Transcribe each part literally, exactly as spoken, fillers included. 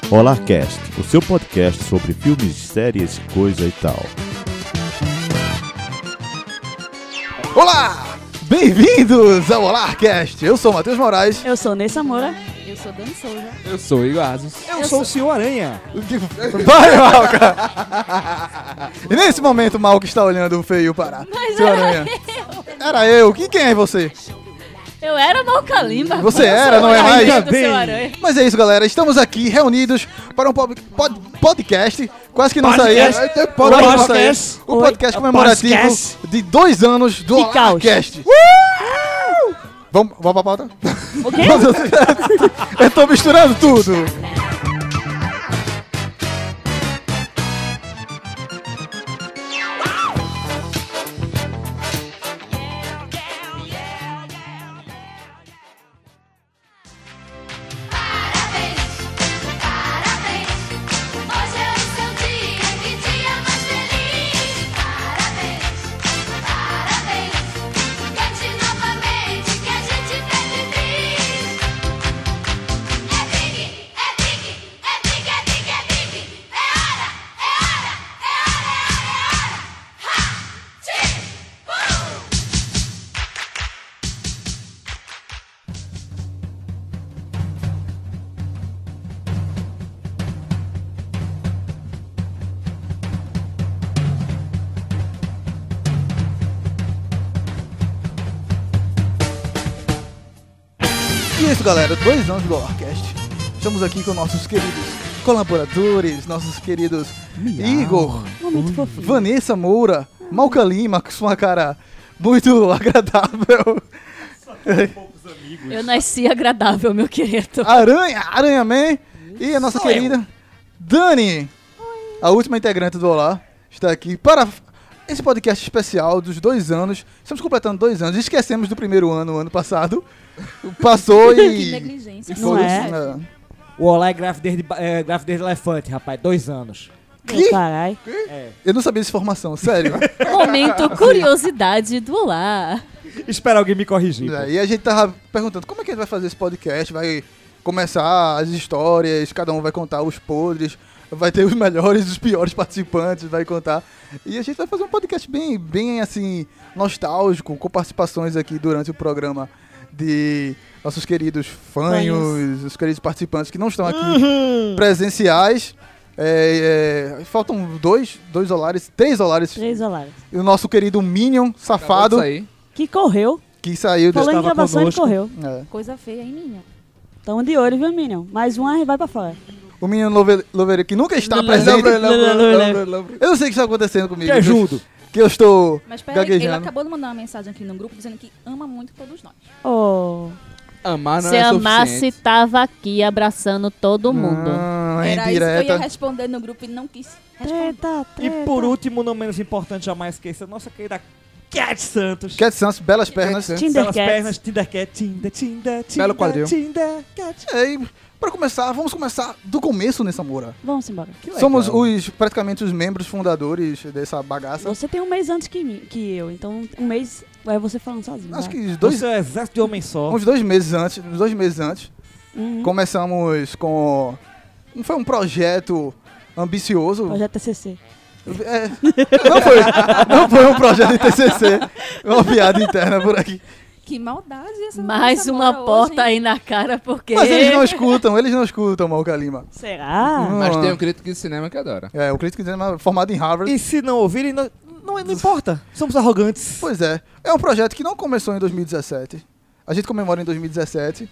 OlarCast, o seu podcast sobre filmes, séries, coisa e tal. Olá! Bem-vindos ao OlarCast! Eu sou o Matheus Moraes. Eu sou Nessa Moura. Eu sou Dani Souza. Eu sou Igor Asos. Eu, eu sou, sou o Senhor Aranha. Vai, Malca! E nesse momento o Malca está olhando feio para Mas Senhor era Aranha. eu. Era eu. E quem é você? Eu era Malca Lima. Você era, não é mais? Ainda bem. Mas é isso, galera. Estamos aqui reunidos para um pod, pod, podcast. Quase que não Podcast. saía. Podcast. Quase não saía. O podcast comemorativo Podcast. de dois anos do De caos. OlarCast. Vamos, vamos pra pauta? O quê? Eu tô misturando tudo. E é isso, galera, dois anos do OlarCast. Estamos aqui com nossos queridos colaboradores, nossos queridos Igor, Muito fofinho. Vanessa Moura, Malca Lima, com sua cara muito agradável, Eu nasci agradável, meu querido. Aranha, Aranha Man, e a nossa querida Dani, a última integrante do Olar, está aqui para esse podcast especial dos dois anos. Estamos completando dois anos, esquecemos do primeiro ano, o ano passado. Passou Que e... negligência. e Não foda-se, é? né? O Olá é gravidez de, é, gravidez de elefante, rapaz. Dois anos. Que? Carai. É. Eu não sabia dessa informação, sério. Momento curiosidade do Olá. Espera alguém me corrigir. É, e a gente tava perguntando como é que a gente vai fazer esse podcast, vai começar as histórias, cada um vai contar os podres, vai ter os melhores e os piores participantes, vai contar. E a gente vai fazer um podcast bem, bem assim, nostálgico, com participações aqui durante o programa de nossos queridos fanhos, os queridos participantes que não estão aqui Uhum. presenciais. É, é, faltam dois, dois olares, três olares. Três olares. E o nosso querido Minion, safado, Aí. Que correu. que saiu Falou em desse... estava gravação, ele conosco. correu. É. Coisa feia, hein, menina? Tamo de olho, viu, Minion? Mais uma e vai pra fora. O menino Lover- Loveiro que nunca está Lula, presente. Lula, Lula, Lula, Lula. Eu não sei o que está acontecendo comigo. Que ajudo. Que eu estou Mas peraí, ele gaguejando. acabou de mandar uma mensagem aqui no grupo dizendo que ama muito todos nós. Oh. Amar não Se é amasse, suficiente. tava aqui abraçando todo mundo. Não, é Era isso que eu ia indireta. responder no grupo e não quis responder. Treta, E treta. por último, não menos importante, jamais esqueça, nossa querida Cat Santos. Cat Santos, belas pernas. Cat Tinder Belas Cats. pernas, Tinder Cat, Tinder, Tinder, Tinder, Belo quadril. Tinder, Cat. É, e pra começar, vamos começar do começo nessa Moura. Vamos embora. Que legal. Somos os, praticamente os membros fundadores dessa bagaça. Você tem um mês antes que, mim, que eu, então um mês é você falando sozinho. Acho vai. que os dois, Você é um exército de homem só. uns dois meses antes, uns dois meses antes, Uhum. começamos com... Não foi um projeto ambicioso. Projeto T C C. É, não, foi, não foi um projeto de T C C, uma piada interna por aqui. Que maldade essa Mais essa uma Moura porta hoje, hein? aí na cara, porque... Mas eles não escutam, eles não escutam, Malca Lima. Será? Hum. Mas tem um crítico de cinema que adora. É, o crítico de cinema formado em Harvard. E se não ouvirem, não, não, não importa. Somos arrogantes. Pois é, é um projeto que não começou em dois mil e dezessete. A gente comemora em dois mil e dezessete,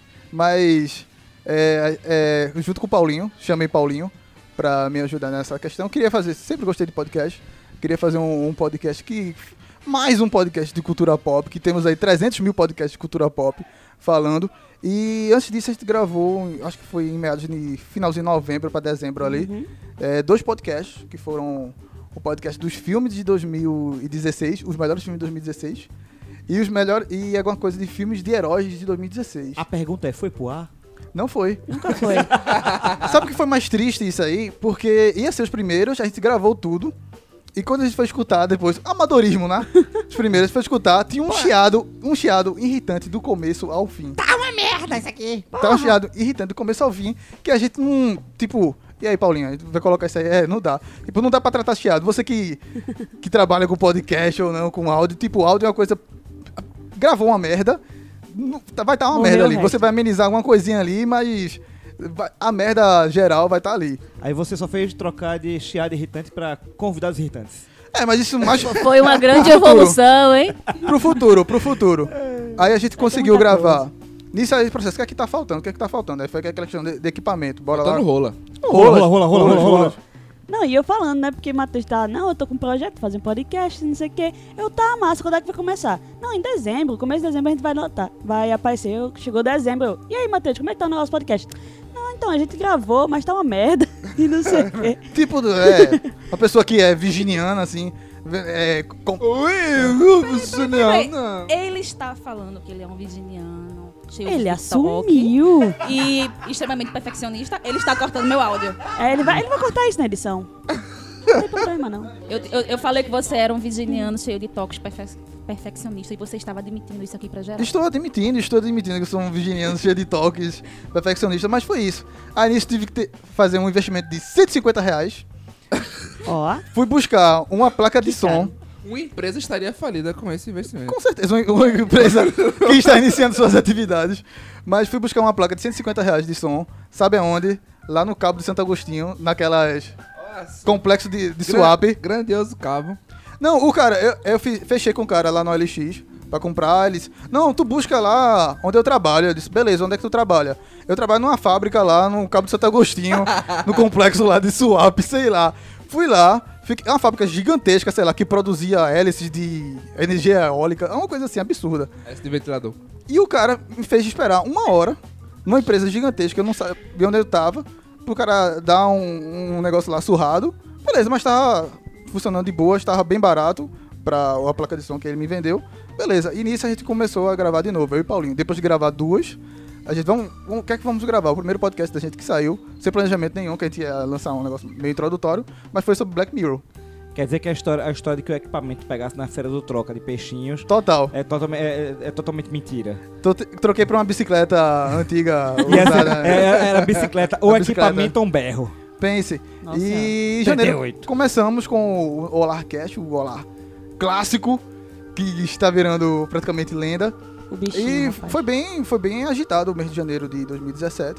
mas é, é, junto com o Paulinho, chamei Paulinho pra me ajudar nessa questão. Queria fazer, sempre gostei de podcast, queria fazer um, um podcast que... Mais um podcast de cultura pop, que temos aí trezentos mil podcasts de cultura pop falando. E antes disso a gente gravou, acho que foi em meados de finalzinho de novembro para dezembro ali, Uhum. é, dois podcasts, que foram o podcast dos filmes de dois mil e dezesseis, os melhores filmes de dois mil e dezesseis, e os melhores e alguma coisa de filmes de heróis de dois mil e dezesseis. A pergunta é, foi pro ar? Não foi. Nunca foi. Sabe o que foi mais triste isso aí? Porque ia ser os primeiros, a gente gravou tudo. E quando a gente foi escutar depois, amadorismo, né? Os primeiros foi escutar, tinha um chiado, um chiado irritante do começo ao fim. Tá uma merda isso aqui. Tá um chiado irritante do começo ao fim, que a gente não, tipo, E aí, Paulinho, a gente vai colocar isso aí? É, não dá. Tipo, não dá pra tratar chiado. Você que, que trabalha com podcast ou não, com áudio, tipo, áudio é uma coisa... Gravou uma merda, não- tá- vai estar uma Morreu merda o ali. resto. Você vai amenizar alguma coisinha ali, mas vai- a merda geral vai estar ali. Aí você só fez trocar de chiado irritante pra convidados irritantes. É, mas isso mais Foi uma grande Pro futuro. evolução, hein? pro futuro, pro futuro. Aí a gente conseguiu muita gravar. Nisso aí, processo, o que é que tá faltando? O que é que tá faltando? Aí foi aquela questão de, de equipamento. Bora Botando lá. rola. Rola, rola, rola, rola, rola. Não, e eu falando, né? Porque Matheus tá, não, eu tô com um projeto, fazer um podcast, não sei o quê. Eu, tá, massa, quando é que vai começar? Não, em dezembro, começo de dezembro a gente vai notar. Vai aparecer, eu, chegou dezembro. Eu, e aí, Matheus, como é que tá o nosso podcast? Não, então, a gente gravou, mas tá uma merda. E não sei o quê. Tipo, é, uma pessoa que é virginiana, assim. É, com... Ué, ele está falando que ele é um virginiano, cheio Ele de toque assumiu. e extremamente perfeccionista. Ele está cortando meu áudio. É, ele, vai, ele vai cortar isso na edição. Não tem problema, não. Eu, eu, eu falei que você era um virginiano cheio de toques perfe- perfeccionista e você estava admitindo isso aqui pra geral. Estou admitindo, estou admitindo que eu sou um virginiano cheio de toques, perfeccionista, mas foi isso. Aí nisso tive que ter- fazer um investimento de cento e cinquenta reais. Ó, Fui buscar uma placa de Que som. caro. Uma empresa estaria falida com esse investimento. Com certeza, uma, uma empresa que está iniciando suas atividades. Mas fui buscar uma placa de cento e cinquenta reais de som. Sabe aonde? Lá no Cabo de Santo Agostinho, naquelas Nossa, complexo de, de gran- swap. Grandioso cabo. Não, o cara, eu, eu fi- fechei com o cara lá no L X pra comprar. Ele disse, não, tu busca lá onde eu trabalho. Eu disse, beleza, onde é que tu trabalha? Eu trabalho numa fábrica lá no Cabo de Santo Agostinho, no complexo lá de swap, sei lá. Fui lá, fiquei, é uma fábrica gigantesca, sei lá, que produzia hélices de energia eólica, é uma coisa assim absurda. Esse de ventilador. E o cara me fez esperar uma hora numa empresa gigantesca, eu não sabia onde eu tava, pro cara dar um, um negócio lá surrado. Beleza, mas tava funcionando de boa, estava bem barato pra a placa de som que ele me vendeu. Beleza, e nisso a gente começou a gravar de novo, eu e Paulinho. Depois de gravar duas, a gente, vamos, vamos, o que é que vamos gravar? O primeiro podcast da gente que saiu, sem planejamento nenhum, que a gente ia lançar um negócio meio introdutório, mas foi sobre Black Mirror. Quer dizer que a história, a história de que o equipamento pegasse na feira do troca de peixinhos Total. é, totalme- é- é- é totalmente mentira. Tô- troquei pra uma bicicleta antiga E essa, usada. é- era bicicleta ou A bicicleta. equipamento ou um berro. Pense. Nossa e em Senhora. janeiro trinta e oito. começamos com o Olarcast, o Olar clássico, que está virando praticamente lenda. o bichinho, E rapaz. foi bem, foi bem agitado o mês de janeiro de dois mil e dezessete.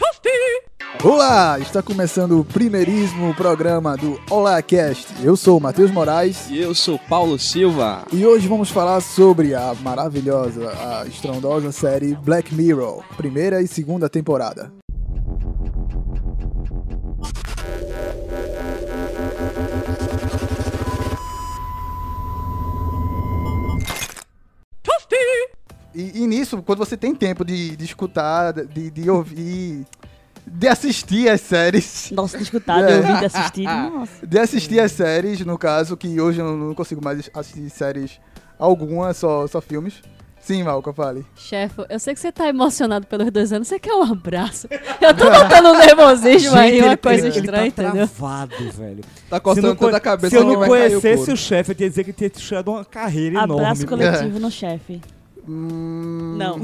Olá, está começando o primeiríssimo programa do Olarcast. Eu sou o Matheus Moraes E eu sou Paulo Silva. e hoje vamos falar sobre a maravilhosa, a estrondosa série Black Mirror, primeira e segunda temporada. E, e nisso, quando você tem tempo de, de escutar, de, de ouvir, de assistir as séries, Nossa, de escutar, de É. ouvir, de assistir. Nossa. de assistir as séries, no caso, que hoje eu não consigo mais assistir séries alguma, só, só filmes. Sim, Malca, fale. Chefe, eu sei que você tá emocionado pelos dois anos, você quer um abraço? Eu tô notando um nervosismo aí, uma ele- coisa ele, estranha, ele tá entendeu? travado, velho. Tá Se coçando não, toda co- a cabeça se eu que não vai cair o conhecesse couro. o chefe, eu tinha dizer que tinha tirado uma carreira Abraço enorme. coletivo no chefe. Hum, Não.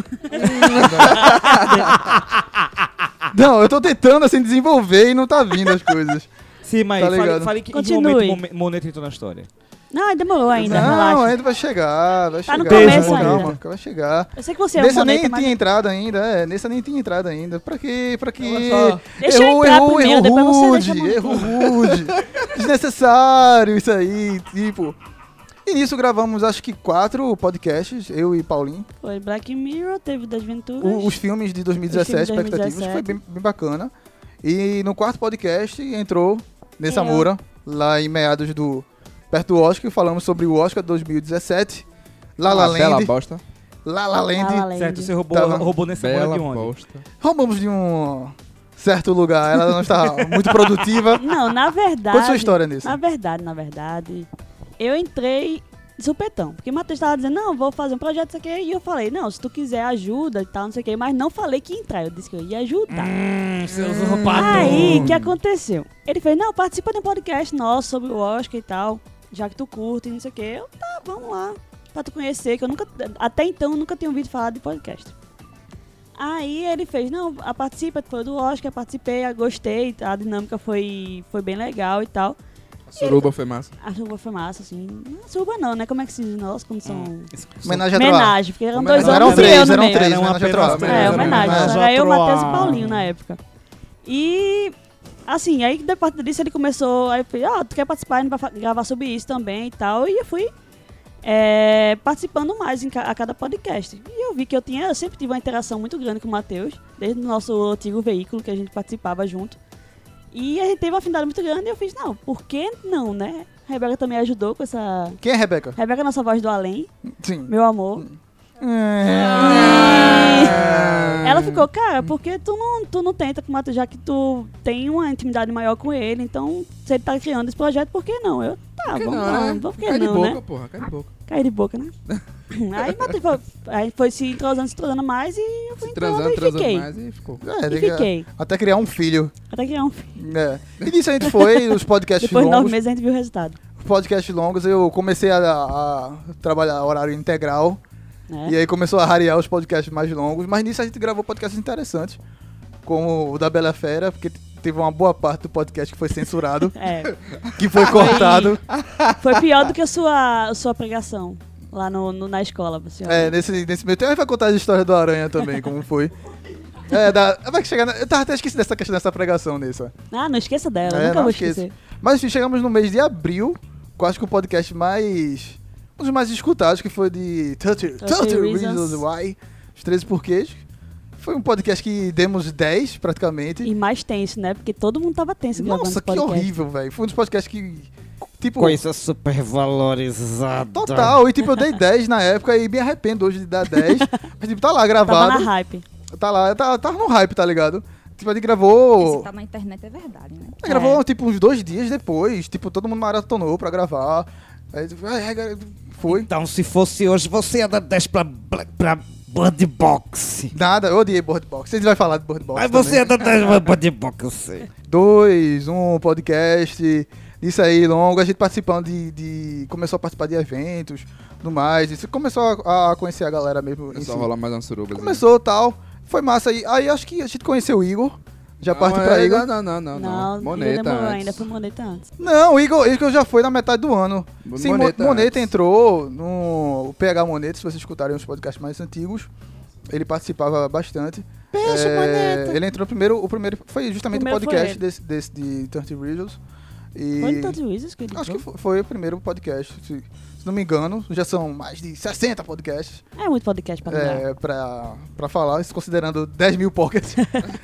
Não, eu tô tentando, assim, desenvolver e não tá vindo as coisas. Sim, mas Tá fale, ligado. fale que em que Continue. momento Momen- Moneta entrou na história. Não, demorou ainda, não, relaxa. ainda vai chegar, vai Tá chegar. no começo calma, ainda. vai chegar. Eu sei que você é um Nessa nem moneta, mas... tinha entrado ainda, é, nessa nem tinha entrado ainda. Pra quê? Pra quê? Olha só. Deixa eu errou, entrar errou, primeiro, errou depois você rude, deixa eu errou rude. Desnecessário isso aí, tipo. E nisso gravamos acho que quatro podcasts, eu e Paulinho. Foi Black Mirror, teve Desventuras. O- os filmes de dois mil e dezessete, Os filmes de expectativas, dois mil e foi dezessete. bem, bem bacana. E no quarto podcast entrou Nessa Eu. Moura, lá em meados do. Perto do Oscar, falamos sobre o Oscar de dois mil e dezessete. La La Uma bela Land. bosta. La La Land. La La Land. Certo, você roubou, Tava- roubou nessa bola Bela de onde? bosta. Roubamos de um certo lugar, ela não está muito produtiva. Não, na verdade... Qual a sua história nisso? Na verdade, na verdade, eu entrei de supetão. Porque o Matheus tava dizendo, não, vou fazer um projeto, isso aqui. E eu falei, não, se tu quiser ajuda e tal, não sei o que. Mas não falei que ia entrar. Eu disse que eu ia ajudar. Hum, seu usurpador. Aí, o que aconteceu? Ele fez, não, participa de um podcast nosso sobre o Oscar e tal. Já que tu curte, não sei o que. Eu, tá, vamos lá. Pra tu conhecer, que eu nunca... Até então, eu nunca tinha ouvido falar de podcast. Aí ele fez, não, a participa, foi do Oscar, participei, eu gostei, a dinâmica foi, foi bem legal e tal. A suruba foi massa. A suruba foi massa, assim. Não, suruba não, né? Como é que se diz? Nossa, quando são... Homenagem a Troá. Homenagem, porque eram dois Eram homens e três, eu no eram meio. três. Era uma homenagem a Troá. apenas É, três, homenagem. homenagem Era a eu, Matheus e Troá. Paulinho na época. E, assim, aí depois disso ele começou, aí eu falei, ó, tu quer participar, a gente vai fa- gravar sobre isso também e tal. E eu fui é, participando mais em ca- a cada podcast. E eu vi que eu tinha, eu sempre tive uma interação muito grande com o Matheus, desde o nosso antigo veículo que a gente participava junto. E a gente teve uma afinidade muito grande e eu fiz, não, por que não, né? A Rebeca também ajudou com essa... Quem é Rebeca? Rebeca é nossa voz do além, Sim. meu amor. É. Ela ficou, cara, porque tu não, tu não tenta com o Matheus, já que tu tem uma intimidade maior com ele, então se ele tá criando esse projeto, por que não? Eu, tá, Por que vamos não, lá, né? por que Cai de não, boca, né? porra, cai de boca. Cair de boca, né? Aí Matheus foi, aí foi se entrosando, se entrosando mais e eu fui Se entrando transando, e transando fiquei. mais e ficou. É, E tem que- fiquei. Até criar um filho. Até criar um filho. É. E disso a gente foi, os podcasts Depois de nove longos. meses a gente viu o resultado. Podcasts longos, eu comecei a, a trabalhar horário integral. Né? E aí começou a rarear os podcasts mais longos. Mas nisso a gente gravou podcasts interessantes. Como o da Bela Fera, porque teve uma boa parte do podcast que foi censurado. É, Que foi cortado. foi pior do que a sua, a sua pregação lá no, no- na escola. Você É, nesse, nesse meio tempo a gente vai contar a história do Aranha também, como foi. É, da, vai chegar na, eu tava até esquecido dessa questão dessa pregação nisso. Ah, não esqueça dela, É, nunca não vou esqueça. esquecer. Mas enfim, chegamos no mês de abril, com acho que o podcast mais... Um dos mais escutados, que foi de thirty, thirty thirty Reasons. Reasons Why, os treze porquês. Foi um podcast que demos dez, praticamente. E mais tenso, né? Porque todo mundo tava tenso gravando Nossa, esse que podcast. horrível, velho. Foi um dos podcasts que... Tipo, Coisa super valorizada. total. E tipo, eu dei dez na época e me arrependo hoje de dar dez. Mas tipo, tá lá Tava gravado. na hype. Tá lá, tá, tá no hype, tá ligado? Tipo, a gente Se gravou... tá na internet é verdade, né? A gente gravou, tipo, uns dois dias depois. Tipo, todo mundo maratonou pra gravar. Aí, tipo, ai, ai, foi. Então, se fosse hoje, você ia dar dez pra, pra Bird Box. Nada, eu odiei Bird Box. Vocês vão falar de Bird Box Mas você ia também. dar dez pra Bird Box. Dois, um podcast, isso aí, longo. A gente participando de, de... Começou a participar de eventos, tudo mais. Isso começou a, a conhecer a galera mesmo. É em só si. rolar mais uma suruba. Começou tal. Foi massa aí. Aí acho que a gente conheceu o Igor. Já parte pra Igor. Não, não, não, não. Não, não. Moneta demorou antes. ainda, foi moneta antes. Não, o Igor, Igor já foi na metade do ano. Sim, Moneta, Moneta Moneta antes. entrou no o P H Moneta, se vocês escutarem os podcasts mais antigos. Ele participava bastante. Beijo, É, Moneta. Ele entrou primeiro, o primeiro foi justamente o Primeiro foi podcast ele. desse, desse de thirty Reasons. E Foi no Todos os Wizards que ele acho que entrou? foi, foi o primeiro podcast, se, se não me engano. Já são mais de sessenta podcasts É muito podcast pra lembrar. é, pra, pra falar, isso considerando dez mil pockets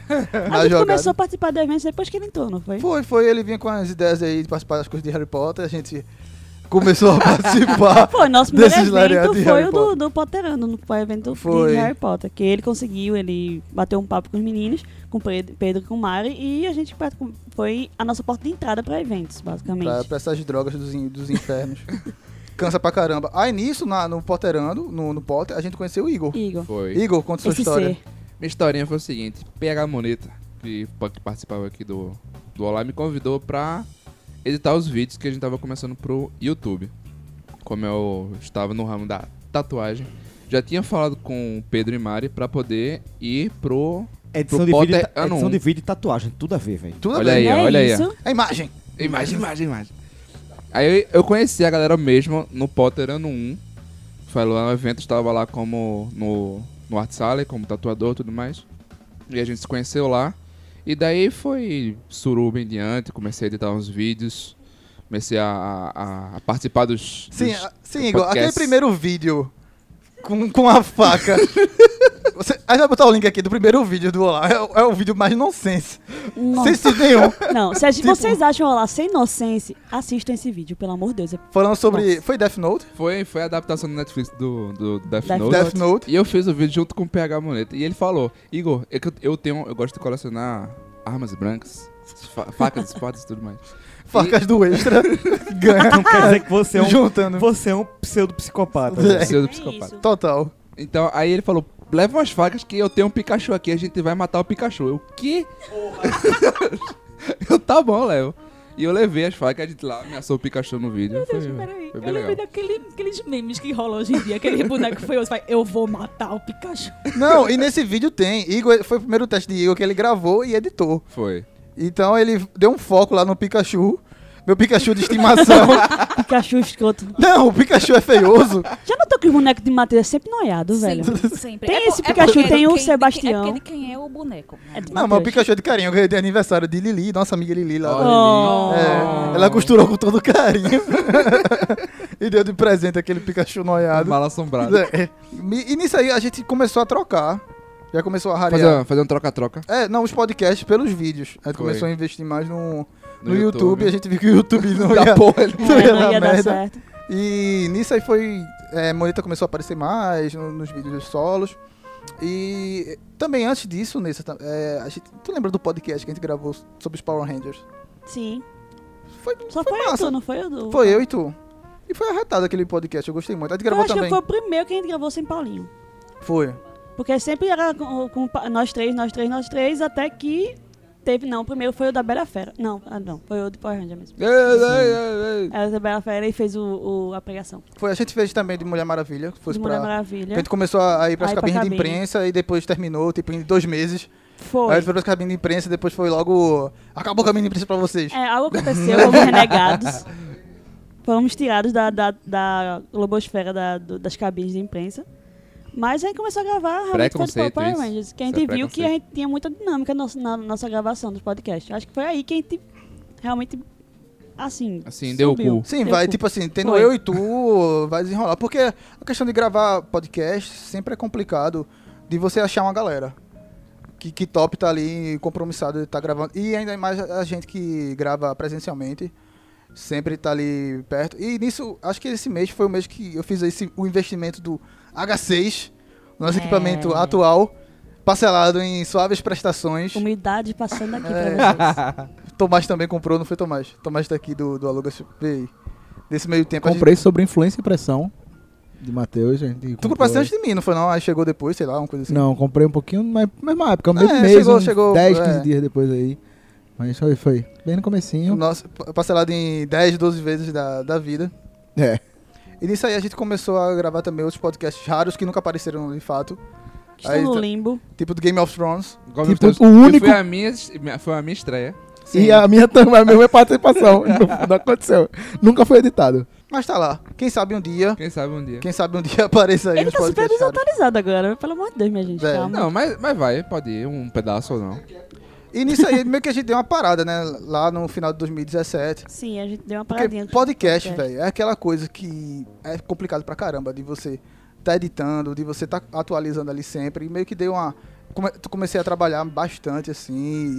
A na gente jogada. começou a participar de eventos depois que ele entrou, não foi? Foi, foi, ele vinha com as ideias aí de participar das coisas de Harry Potter, a gente começou a participar. Foi, nosso primeiro desses lareados evento de foi Harry o do, Potter. do Potterando, não foi o evento Foi. de Harry Potter, que ele conseguiu, ele bateu um papo com os meninos, com o Pedro Pedro e com o Mari, e a gente praticou- foi a nossa porta de entrada pra eventos, basicamente. Pra, pra essas drogas dos, in- dos infernos. Cansa pra caramba. Aí nisso, na, no Potterando, no, no Potter, a gente conheceu o Igor. Igor, Foi. Igor, conta sua esse história. ser. Minha historinha foi o seguinte: P H Moneta, que, que participava aqui do, do Olá, me convidou pra editar os vídeos que a gente tava começando pro YouTube. Como eu estava no ramo da tatuagem, já tinha falado com o Pedro e Mari pra poder ir pro. Edição, Pro de vídeo, Potter e ta- ano edição um. de vídeo e tatuagem, tudo a ver, velho. Tudo Olha bem. aí, é olha aí, isso. A imagem. Imagem, imagem, imagem. Aí eu, eu conheci a galera mesmo no Potter ano um. Foi lá no evento, estava lá como no, no Art Sale, como tatuador e tudo mais. E a gente se conheceu lá. E daí foi suruba em diante, comecei a editar uns vídeos. Comecei a, a, a participar dos. Sim, dos a- sim, Igor, aquele podcasts. primeiro vídeo com, com a faca. Você, a gente vai botar o link aqui do primeiro vídeo do Olá. É, o- é o vídeo mais nonsense. Nossa. Sem sentido nenhum. Não, se a gente- Tipo- vocês acham rolar sem inocência, assistam esse vídeo, pelo amor de Deus. É Falando sobre. Nossa. Foi Death Note? Foi, foi a adaptação do Netflix do, do Death, Death Note. Death Note. E eu fiz o vídeo junto com o P H Moneta. E ele falou: Igor, é que eu, eu tenho. Eu gosto de colecionar armas brancas, fa- facas, espadas e tudo mais. Facas do Extra. Ganha. Então quer dizer que você é um, Juntando. você é um pseudo-psicopata. É. velho. Pseudo É psicopata. isso. Total. Então, aí ele falou: leva umas facas que eu tenho um Pikachu aqui, a gente vai matar o Pikachu. Eu, o quê? Eu, tá bom, Léo. E eu levei as facas, a gente lá ameaçou o Pikachu no vídeo. Foi, Peraí, foi eu bem lembrei legal. daquele, daqueles memes que rolam hoje em dia. Aquele boneco feioso, vai, eu vou matar o Pikachu. Não, e nesse vídeo tem. Igor, foi o primeiro teste de Igor que ele gravou e editou. Foi. Então ele deu um foco lá no Pikachu. Meu Pikachu de estimação. Pikachu escroto. Não, o Pikachu é feioso. Já notou que os bonecos de Matheus é sempre noiado, velho? Sempre, sempre. Tem É esse por- é Pikachu, porque tem de o quem- de Sebastião. quem- É porque de quem é o boneco. É de Não, mas o Matheus. Pikachu é de carinho, ganhei de aniversário de Lili, nossa amiga Lili lá. Oh. É, ela costurou com todo carinho. E deu de presente aquele Pikachu noiado. Mal assombrado. É. E nisso aí a gente começou a trocar. Já começou a rarear. Fazer, fazer um troca-troca É, não, os podcasts pelos vídeos. A gente Foi. começou a investir mais no, no, no YouTube. E a gente viu que o YouTube não Da ia, porra, ele- não É, ia não dar ia dar merda. certo. E nisso aí foi... É, Moneta começou a aparecer mais no- nos vídeos dos solos. E também antes disso, Nessa, é, a gente, tu lembra do podcast que a gente gravou sobre os Power Rangers? Sim. Foi, Só foi foi, massa. tu, não foi o do... Foi eu e tu. E foi arretado aquele podcast, eu gostei muito. A gente Eu gravou acho também. que foi o primeiro que a gente gravou sem Paulinho. Foi. Porque sempre era com, com pa- nós três, nós três, nós três, até que teve... Não, o primeiro foi o da Bela Fera. Não, ah, não, foi o do Power Ranger mesmo. Ei, ei, ei, ei. Era o da Bela Fera e fez o, o- a pregação. Foi, a gente fez também de Mulher Maravilha. Que fosse De Mulher pra... Maravilha. A gente começou a ir pras Aí pra cabines de cabine. imprensa e depois terminou, tipo, em dois meses. Foi. Aí a gente foi pras cabines de imprensa e depois foi logo... Acabou a cabine de imprensa pra vocês. É, algo aconteceu, fomos renegados. Fomos tirados da, da, da globosfera da, do- das cabines de imprensa. Mas a gente começou a gravar realmente foi do Preconceito, Power isso. Rangers. Que a Isso gente é viu que a gente tinha muita dinâmica no- na nossa gravação dos podcasts. Acho que foi aí que a gente realmente, assim... Assim, deu o subiu. cu. Sim, Deu vai, cu. tipo assim, tendo Foi. eu e tu, vai desenrolar. Porque a questão de gravar podcast sempre é complicado de você achar uma galera. Que, que top tá ali, compromissado de tá gravando. E ainda mais a gente que grava presencialmente, sempre tá ali perto. E nisso, acho que esse mês foi o mês que eu fiz esse, o investimento do H seis, nosso É. equipamento atual, parcelado em suaves prestações. Humildade passando aqui É. pra vocês. Tomás também comprou, não foi Tomás? Tomás tá aqui do, do Aluga Vê aí. Nesse meio tempo a gente... Comprei sobre influência e pressão de Matheus. a gente Tu comprou- compraste antes de mim, não foi não? Aí chegou depois, sei lá, uma coisa assim. Não, comprei um pouquinho, mas mesma época, mesmo É, mês, chegou- uns chegou, dez, é. quinze dias depois aí. Mas foi, foi bem no comecinho. Nossa, pa- parcelado em dez, doze vezes da, da vida. É. E nisso aí a gente começou a gravar também outros podcasts raros que nunca apareceram de fato. Estou Aí no tá- limbo. Tipo do Game of Thrones. Igual Tipo, meus- o único- que Foi a minha, foi a minha estreia. E a minha também, a minha participação. não, não aconteceu. Nunca foi editado. Mas tá lá. Quem sabe um dia, Quem sabe um dia. quem sabe um dia apareça aí Ele nos tá super podcasts raros. desatualizado agora. Pelo amor de Deus, minha gente. É. Calma. Não, mas, mas vai, pode ir, um pedaço ou não. E nisso aí meio que a gente deu uma parada, né? Lá no final de dois mil e dezessete. Sim, a gente deu uma Porque paradinha. podcast, podcast. velho, é aquela coisa que é complicado pra caramba de você tá editando, de você tá atualizando ali sempre. E meio que deu uma... come- Comecei a trabalhar bastante, assim,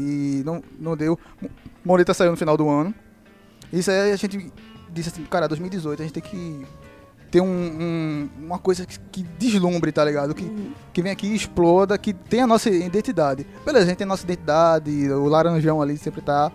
e não, não deu... Moneta saiu no final do ano. Isso aí a gente disse assim, cara, dois mil e dezoito a gente tem que ter um, um- uma coisa que, que deslumbre, tá ligado? Que, Uhum. que vem aqui e exploda, que tem a nossa identidade. Beleza, a gente tem a nossa identidade, o laranjão ali sempre tá...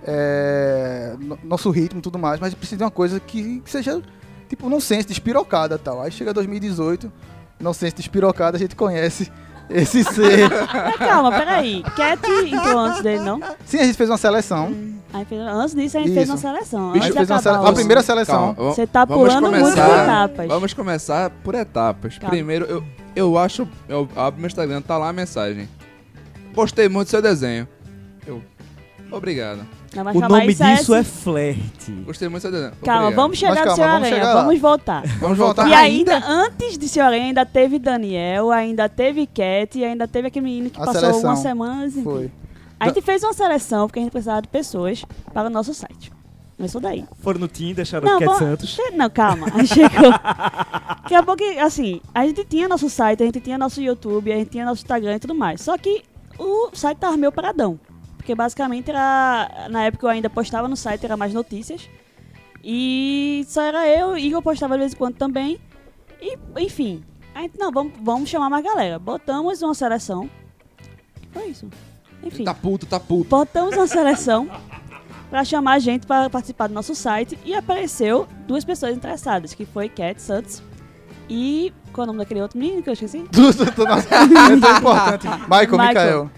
é, no- nosso ritmo e tudo mais, mas precisa de uma coisa que, que seja, tipo, nonsense, despirocada e tal. Aí chega dois mil e dezoito, nonsense, despirocada, a gente conhece esse ser. Mas calma, peraí. Cat entrou antes dele, não? Sim, a gente fez uma seleção. Aí fez- antes disso, a gente fez Isso. uma seleção. A gente Antes de fez uma acabar sele- o- a primeira seleção. Calma, Você tá vamos pulando muitas começar- etapas. Vamos começar por etapas. Calma. Primeiro, eu, eu acho. Eu abro meu Instagram, tá lá a mensagem. Gostei muito do seu desenho. Eu. Obrigado. Não, mas O calma, nome isso é disso é assim- flerte. Gostei muito do seu desenho. Calma, Obrigado. vamos chegar Mas no calma, Senhor vamos Aranha, chegar lá. vamos voltar. Vamos voltar. E ainda, antes de Senhor Aranha, ainda teve Daniel, ainda teve Cat, e ainda teve aquele menino que A passou seleção. uma semana. Assim. Foi. A gente fez uma seleção porque a gente precisava de pessoas para o nosso site. Começou daí. Foram no Tinder, acharam Não, o Cat bom, Santos. che- não, calma. Aí chegou. Daqui a pouco, assim, a gente tinha nosso site, a gente tinha nosso YouTube, a gente tinha nosso Instagram e tudo mais. Só que o site tava meio paradão. Porque basicamente era. Na época eu ainda postava no site, era mais notícias. E só era eu, Igor postava de vez em quando também. E, enfim. A gente, não, vamos, vamos chamar mais galera. Botamos uma seleção. Que foi isso? Enfim. Tá puto, tá puto. Botamos uma seleção pra chamar a gente para participar do nosso site e apareceu duas pessoas interessadas, que foi Cat Santos e... Qual é o nome daquele outro menino que eu esqueci? Tudo, tudo, nossa, é tão importante. Michael, Michael. Mikael.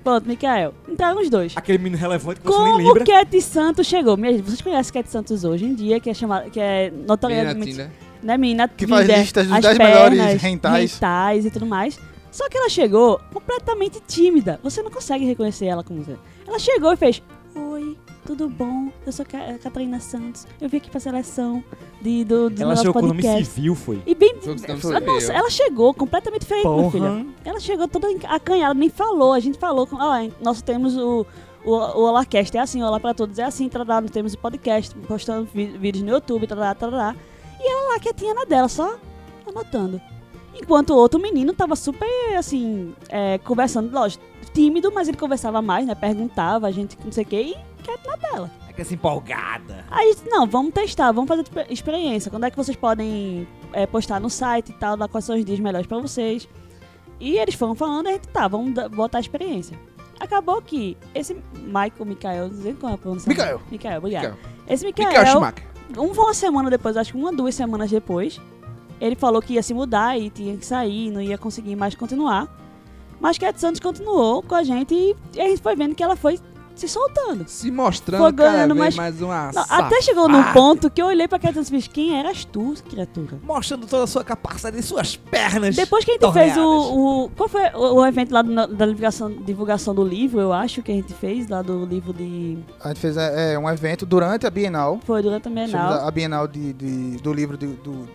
Pronto, Mikael. Entraram os dois. Aquele menino relevante que você nem Como lembra. Cat Santos chegou? Minha gente, vocês conhecem Cat Santos hoje em dia, que é chamada, que é Menina notoriamente... Tinder. Né, menina Que faz Tinder, listas dos as dez pernas, melhores rentais. rentais e tudo mais. Só que ela chegou completamente tímida. Você não consegue reconhecer ela como você. Ela chegou e fez: Oi, tudo bom? Eu sou Ca- Catarina Santos. Eu vim aqui pra seleção de, do, do Ela nosso chegou com o nome podcast. civil, foi. E bem. Foi o que você Nossa, viu. ela chegou completamente diferente, minha Porra. filha. Ela chegou toda acanhada, nem falou. A gente falou, com, ó, nós temos o, o, o Olacast, é assim, Olá pra Todos, é assim, tarará, nós temos o podcast, postando vi- vídeos no YouTube, tarará, tarará. E ela lá quietinha na dela, só anotando. Enquanto o outro menino tava super, assim, é, conversando, lógico, tímido, mas ele conversava mais, né? Perguntava, a gente não sei o que, e quieto na dela. É que essa empolgada. Aí, disse, não, vamos testar, vamos fazer exper- experiência. Quando é que vocês podem é, postar no site e tal, dar quais são os dias melhores pra vocês. E eles foram falando, a gente, tá, vamos da- botar a experiência. Acabou que esse Michael, Mikael, não sei qual é a pronúncia. Mikael. Mikael, obrigado. Mikael. Esse Mikael Mikael, Schumacher. um, uma semana depois, acho que uma, duas semanas depois, ele falou que ia se mudar e tinha que sair, não ia conseguir mais continuar. Mas Cat Santos continuou com a gente e, e a gente foi vendo que ela foi se soltando. Se mostrando Foi cada ganhando vez mais- mais uma Não, safada. até chegou num ponto que eu olhei pra Cat Santos e fiz: quem eras tu, criatura? Mostrando toda a sua capacidade e suas pernas. Depois que a gente torreadas. fez o, o... Qual foi o, o evento lá do- da divulgação, divulgação do livro, eu acho, que a gente fez, lá do livro de... A gente fez é, um evento durante a Bienal. Foi durante a Chamamos Bienal. A Bienal de, de- do livro de, do,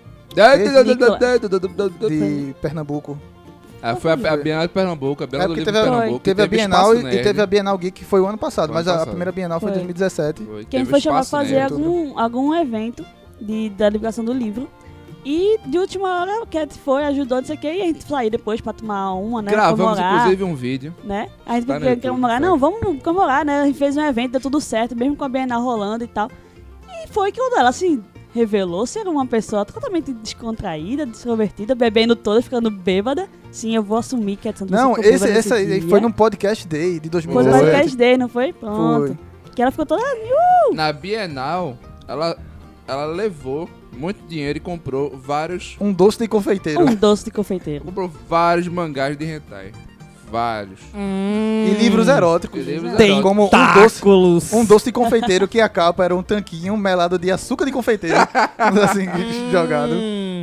Nicolas. de Pernambuco. Ah, foi a, a Bienal de Pernambuco, a Bienal É do porque Livro teve, de a, Pernambuco. teve a teve Bienal Espaço e, e Nerd. teve a Bienal Geek, que foi o ano passado. Foi mas ano a, a passado. primeira Bienal foi em Foi. dois mil e dezessete. Foi, Que a teve gente foi chamar pra Espaço fazer Nerd. algum, algum evento de, da divulgação do livro. E de última hora, o Cat foi, ajudou, não sei o que, e a gente saiu depois pra tomar uma, né? Gravamos, comemorar, inclusive, um vídeo. né? A gente Tá no foi YouTube, comemorar, tá? não, vamos comemorar, né? A gente fez um evento, deu tudo certo, mesmo com a Bienal rolando e tal. E foi que quando ela se revelou ser uma pessoa totalmente descontraída, desconvertida, bebendo toda, ficando bêbada. Sim, eu vou assumir que a Santos Não, ficou esse, bêbada esse aí dia. foi no Podcast Day de Foi no Foi. dois mil e dezessete. podcast dele, não foi? Pronto. Foi. Que ela ficou toda... Na Bienal, ela, ela levou muito dinheiro e comprou vários... Um doce de confeiteiro. Um doce de confeiteiro. Comprou vários mangás de hentai. Vários. E livros eróticos. E livros Tem eróticos. como um doce, Tentáculos. um doce de confeiteiro que a capa era um tanquinho melado de açúcar de confeiteiro. assim, jogado. Hum.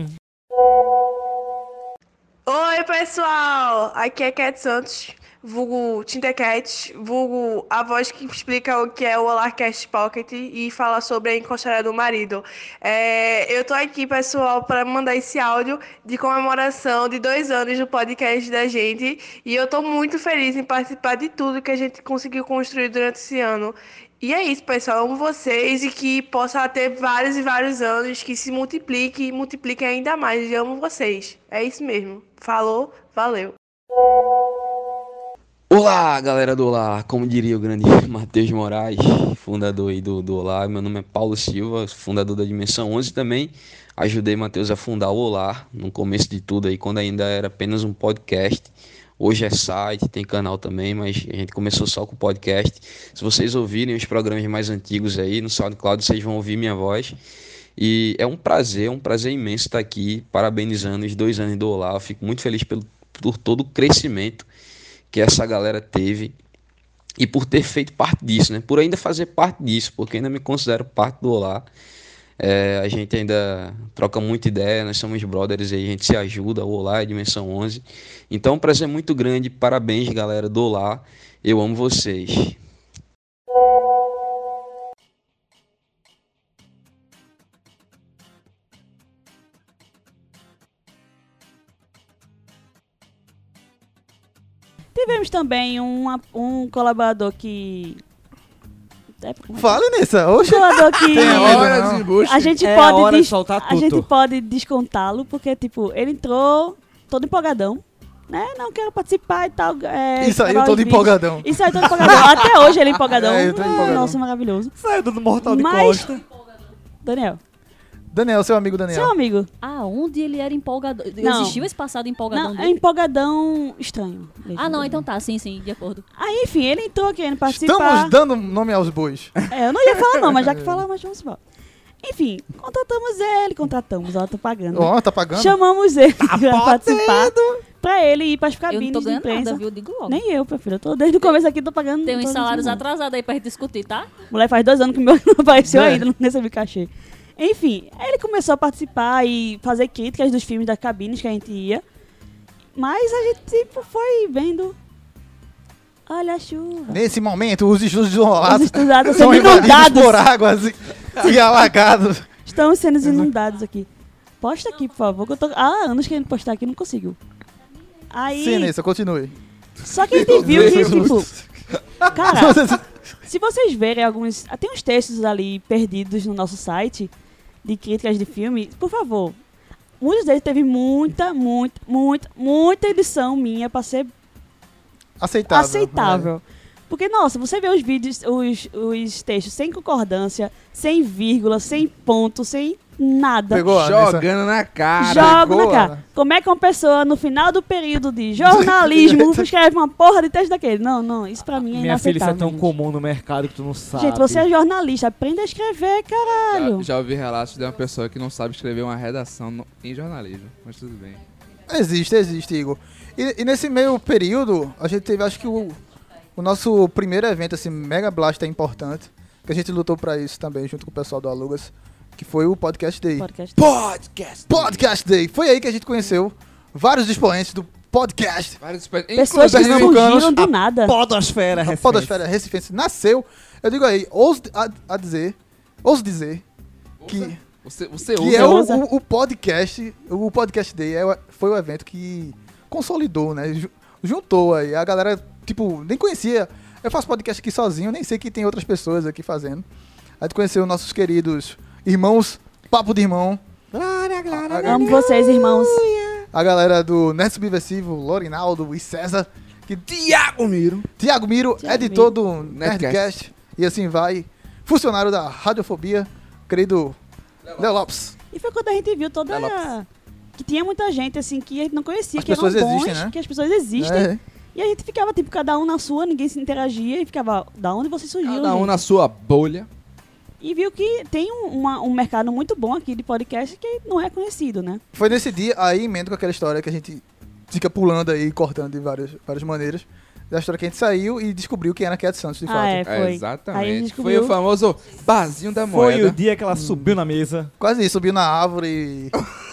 Oi, pessoal! Aqui é Cat Santos, vulgo Tintercat, vulgo a voz que explica o que é o Olarcast Pocket e fala sobre a encostada do marido. É, eu tô aqui, pessoal, para mandar esse áudio de comemoração de dois anos do podcast da gente e eu tô muito feliz em participar de tudo que a gente conseguiu construir durante esse ano. E é isso, pessoal. Eu amo vocês e que possa ter vários e vários anos, que se multiplique e multiplique ainda mais. Eu amo vocês. É isso mesmo. Falou, valeu. Olá, galera do Olá, como diria o grande Matheus Moraes, fundador aí do, do Olá. Meu nome é Paulo Silva, fundador da Dimensão onze também. Ajudei Matheus a fundar o Olá no começo de tudo aí, quando ainda era apenas um podcast. Hoje é site, tem canal também, mas a gente começou só com o podcast. Se vocês ouvirem os programas mais antigos aí no SoundCloud, vocês vão ouvir minha voz. E é um prazer, é um prazer imenso estar aqui, parabenizando os dois anos do Olá. Eu fico muito feliz pelo, por todo o crescimento que essa galera teve e por ter feito parte disso, né? Por ainda fazer parte disso, porque ainda me considero parte do Olá. É, a gente ainda troca muita ideia, nós somos brothers aí, a gente se ajuda, o Olá é a Dimensão onze. Então, um prazer muito grande, parabéns, galera do Olá, eu amo vocês. Tivemos também uma- um colaborador que... É, como é? Fale nisso. Um Oxe. colaborador que... Tem medo, Horas não. de bucho. A gente É a pode hora de des- soltar a tudo. gente pode descontá-lo porque tipo ele entrou todo empolgadão, né? Não quero participar e tal. É, E saiu gravar todo os vídeos. empolgadão. E saiu todo empolgadão. Até hoje ele é empolgadão. É, eu tô Ah, empolgadão. Nossa, maravilhoso. Saiu do Mortal de Mas- Costa. Daniel, Daniel, seu amigo Daniel. seu amigo. Aonde ele era empolgador? Não. Existiu esse passado empolgadão Não, é dele? empolgadão estranho. Ah, não, então tá, sim, sim, de acordo. Aí, enfim, ele entrou querendo participar. Estamos dando nome aos bois. É, eu não ia falar não, mas já que falar, mas vamos embora. Enfim, contratamos ele, contratamos, ó, tô pagando. né? Ó, tá pagando? Chamamos ele pra participar. pra ele ir pras Eu não cabines tô de ganhando imprensa. nada, viu? Digo logo. Nem eu, prefiro. Eu tô desde o começo aqui, tô pagando. Tem uns tô salários não. atrasados aí pra gente discutir, tá? Mulher, faz dois anos que o meu não apareceu É. ainda, não recebi cachê. Enfim, aí ele começou a participar e fazer críticas dos filmes das cabines que a gente ia. Mas a gente tipo, foi vendo. Olha a chuva. Nesse momento, os estúdios Os isolados estudados são sendo invadidos inundados. por águas e, e alagados. Estamos sendo inundados aqui. Posta aqui, por favor, que eu tô há anos querendo postar aqui e não consigo. Aí. Sim, Nessa, continue. Só que a gente viu que, tipo. Cara, Você- se vocês verem alguns. Tem uns textos ali perdidos no nosso site de críticas de filme, por favor. Muitos deles teve muita, muita, muita, muita edição minha pra ser Aceitável. aceitável. Porque, nossa, você vê os vídeos, os, os textos sem concordância, sem vírgula, sem ponto, sem nada. Pegou a Nessa? Jogando na cara. Joga na pegou, cara. Ana. Como é que uma pessoa, no final do período de jornalismo, escreve uma porra de texto daquele? Não, não, isso pra mim é Minha filha, isso é inaceitável. tão gente. comum no mercado que tu não sabe. Gente, você é jornalista, aprenda a escrever, caralho. Já, já ouvi relatos de uma pessoa que não sabe escrever uma redação no- em jornalismo, mas tudo bem. Existe, existe, Igor. E, e nesse meio período, a gente teve, acho que o, o nosso primeiro evento, assim, Mega Blaster importante, que a gente lutou pra isso também, junto com o pessoal do Alugas, que foi o Podcast Day. Podcast. Podcast! Podcast Day! Foi aí que a gente conheceu vários expoentes do podcast. Vários espe- Pessoas que Inclusive, pernambucanos, surgiram do a nada. Podosfera, A Recifense. Podosfera Recifense nasceu, eu digo aí, ouso a, a dizer, ouso dizer, que... Você, você Que usa. é o, usa. o, o podcast, o Podcast Day é, o- foi o evento que consolidou, né? Ju- Juntou aí. A galera, tipo, nem conhecia. Eu faço podcast aqui sozinho, nem sei que tem outras pessoas aqui fazendo. A gente conheceu nossos queridos irmãos, Papo de Irmão. A, Amo vocês, irmãos. a galera do Nerd Subversivo, Lorinaldo e César. Que Tiago Miro. Tiago Miro, Thiago editor do Nerdcast. Nerdcast. E assim vai. Funcionário da Radiofobia, querido Léo Lopes. E foi quando a gente viu toda a... Que tinha muita gente, assim, que a gente não conhecia, As que eram pessoas bons, existem, né? que as pessoas existem. É. E a gente ficava, tipo, cada um na sua, ninguém se interagia e ficava, da onde vocês surgiram, Cada um gente? na sua bolha. E viu que tem um, uma- um mercado muito bom aqui de podcast que não é conhecido, né? Foi nesse dia, aí emendo com aquela história que a gente fica pulando aí, cortando de várias, várias maneiras, da história que a gente saiu e descobriu quem era Cat Santos, de Ah, fato. é, É, foi. Aí a gente exatamente. descobriu- Foi o famoso barzinho da Foi moeda. o dia que ela subiu na mesa. Quase isso, subiu na árvore e...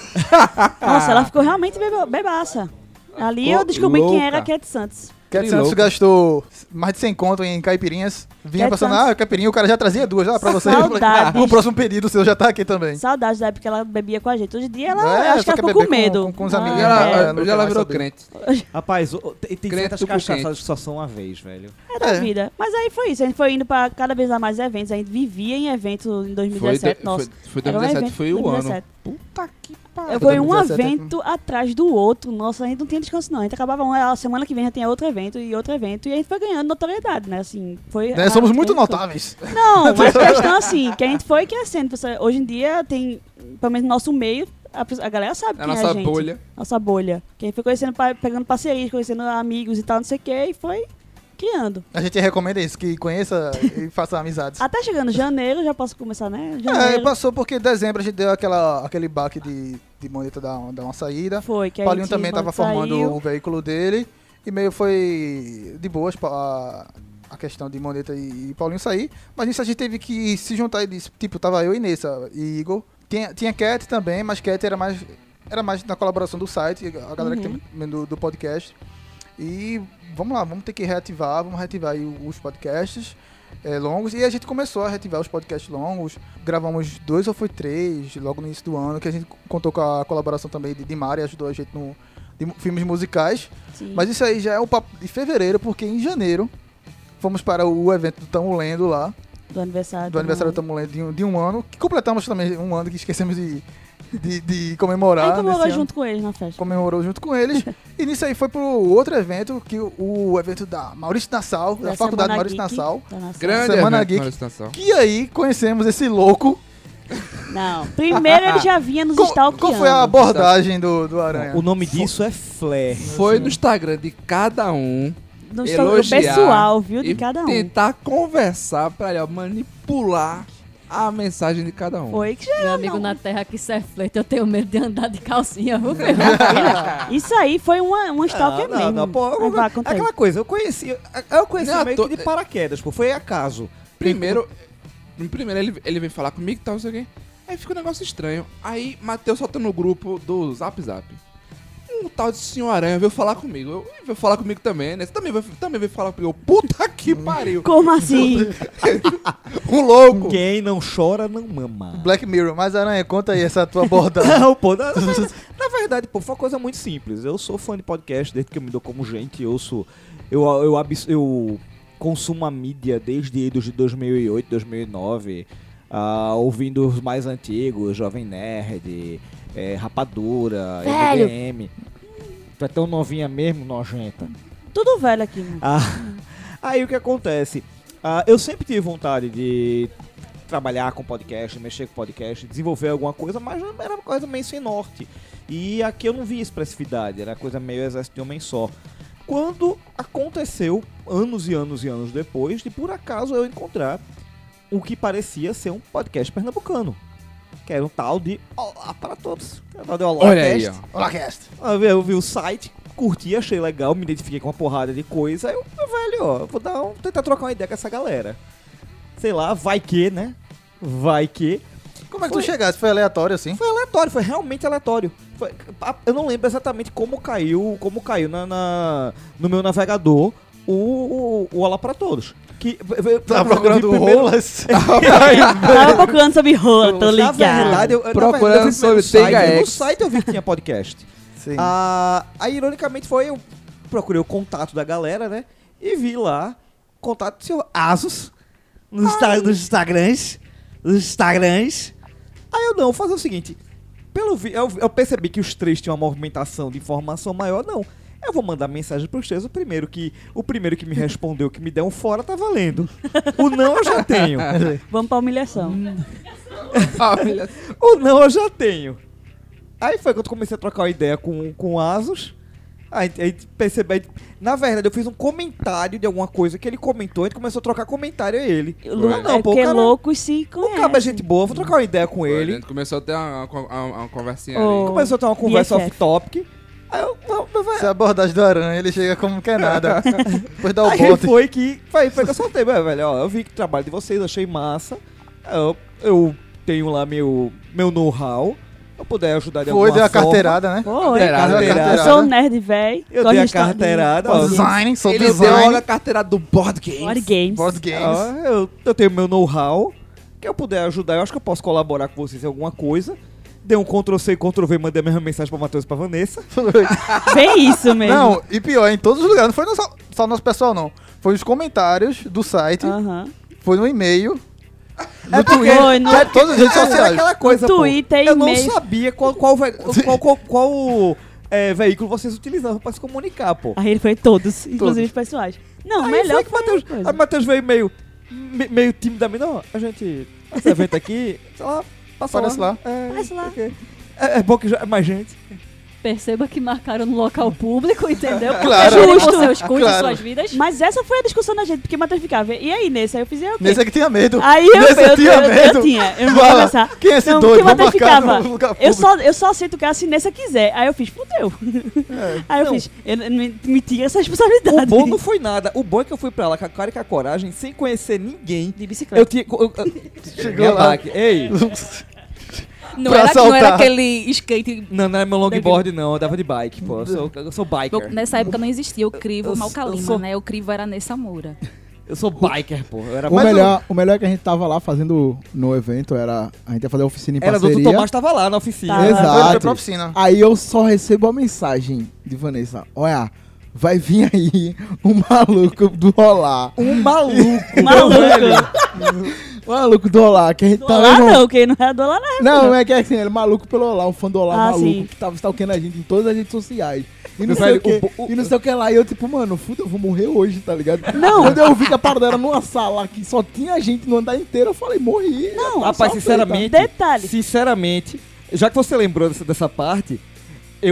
Nossa, ela ficou realmente beba- bebaça. Ali ficou eu descobri quem louca. era Cat Santos. Cat Que Santos louco. gastou mais de cem conto em caipirinhas. Vinha Cat passando, Santos. ah, caipirinha, o cara já trazia duas lá pra você. Eu falei, Saudades. o próximo pedido seu já tá aqui também. Saudades da época que ela bebia com a gente. Hoje em dia ela, É, eu acho só que ela quer ficou com beber com- medo. com- com os Ah, amigos. Hoje é. ela, É, não hoje quer ela mais virou saber. crente. Rapaz, o- o- tem, tem Crente certas do cachaças quente. que só são uma vez, velho. É da É. vida. Mas aí foi isso. A gente foi indo pra cada vez a mais eventos. A gente vivia em eventos em dois mil e Foi, dezessete. de- Nossa, foi, foi era um dois mil e dezessete, evento foi o dois mil e ano. dezessete. Puta que Eu pariu. fui um dois mil e dezessete, evento atrás do outro. Nossa, a gente não tinha descanso não. A gente acabava um, a semana que vem já tinha outro evento e outro evento. E a gente foi ganhando notoriedade, né? Assim, foi... Né, a- somos muito foi- notáveis. Não, mas a questão assim, que a gente foi crescendo. Você- Hoje em dia tem, pelo menos no nosso meio, a, pessoa- a galera sabe É a quem é a nossa gente. bolha. Nossa bolha. Que a gente foi conhecendo, pa- pegando parcerias, conhecendo amigos e tal, não sei o que, e foi criando. A gente recomenda isso, que conheça e faça amizades. Até chegando janeiro, já posso começar, né? É, Janeiro passou porque em dezembro a gente deu aquela, aquele baque de, de moneta dar, uma- dar uma saída. foi. Que a Paulinho gente também estava formando saiu. o veículo dele e meio foi de boas pa- a, a questão de Moneta e, e Paulinho sair, mas nisso a gente teve que se juntar e disse, tipo, tava eu e Nessa e Igor. Tinha, tinha Cat também, mas Cat era mais, era mais na colaboração do site, a galera que Uhum. tem do, do podcast. E vamos lá, vamos ter que reativar, vamos reativar aí os podcasts é, longos. E a gente começou a reativar os podcasts longos. Gravamos dois ou foi três logo no início do ano, que a gente contou com a colaboração também de, de Mari, ajudou a gente no de filmes musicais. Sim. Mas isso aí já é o papo de fevereiro, porque em janeiro fomos para o evento do Tamo Lendo lá, do aniversário. do aniversário do Tamo Lendo de um, de um ano, que completamos também um ano que esquecemos de, de, de comemorar. Aí comemorou nesse ano. junto com eles na festa. Comemorou junto com eles. E nisso aí foi pro outro evento, que o, o evento da Maurício Nassau, da, Da Faculdade Semana Maurício Geek Nassau. da Nação. Grande Semana evento, Geek. Maurício Nassau. Que aí conhecemos esse louco. Não, primeiro ele já vinha nos Qual, stalkeando. qual foi a abordagem do, do Aranha? O nome disso é Flare. Foi no Instagram de cada um No stalk- elogiar pessoal, viu? De e cada um. tentar conversar pra ó, manipular a mensagem de cada um. Foi que Meu gerou, amigo, não. na terra que se flete, eu tenho medo de andar de calcinha, viu, meu? Isso aí foi uma, uma stalker não, mesmo. não, pô, eu- Aí vai, conta aí. aquela coisa, eu conheci, eu conheci Não, meio tô- que de paraquedas, pô, foi acaso. Primeiro, primeiro ele, ele veio falar comigo e tal, não sei o quê. Aí fica um negócio estranho. Aí Matheus solta no grupo do Zap Zap. Um tal de Senhor Aranha veio falar comigo. Eu, "Ih, veio falar comigo também, né? Você também veio, também veio falar comigo. Eu, Puta que pariu. Como assim? Um louco. Quem não chora, não mama. Black Mirror. Mas, Aranha, conta aí essa tua abordagem. Não, pô, na, na- na verdade, pô, foi uma coisa muito simples. Eu sou fã de podcast desde que eu me dou como gente. Eu sou. Eu, eu, abs- eu consumo a mídia desde de dois mil e oito, dois mil e nove, ah, ouvindo os mais antigos, Jovem Nerd, eh, Rapadura, Velho. M D M. Tu é tão novinha mesmo, nojenta. Tudo velho aqui, mano. Ah, aí o que acontece? Ah, eu sempre tive vontade de trabalhar com podcast, mexer com podcast, desenvolver alguma coisa, mas era uma coisa meio sem norte. E aqui eu não vi expressividade, era coisa meio exército de homem só. Quando aconteceu, anos e anos e anos depois, de por acaso eu encontrar o que parecia ser um podcast pernambucano. Que era um tal de Olá para Todos. Que era um tal de Olá Olha aí, ó. Olá, cast. Eu vi- eu vi o site, curti, achei legal, me identifiquei com uma porrada de coisa. Aí eu, meu velho, ó, eu vou dar um, tentar trocar uma ideia com essa galera. Sei lá, vai que, né? Vai que. Como é que Foi- tu chegaste? Foi aleatório assim? Foi aleatório, foi realmente aleatório. Foi- a- eu não lembro exatamente como caiu, como caiu na, na- no meu navegador o, o, o Olá para Todos. Que, Tava procurando primeiro- rolas. Tava procurando sobre rola, tô Na ligado. verdade, eu, na Procurando verdade, eu vi sobre primeiro no T H site, X. no site eu vi que tinha podcast. Sim. Ah, aí, ironicamente, foi eu procurei o contato da galera, né? E vi lá, contato do senhor Asus, nos, Insta- nos Instagrams, nos Instagrams. Aí eu não, vou fazer o seguinte, pelo vi eu, eu percebi que os três tinham uma movimentação de informação maior, não. Eu vou mandar mensagem pros três, o primeiro que, o primeiro que me respondeu, que me der um fora, tá valendo. O não eu já tenho. Vamos pra humilhação. O não eu já tenho. Aí foi quando eu comecei a trocar uma ideia com, com o Asus. Aí, aí percebi. Na verdade, eu fiz um comentário de alguma coisa que ele comentou. A gente começou a trocar comentário a ele. Lu- Ah, não, é pô, o porque cara, loucos se o cara é conhecem. gente boa, vou trocar uma ideia com A ele. gente começou a ter uma, uma, uma conversinha Oh. ali. Começou a ter uma conversa B F F. off-topic. Aí eu, eu, eu, Essa é a abordagem do Aranha, ele chega como que é nada. Depois dá o aí bote. foi que, foi, foi que eu soltei, velho, velho. Ó, eu vi que o trabalho de vocês, achei massa. Eu, eu tenho lá meu, meu know-how. Eu puder ajudar de Foi, alguma deu a forma. carteirada, né? Foi. Carteirada, Deu a carteirada. Eu sou um nerd velho. Eu gosto dei a de história- carteirada, ó. Design, sou Ele deu design. logo a carteirada do Board Games. Board games. Board games. Ó, eu, eu tenho meu know-how, que eu puder ajudar, eu acho que eu posso colaborar com vocês em alguma coisa. Dei um Ctrl C, Ctrl V, mandei a mesma mensagem pra Matheus e pra Vanessa. Bem isso mesmo. Não, e pior, em todos os lugares. Não foi no, só, só nosso pessoal, não. Foi os comentários do site, Aham. foi no e-mail, no É porque- Twitter, Foi no- é, todas as redes Era sociais. aquela coisa, No pô. Twitter, Eu não e-mail. sabia qual, qual, ve- qual, qual, qual, é, veículo vocês utilizavam pra se comunicar, pô. Aí ele foi todos, inclusive os pessoais. Não, Aí melhor foi que Matheus, foi aí Matheus veio meio, me- meio timidamente, não, a gente, esse evento aqui, sei lá, passa Aparece lá. É, Aparece lá. ok. É, é bom que já é mais gente. Perceba que marcaram no local público, entendeu? Porque Claro. querem Justo. por seus custos, Claro. suas vidas. Mas essa foi a discussão da gente, porque Matheus ficava, e aí, nesse? Aí eu fiz, e aí o quê? Nesse aqui tinha medo. Aí eu, Nesse eu, tinha eu, eu, medo. eu tinha, eu não vou Fala, começar. quem é esse Não, doido? porque o Vou Matheus marcar ficava, no lugar eu público. só, eu só aceito que a Nessa quiser. Aí eu fiz, fudeu. Aí eu Não. fiz, eu, eu, me, me tira essa O responsabilidade. bom não foi nada. O bom é que eu fui pra lá com a cara e com a coragem, sem conhecer ninguém. De Eu bicicleta. tinha. Eu, eu, Chegou minha lá. bike. Ei, Não Pra era, não era assaltar. aquele skate. não, não é meu longboard, não. Eu dava de bike, pô. Eu sou, eu sou biker. Bom, nessa época não existia o crivo eu- Malcalima, eu sou- né? O crivo era Nessa Moura. Eu sou biker, pô. Eu era, O mas melhor, o melhor que a gente tava lá fazendo no evento era. A gente ia fazer a oficina em eu- era do parceria. Tomás, tava lá na oficina. Tava. Exato. Foi, foi pra oficina. Aí eu só recebo a mensagem de Vanessa. Olha, vai vir aí um maluco do Rolar. Um maluco. Maluco. Um maluco do Rolar, que a gente Do tava. Olá irmão, não, quem não é do Olá não. Não, é que é assim, ele é maluco pelo Olá, um fã do Olá Ah, maluco, sim. que tava stalkeando a gente em todas as redes sociais. E não, Velho, sei o que, o- o- e não sei o que lá. E eu, tipo, mano, fuda, eu vou morrer hoje, tá ligado? Não. Quando eu vi que a parada era numa sala que só tinha gente no andar inteiro, eu falei, morri. Não, já tá Rapaz, só sinceramente, Detalhe. sinceramente, já que você lembrou dessa, dessa parte, eu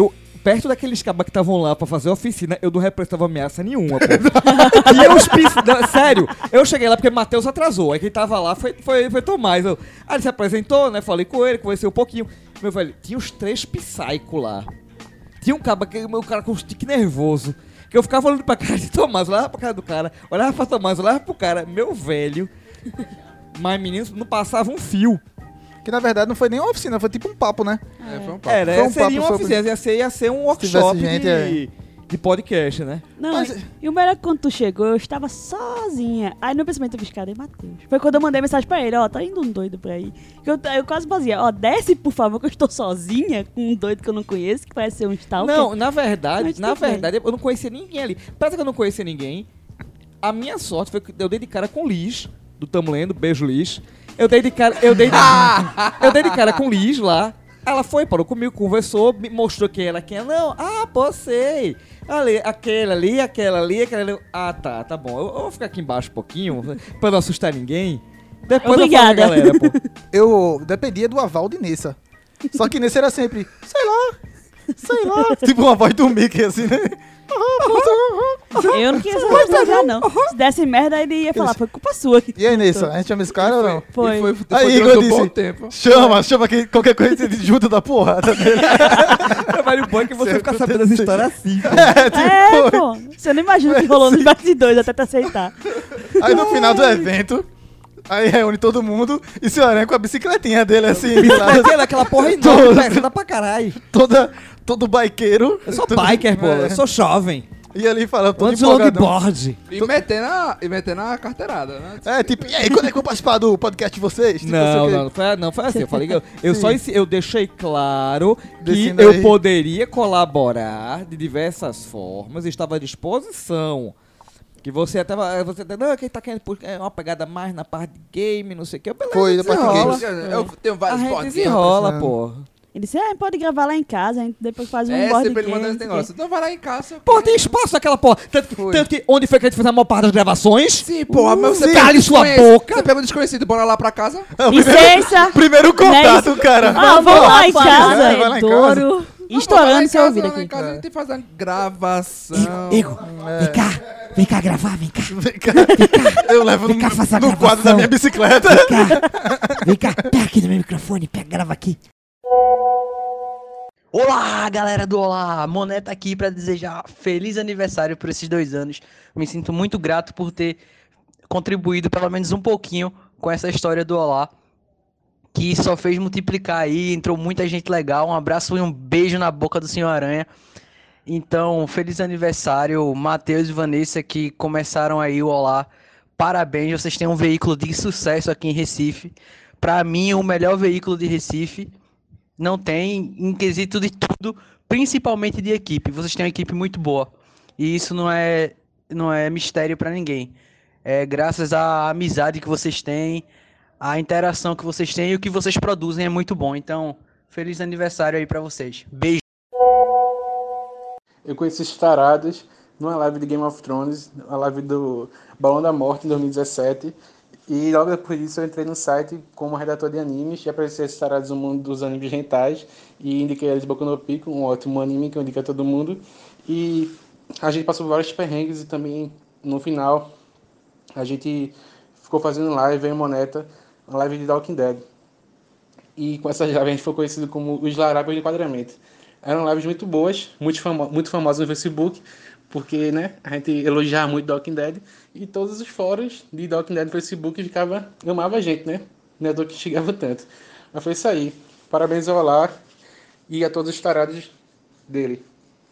perto daqueles cabas que estavam lá pra fazer a oficina, eu não representava ameaça nenhuma, pô. E eu, os pis... não, sério, eu cheguei lá porque o Matheus atrasou. Aí quem tava lá foi, foi, foi Tomás. Eu... Aí ele se apresentou, né? Falei com ele, conversei um pouquinho. Meu velho, tinha os três psaico lá. Tinha um caba, que meu cara com um tique nervoso. Que eu ficava olhando pra cara de Tomás, olhava pra cara do cara, olhava pra Tomás, olhava pro cara, meu velho. Mas meninos, não passava um fio. Que na verdade não foi nem uma oficina, foi tipo um papo, né? É, foi um papo. Era, Foi um seria papo uma sobre- oficina, ia ser, ia ser um tivesse workshop gente, de, é. de podcast, né? Não, Mas- e o melhor é que quando tu chegou, eu estava sozinha. Aí no pensamento eu fiz, cadê Matheus? Foi quando eu mandei mensagem pra ele, ó, tá indo um doido pra aí. Que eu, eu quase fazia, ó, desce por favor, que eu estou sozinha com um doido que eu não conheço, que parece ser um stalker. Não, na verdade, Mas na tudo bem. verdade, eu não conhecia ninguém ali. Parece que eu não conhecia ninguém. A minha sorte foi que eu dei de cara com Liz, do Tamo Lendo, beijo Liz. Eu dei de cara, eu dei de, eu dei de cara com Liz lá. Ela foi, parou comigo, conversou, me mostrou quem era quem. Não, ah, pô, sei. Ali, aquele ali, aquela ali, aquela ali. Ah, tá, tá bom. Eu, eu vou ficar aqui embaixo um pouquinho, pra não assustar ninguém. Depois Obrigada. eu falo, galera, pô. Eu dependia do aval de Nessa. Só que Nessa era sempre, sei lá, sei lá. Tipo uma voz do Mickey, assim, né? Eu não queria saber já, não. Se desse merda, ele ia falar, foi culpa sua. Que E aí, Nessa, a gente chama esse cara ou não? Foi. E foi, foi, Aí, foi Igor durante um disse, bom tempo. chama, chama que qualquer coisa você junta da porrada dele. Trabalho bom é que você fica sabendo essa história assim. pô. É, tipo, É, pô. Você não imagina o que rolou nos bastidores até te aceitar. aí no final do evento, aí reúne todo mundo e se aranha com a bicicletinha dele, assim, Aquela, aquela porra enorme, pesada pra caralho. toda, todo biqueiro. Eu sou biker, pô. Eu sou jovem. E ali falando, todo Antes de empolgadão. longboard. E metendo a, e metendo a carteirada, né? É, tipo, e aí, quando é que eu vou participar do podcast de vocês? Tipo, Não, sei o quê. não, não foi, não foi assim. Eu falei que eu, eu só ensi- eu deixei claro que Descendo eu aí. poderia colaborar de diversas formas, estava à disposição. Que você até você até, não, quem tá querendo puxar é uma pegada mais na parte de game, não sei o que. Beleza, Foi, da parte de desenrola. games. Eu tenho A vários gente podcasts. desenrola, pô. Ele disse, ah, pode gravar lá em casa, a gente depois faz um É, board sempre ele game, mandando esse não sei o quê. negócio. Então vai lá em casa. Pô, tem espaço naquela porra. Tanto, Foi. tanto que onde foi que a gente fez a maior parte das gravações? Sim, porra, mas você Sim. pega Cale um sua desconhecido. boca. Você pega um desconhecido, bora lá pra casa. É o primeiro, Licença! primeiro contato, Né, cara. Ah, vamos lá em Pô, casa. É, vai lá em casa. Azedouro. Estourando seu ouvido Lá aqui. em casa a gente faz a gravação. Igor, vem cá. Vem cá gravar, vem cá. Vem cá. Eu levo no, cá, faça a no quadro gravação. da minha bicicleta. Vem cá, pega aqui no meu microfone, pega, grava aqui. Olá, galera do Olá! Moneta aqui para desejar feliz aniversário por esses dois anos. Me sinto muito grato por ter contribuído pelo menos um pouquinho com essa história do Olá, que só fez multiplicar aí, entrou muita gente legal. Um abraço e um beijo na boca do Senhor Aranha. Então, feliz aniversário, Matheus e Vanessa, que começaram aí o Olá. Parabéns, vocês têm um veículo de sucesso aqui em Recife. Para mim, o melhor veículo de Recife. Não tem em quesito de tudo, principalmente de equipe. Vocês têm uma equipe muito boa. E isso não é, não é mistério para ninguém. É graças à amizade que vocês têm, à interação que vocês têm e o que vocês produzem é muito bom. Então, feliz aniversário aí para vocês. Beijo. Eu conheci esses tarados numa live de Game of Thrones, a live do Balão da Morte em dois mil e dezessete. E logo depois disso eu entrei no site como redator de animes e apareci esses tarados no mundo dos animes rentais e indiquei eles Boku no Pico, um ótimo anime que eu indico a todo mundo. E a gente passou vários perrengues e também no final a gente ficou fazendo live em Moneta, uma live de The Walking Dead. E com essa live a gente foi conhecido como os Larápios de Enquadramento. Eram lives muito boas, muito, famo- muito famosas no Facebook, porque, né, a gente elogiava muito The Walking Dead e todos os fóruns de The Walking Dead no Facebook ficava, amava a gente, né? Não é do que chegava tanto. Mas foi isso aí. Parabéns ao Olá e a todos os tarados dele.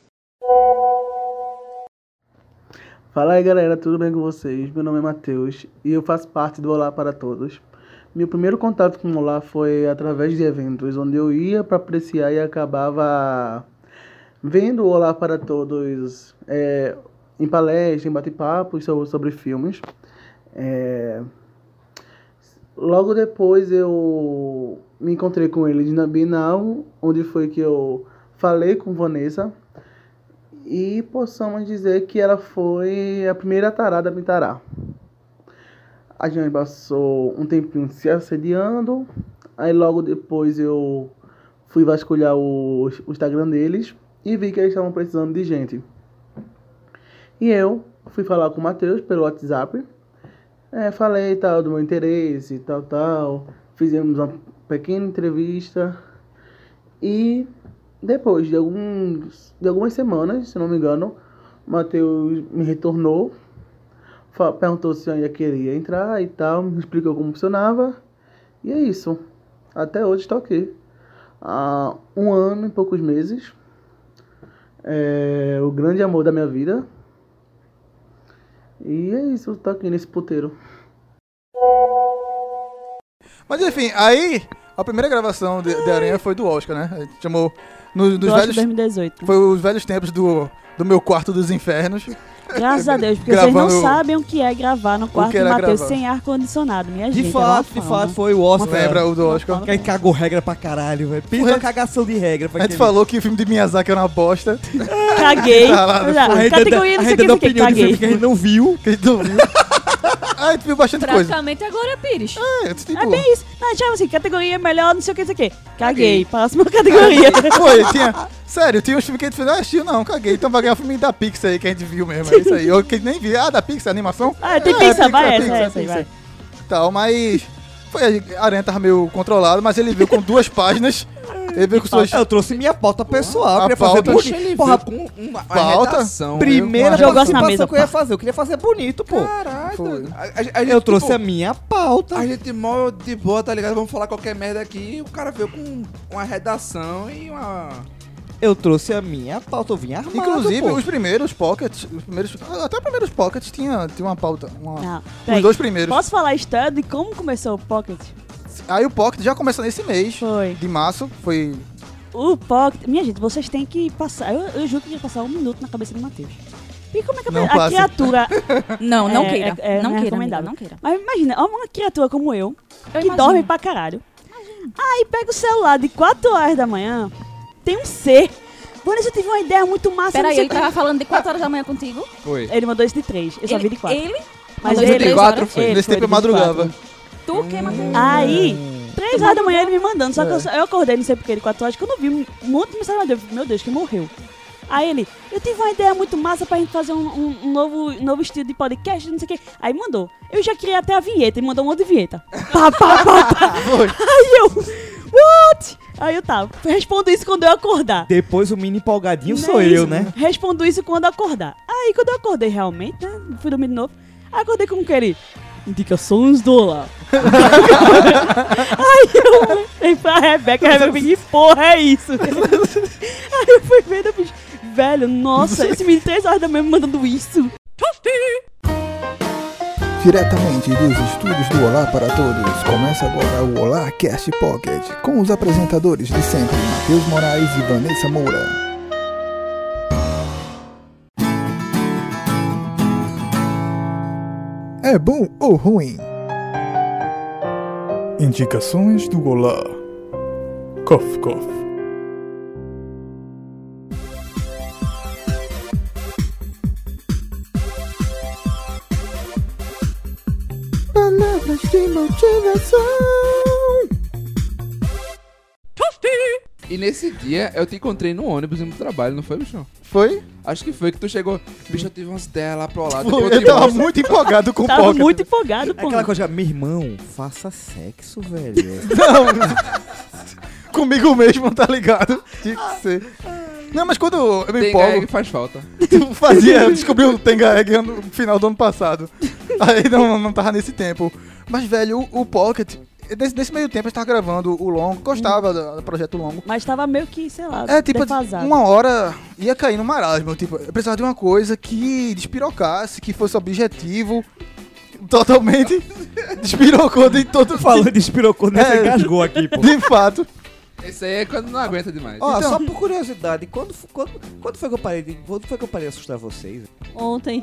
Fala aí, galera, tudo bem com vocês? Meu nome é Matheus e eu faço parte do Olá para Todos. Meu primeiro contato com o Olá foi através de eventos, onde eu ia para apreciar e acabava vendo o Olá para Todos é, em palestras, em bate-papos sobre, sobre filmes. É, logo depois eu me encontrei com eles na Bienal, onde foi que eu falei com Vanessa. E possamos dizer que ela foi a primeira tarada a me tarar. A gente passou um tempinho se assediando. Aí logo depois eu fui vasculhar o, o Instagram deles. e vi que eles estavam precisando de gente. E eu fui falar com o Matheus pelo WhatsApp, é, falei tal do meu interesse, tal, tal, fizemos uma pequena entrevista e depois de, alguns, de algumas semanas, se não me engano, o Matheus me retornou, fa- perguntou se eu ainda queria entrar e tal, me explicou como funcionava e é isso. Até hoje estou aqui. Há um ano e poucos meses. É o grande amor da minha vida. E é isso, tô aqui nesse puteiro. Mas enfim, aí a primeira gravação de, de Aranha foi do Oscar, né? A gente chamou no, dos Do Oscar velhos, dois mil e dezoito. Foi os velhos tempos do, do meu quarto dos infernos. Graças a Deus, porque Gravando- vocês não sabem o que é gravar no quarto que do era Matheus gravar. sem ar-condicionado, minha De gente. fato, de fato, foi o Oscar. Lembra o do Oscar? Que aí cagou regra pra caralho, velho. Pensa uma cagação de regra. Pra A gente aquele- falou que o filme de Miyazaki era uma bosta. Caguei. Tá lá no Já, fundo. A gente categoria dá- não a sei o gente que, dá não sei o que, opinião de filme caguei. que a gente não viu. Que a gente não viu. Ah, a gente viu bastante coisa. Praticamente agora é Pires. É, tipo, É bem isso. Não, tipo assim, categoria melhor, não sei o que, não sei o que. Caguei. Próxima categoria. Foi, tinha. Sério, tinha uns filmes que a gente fez, ah, assistiu, não, caguei. Então vai ganhar o filme da Pixar aí que a gente viu mesmo. É isso aí. Eu que nem vi. Ah, da Pixar, animação? Ah, tem É, Pixar, vai Pixar, essa, essa aí, Pixar. vai. Tal, mas. Foi, a Aranha tava meio controlado, mas ele veio com duas páginas. Ele veio com suas. Eu trouxe minha pauta pessoal. A Eu queria fazer pauta- bonito. Ele Porra, veio com uma, uma pauta, redação. primeira veio com Jogou assim na participação mesa, que eu ia pá. fazer. Eu queria fazer bonito, pô. Caralho. Foi. A, a- a gente, Eu trouxe tipo, a minha pauta. A gente mó de boa, tá ligado? Vamos falar qualquer merda aqui. E o cara veio com uma redação e uma... Eu trouxe a minha pauta. Eu vim armado, Inclusive, pô. os primeiros pockets, os primeiros, até os primeiros pockets tinha, tinha uma pauta. Uma, Não, os peraí. dois primeiros. Posso falar a história de como começou o Pocket? Aí o pocket já começou nesse mês Foi. de março. Foi. O Pocket... Minha gente, vocês têm que passar... Eu, eu juro que ia passar um minuto na cabeça do Matheus. E como é que Não a passe. criatura... Não, não É, queira. é- é não não é queira, recomendável. amiga, não queira. Mas imagina, uma criatura como eu, Eu que imagino. dorme pra caralho. Aí pega o celular de quatro horas da manhã, tem um ser. Vanessa, eu tive uma ideia muito massa. Peraí, não sei ele o que- tava falando de quatro horas da manhã contigo? Foi. Ele mandou esse de três, eu só Ele- vi de quatro. Ele? Mas mandou ele... de três quatro horas? foi. ele Nesse foi tempo eu de vinte e quatro. madrugava. Tu que, Matheus? Aí, três horas da manhã ele me mandando, só que É. eu, só- eu acordei, não sei porque ele quatro horas, que eu não vi um monte de mensagem, meu Deus, meu Deus, que morreu. Aí ele, eu tive uma ideia muito massa pra gente fazer um, um- um novo, novo estilo de podcast, não sei o que. Aí mandou. Eu já queria até a vinheta, ele mandou um monte de vinheta. Pá, pá, pá, pá. Aí eu, what? Aí eu tava, respondo isso quando eu acordar. Depois o mini empolgadinho Não sou é eu, isso. né? Respondo isso quando eu acordar. Aí quando eu acordei realmente, né? Fui dormir de novo. Aí acordei com que ele. Indicações do Olá. Aí eu falei pra Rebeca, a Rebeca, que porra é isso? Aí eu fui vendo, eu fiz, velho, nossa, esse menino três horas da manhã me mandando isso. Diretamente dos estúdios do Olá para Todos, começa agora o Olá Cast Pocket, com os apresentadores de sempre, Matheus Moraes e Vanessa Moura. É bom ou ruim? Indicações do Olá. Cof, cof. Palavras de motivação. E nesse dia eu te encontrei no ônibus indo pro trabalho, não foi, bichão? Foi? Acho que foi que tu chegou. Bicho, eu tive umas ideias lá pro lado. Foi, depois eu te tava mostro. muito empolgado com o Tava pocket. muito empolgado, É pô. aquela coisa, meu irmão, faça sexo, velho. Não, comigo mesmo, tá ligado? Tinha que ser. Não, mas quando eu me Tem empolgo, gag, faz falta. eu fazia, eu descobri o Tenga Egg no final do ano passado. Aí não, não tava nesse tempo. Mas, velho, o, o Pocket, nesse, nesse meio tempo a gente tava gravando o longo, gostava do, do projeto longo. Mas tava meio que, sei lá, É, tipo, defasado. uma hora ia cair no marasmo. Tipo, eu precisava de uma coisa que despirocasse, que fosse objetivo. Totalmente despirocou de todo Falando de espirocô, né? Você É. engasgou aqui, pô. De fato. Esse aí é quando não aguenta demais. Ó, Então- só por curiosidade, quando, f- quando, quando foi que eu parei de, quando foi que eu parei de assustar vocês? Ontem.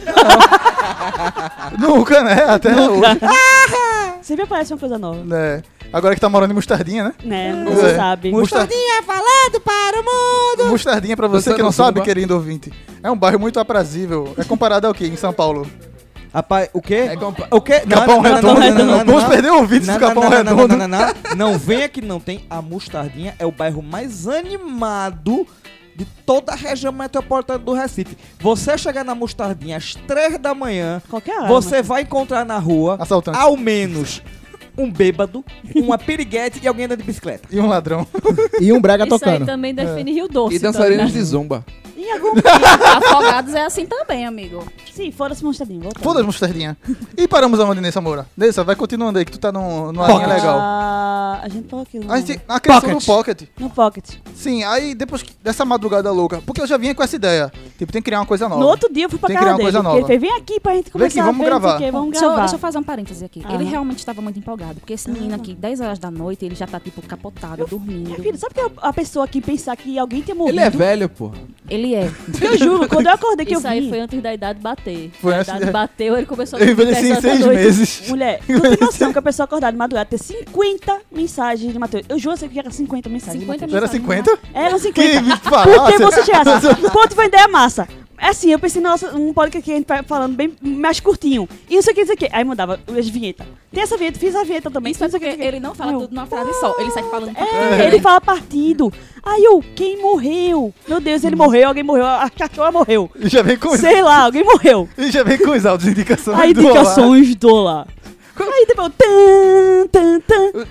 Nunca, né? Até hoje. Sempre aparece uma coisa nova. É. Agora que tá morando em Mostardinha, né? Né, não se É. sabe. Mostardinha falando para o mundo! Mostardinha, pra você Dançando que não sabe, zumba. querido ouvinte, é um bairro muito aprazível. É comparado ao quê em São Paulo? Rapaz, o quê? É compa- O quê? Capão Redondo. Vamos perder ouvintes do Capão não, não, Redondo. Não, não, não, não. Não venha que não tem. A Mostardinha é o bairro mais animado de toda a região metropolitana do Recife. Você chegar na Mostardinha às três da manhã, Qualquer você arma. vai encontrar na rua, Assaltante. ao menos, um bêbado, uma piriguete e alguém andando de bicicleta. E um ladrão. E um brega Isso aí tocando. também define Rio Doce. E dançarinos então, de zumba. Em algum Afogados é assim também, amigo. Sim, foda-se, Mostardinha. voltando. Foda-se, Mostardinha. E paramos aonde, Nessa Moura? Nessa, vai continuando aí, que tu tá num- numa linha legal. Ah, a gente falou aquilo. A, gente, a questão do Pocket. No Pocket. Sim, aí depois que- dessa madrugada louca, porque eu já vinha com essa ideia. Tipo, tem que criar uma coisa nova. No outro dia eu fui pra Tem que casa criar uma dele. coisa Porque ele nova. fez, vem aqui pra gente Vem começar aqui, vamos a ver, não sei gravar. o quê, vamos Deixa eu, gravar. deixa eu fazer um parêntese aqui. Ele Aham. realmente estava muito empolgado, porque esse menino aqui, dez horas da noite, ele já tá, tipo, capotado, dormindo. Minha filha, sabe que a- a pessoa aqui pensar que alguém tinha morrido? Ele é velho, pô. Ele é. Eu juro, quando eu acordei que Isso eu aí vi. foi antes da idade bater. Foi a antes idade de- bateu, ele começou a Eu dormir envelheci dez em horas da seis noite. meses. Mulher, tu tem noção que a pessoa acordada de madrugada ter cinquenta mensagens de Matheus. Eu juro que era cinquenta mensagens. cinquenta de Matheus. Era cinquenta? Era cinquenta. Que me Porque falasse. você chegasse. Ponto foi ideia massa. É assim, eu pensei, nossa, um podcast que a gente vai falando bem mais curtinho. E não sei o que, não sei o que. Aí mudava as vinhetas. Tem essa vinheta, fiz a vinheta também. Isso é não sei o porque que, não sei o que. ele não fala Aí eu, tudo numa frase só. Ele sai falando por É, ele fala partido. Aí eu, quem morreu? Meu Deus, ele morreu, alguém morreu, a cachorra morreu. E já vem com os, Sei lá, alguém morreu. e já vem com os áudios, indicações Aí do Olá. indicações do lá. Aí depois, tan, tan, tan.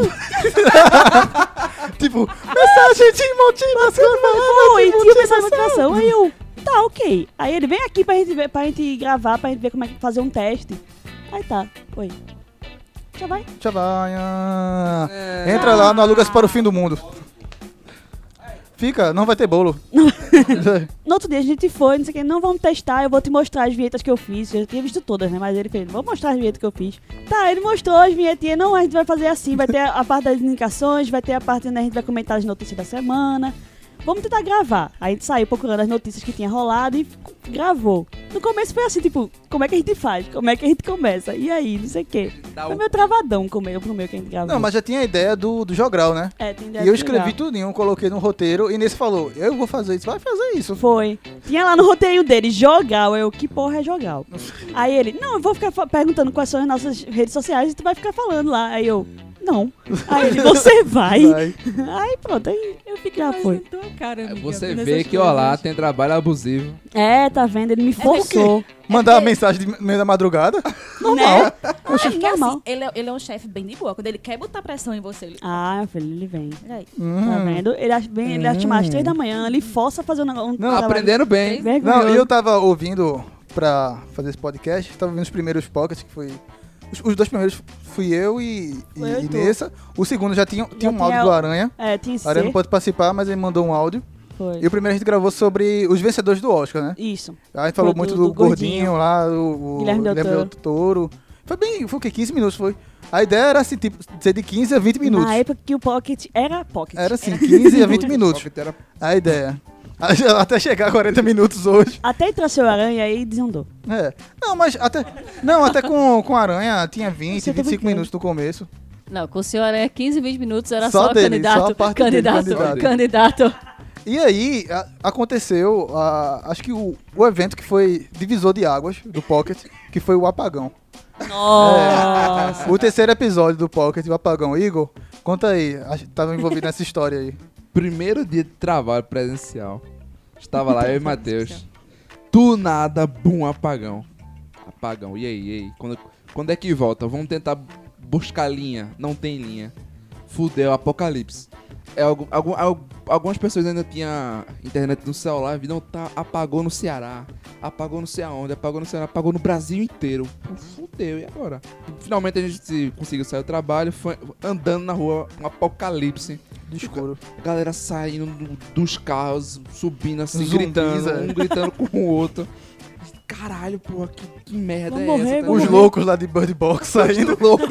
Tipo, mensagem de motivação. Foi, tinha mensagem de motivação. Aí eu, tá, ok. Aí ele vem aqui pra gente, ver, pra gente gravar, pra gente ver como é que fazer um teste. Aí tá, oi. Já vai. Já vai. ah. Entra lá no Alugas para o Fim do Mundo. Fica, não vai ter bolo. No outro dia a gente foi, não sei o que, não vamos testar, eu vou te mostrar as vinhetas que eu fiz. Eu tinha visto todas, né? Mas ele fez, vou mostrar as vinhetas que eu fiz. Tá, ele mostrou as vinhetinhas, não, a gente vai fazer assim, vai ter a, a parte das indicações, vai ter a parte onde a gente vai comentar as notícias da semana. Vamos tentar gravar. Aí a gente saiu procurando as notícias que tinha rolado e f- gravou. No começo foi assim, tipo, como é que a gente faz? Como é que a gente começa? E aí, não sei o quê. Foi meio travadão pro meio, pro meio que a gente gravou. Não, mas já tinha a ideia do, do jogral, né? É, tem ideia E eu de escrevi jogar. tudinho, coloquei no roteiro e nesse falou, eu vou fazer isso, vai fazer isso. Foi. Tinha lá no roteirinho dele, jogal. Eu, que porra é jogal? Aí ele, não, eu vou ficar fa- perguntando quais são as nossas redes sociais e tu vai ficar falando lá. Aí eu, não. Aí ele, você vai. Vai. Aí pronto, aí Eu fico Já foi. imaginando tua cara, amiga. Você nessas vê que coisas. Olá tem trabalho abusivo. É, tá vendo? Ele me forçou. Mandar uma mensagem de meio da madrugada? Normal. É porque normal. assim, ele é, ele é um chefe bem de boa. Quando ele quer botar pressão em você, ele... Ah, meu filho, ele vem. Olha aí. Tá vendo? Ele acha- vem, ele acha mais às três da manhã, ele força a fazer um negócio. Um Não, trabalho Aprendendo bem. vergonhoso. Não, eu tava ouvindo pra fazer esse podcast, tava ouvindo os primeiros pockets, que foi... Os, os dois primeiros fui eu e, e, Foi eu e e tu. Nessa. O segundo já tinha, tinha um tinha áudio o- do Aranha. É, tinha A Aranha não ser. pode participar, mas ele mandou um áudio. Foi. E o primeiro a gente gravou sobre os vencedores do Oscar, né? Isso. A gente falou Foi muito do- do, do Gordinho, Gordinho. lá, o, o Guilherme Del Toro. Del Toro. Foi bem, foi o quê? quinze minutos foi. A ideia era assim, tipo, ser de quinze a vinte minutos. Na época que o Pocket era Pocket. Era assim, quinze a vinte minutos. Pocket era- A ideia. Até chegar a quarenta minutos hoje. Até entrou seu aranha aí e desandou. É. Não, mas até. Não, até com, com a Aranha tinha vinte, Você tá vinte e cinco brincando. minutos no começo. Não, com o senhor é quinze, vinte minutos, era Só só, dele, candidato. só a parte dele, candidato, candidato. candidato. E aí, a- aconteceu, a- acho que o, o evento que foi divisor de águas do Pocket, que foi o apagão. Nossa. É, o terceiro episódio do Pocket, o apagão. Igor, conta aí, a gente tava envolvido nessa história aí. Primeiro dia de trabalho presencial. Estava lá eu e Matheus. Do nada, bum, apagão. Apagão. E aí, e aí? Quando, quando é que volta? Vamos tentar buscar linha. Não tem linha. Fudeu, apocalipse. É, algum, algum, al- algumas pessoas ainda tinham internet no celular e não tá, apagou no Ceará. Apagou não sei aonde, apagou no Ceará, apagou no Brasil inteiro. Pô, fudeu, e agora? Finalmente a gente se- conseguiu sair do trabalho, foi andando na rua, um apocalipse. Do escuro. A galera saindo do- dos carros, subindo assim, Zumbis, gritando, é. um gritando com o outro. Caralho, porra, que, que merda Vou é morrer, essa? tá vou Os ligado? loucos lá de Bird Box saindo. loucos.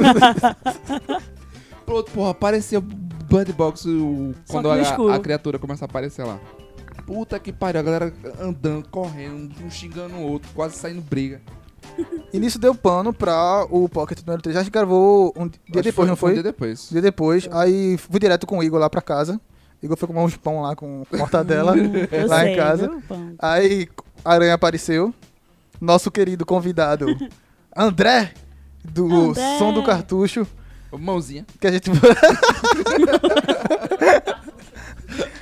Pronto, porra, apareceu Bird Box o- Só quando que no a, escuro. a criatura começa a aparecer lá. Puta que pariu, a galera andando, correndo, um xingando o outro, quase saindo briga. E nisso deu pano pra o Pocket número três. A gente gravou um dia Acho que depois, não foi? Um dia depois. Um dia depois. Aí fui direto com o Igor lá pra casa. Igor foi comer uns pão lá com mortadela Eu lá sei, em casa. viu, pão? Aí a Aranha apareceu. Nosso querido convidado André, do André. Som do Cartucho. Ô, mãozinha. Que a gente.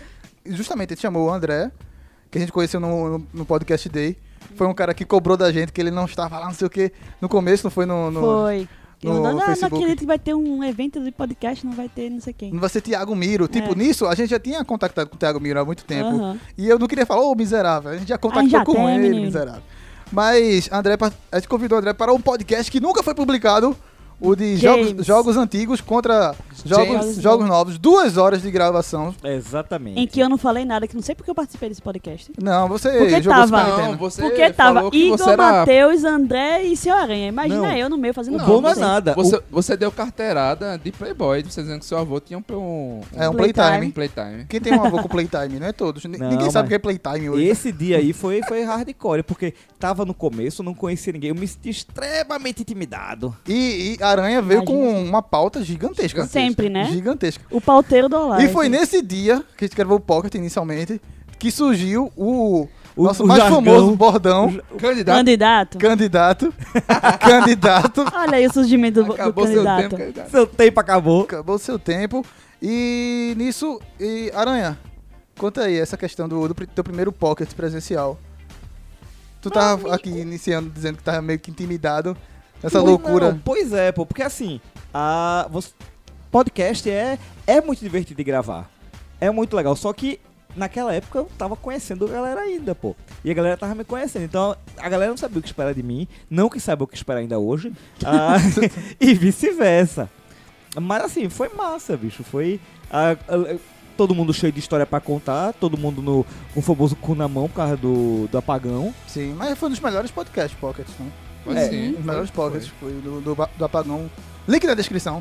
justamente ele chamou o André, que a gente conheceu no, no, no Podcast Day. Foi um cara que cobrou da gente, que ele não estava lá, não sei o que. No começo, não foi no, no Foi. no Eu não, não Facebook. acredito que vai ter um evento de podcast, não vai ter não sei quem. Não vai ser Thiago Miro. Tipo, É. nisso, a gente já tinha contactado com o Thiago Miro há muito tempo. Aham. E eu não queria falar, ô, miserável. A gente já contactou já com tem, ele, menino. miserável. Mas André, a gente convidou o André para um podcast que nunca foi publicado. O de James. jogos, jogos antigos contra jogos, James. jogos novos. Duas horas de gravação. Exatamente. Em que eu não falei nada, que não sei porque eu participei desse podcast. Não, você Porque jogou tava, Super Nintendo. Não, você porque tava falou que Igor, você era- Matheus, André e Seu Aranha. Imagina Não. eu no meio fazendo Não, não é você. nada. Você, você deu carteirada de Playboy, você dizendo que seu avô tinha um, um, É um Playtime. Playtime. Playtime. Quem tem um avô com Playtime? Não é todos. N- Não, Ninguém sabe o mas que é Playtime hoje. Esse dia aí foi, foi hardcore, porque tava no começo, eu não conhecia ninguém, eu me senti extremamente intimidado. E, e Aranha veio Imagina. com uma pauta gigantesca. Sempre, né? Gigantesca. O pauteiro do Olá. E foi nesse dia que a gente gravou o Pocket inicialmente que surgiu o, O- nosso o mais jargão. famoso bordão. Candidato. Candidato. Candidato. Candidato. Olha aí o surgimento do, do Acabou seu candidato. tempo, candidato. Seu tempo acabou. Acabou o seu tempo. E nisso, e Aranha, conta aí essa questão do, do pri- teu primeiro Pocket presencial. Tu tava aqui iniciando dizendo que tava meio que intimidado nessa Pois loucura. não, pois é, pô, porque assim, a, você- podcast é, é muito divertido de gravar. É muito legal, só que naquela época eu tava conhecendo a galera ainda, pô. E a galera tava me conhecendo, então a galera não sabia o que esperar de mim, não que saiba o que esperar ainda hoje, ah, e vice-versa. Mas assim, foi massa, bicho, foi... ah, ah, todo mundo cheio de história pra contar, todo mundo no, com o famoso cu na mão por causa do, do apagão. Sim, mas foi um dos melhores podcasts Pockets, né? Foi É, sim. um dos melhores Pockets, foi do, do, ba- do apagão. Link na descrição.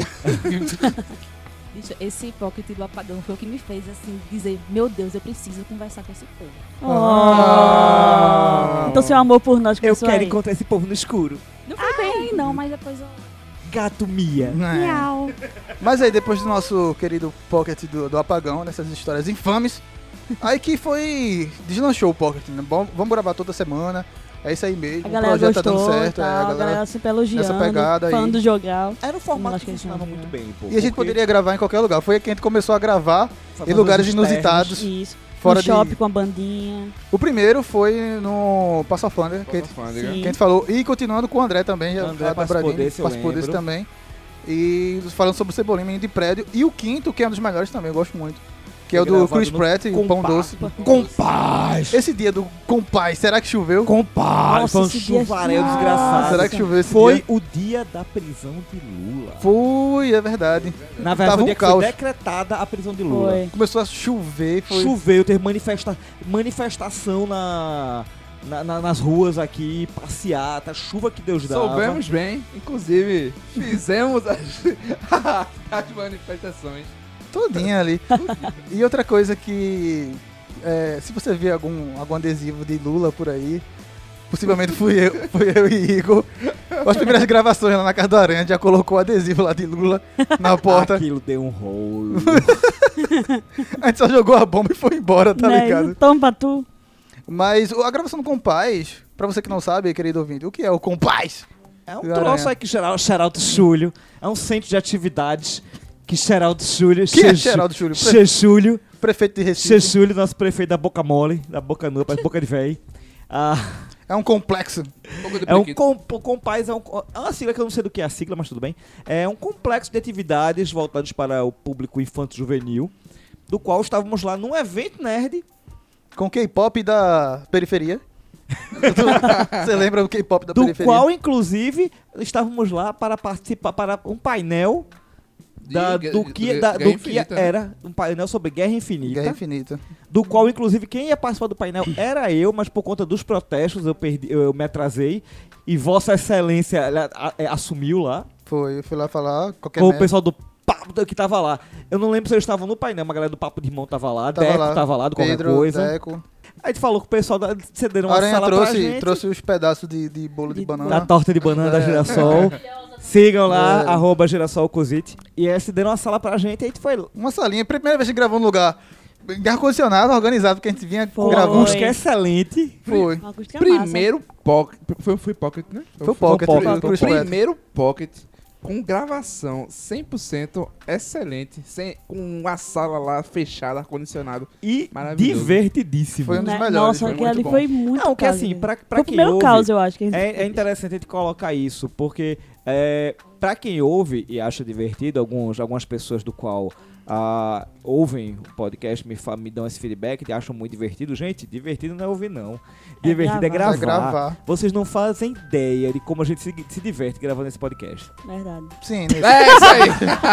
Bicho, esse pocket do apagão foi o que me fez, assim, dizer, meu Deus, eu preciso conversar com esse povo. Oh. Então seu amor por nós Eu começou quero aí. encontrar esse povo no escuro. Não foi bem, não, mas depois eu... Gato Mia. É. Miau. Mas aí, depois do nosso querido Pocket do, do apagão, dessas histórias infames, aí que foi... deslanchou o Pocket, né? Bom, vamos gravar toda semana, é isso aí mesmo, A o galera projeto gostou, tá dando certo, tal, é, a a galera galera... sempre elogiando, nessa pegada aí. falando do jogral. Era um formato Acho que que funcionava eles muito chamam, bem, pô. E a gente porque poderia gravar em qualquer lugar, foi aí que a gente começou a gravar fazer em lugares externos. inusitados. Isso. Fora no shopping de... com a bandinha. O primeiro foi no Passo Alfândega, que, a gente- Alfândega. que a gente falou, e continuando com o André também, já André lá da participou Bradinho, desse, eu participou desse lembro. também. E falando sobre o Cebolinha, menino de prédio. E o quinto, que é um dos melhores também, eu gosto muito. Que é o do Gravado Chris no Pratt, o Pão Compa- Doce. Compaz! Esse dia do Compaz, será que choveu? Compaz! Nossa, Foi um esse dia- chuvaréu Nossa. desgraçado. Será que choveu esse Foi dia? o dia da prisão de Lula. Foi, é verdade. Na Tava verdade, foi um o dia que caos. foi decretada a prisão de Lula. Foi. Começou a chover, foi... Choveu, teve manifesta manifestação na, na- na- nas ruas aqui, passeata, chuva que Deus dava. Soubemos bem, inclusive fizemos as, as manifestações. Todinha ali. E outra coisa que... é, se você ver algum, algum adesivo de Lula por aí, possivelmente fui eu, fui eu e Igor. As primeiras gravações lá na casa do Aranha, a gente já colocou o adesivo lá de Lula na porta. Aquilo deu um rolo. A gente só jogou a bomba e foi embora, tá Né? ligado? Toma pra tu. Mas o- a gravação do Compaz, pra você que não sabe, querido ouvinte, o que é o Compaz? É um Aranha. troço aí que Geral- Geraldo Chúlio. É um centro de atividades que Geraldo Chúlio... Quem é Che- Geraldo Chúlio? Pre- Chechúlio. Prefeito de Recife. Chechúlio, nosso prefeito da boca mole, da boca nua, parece boca de véi. Ah, É um complexo. Um pouco de é um prequito. com, compaz, é, um, é uma sigla que eu não sei do que é a sigla, mas tudo bem. É um complexo de atividades voltados para o público infanto-juvenil, do qual estávamos lá num evento nerd. Com K-pop da periferia. Você lembra do K-pop da Do periferia? qual, inclusive, estávamos lá para participar para um painel De da- Gue- do de- que, de- da- Guerra do que Infinita, né? era um painel sobre Guerra Infinita. Guerra Infinita. Do qual, inclusive, quem ia participar do painel era eu, mas por conta dos protestos eu, perdi, eu me atrasei. E Vossa Excelência ela, a- é, assumiu lá. Foi, eu fui lá falar qualquer Com o merda. pessoal do Papo que tava lá. Eu não lembro se eles estavam no painel, mas a galera do Papo de Irmão tava lá. Tava Deco lá. tava lá, do qualquer Pedro, coisa. Deco. Aí a gente falou com o pessoal da, cederam uma Aranha sala pra trouxe, gente. trouxe os pedaços de, de bolo de, banana. Da torta de banana da É. Girassol. Sigam lá, É. arroba Girassol Cosite. E aí cederam uma sala pra gente e a gente foi. Uma salinha. Primeira vez que gravou num lugar ar-condicionado, organizado, porque a gente vinha Foi. gravando. Música excelente. Foi. Uma acústica massa. Primeiro pocket. Foi, foi pocket, né? Foi o Pocket. Foi o foi o Pocket, Chris foi o Pratt. Primeiro pocket com gravação cem por cento excelente, sem, com a sala lá fechada, ar-condicionado. E maravilhoso. divertidíssimo. Foi um dos Né? melhores. Nossa, foi aquele ali muito bom. foi muito Não, que caos, assim, gente. pra, pra Foi o quem primeiro ouve, caos, eu acho. Que a gente é, é interessante a gente colocar isso, porque é, pra quem ouve e acha divertido, alguns, algumas pessoas do qual ah, ouvem o podcast me, fa- me dão esse feedback e acham muito divertido. Gente, divertido não é ouvir, não. Divertido é gravar. É gravar. Vocês não fazem ideia de como a gente se, se diverte gravando esse podcast. Verdade. Sim, Nessa. É isso aí.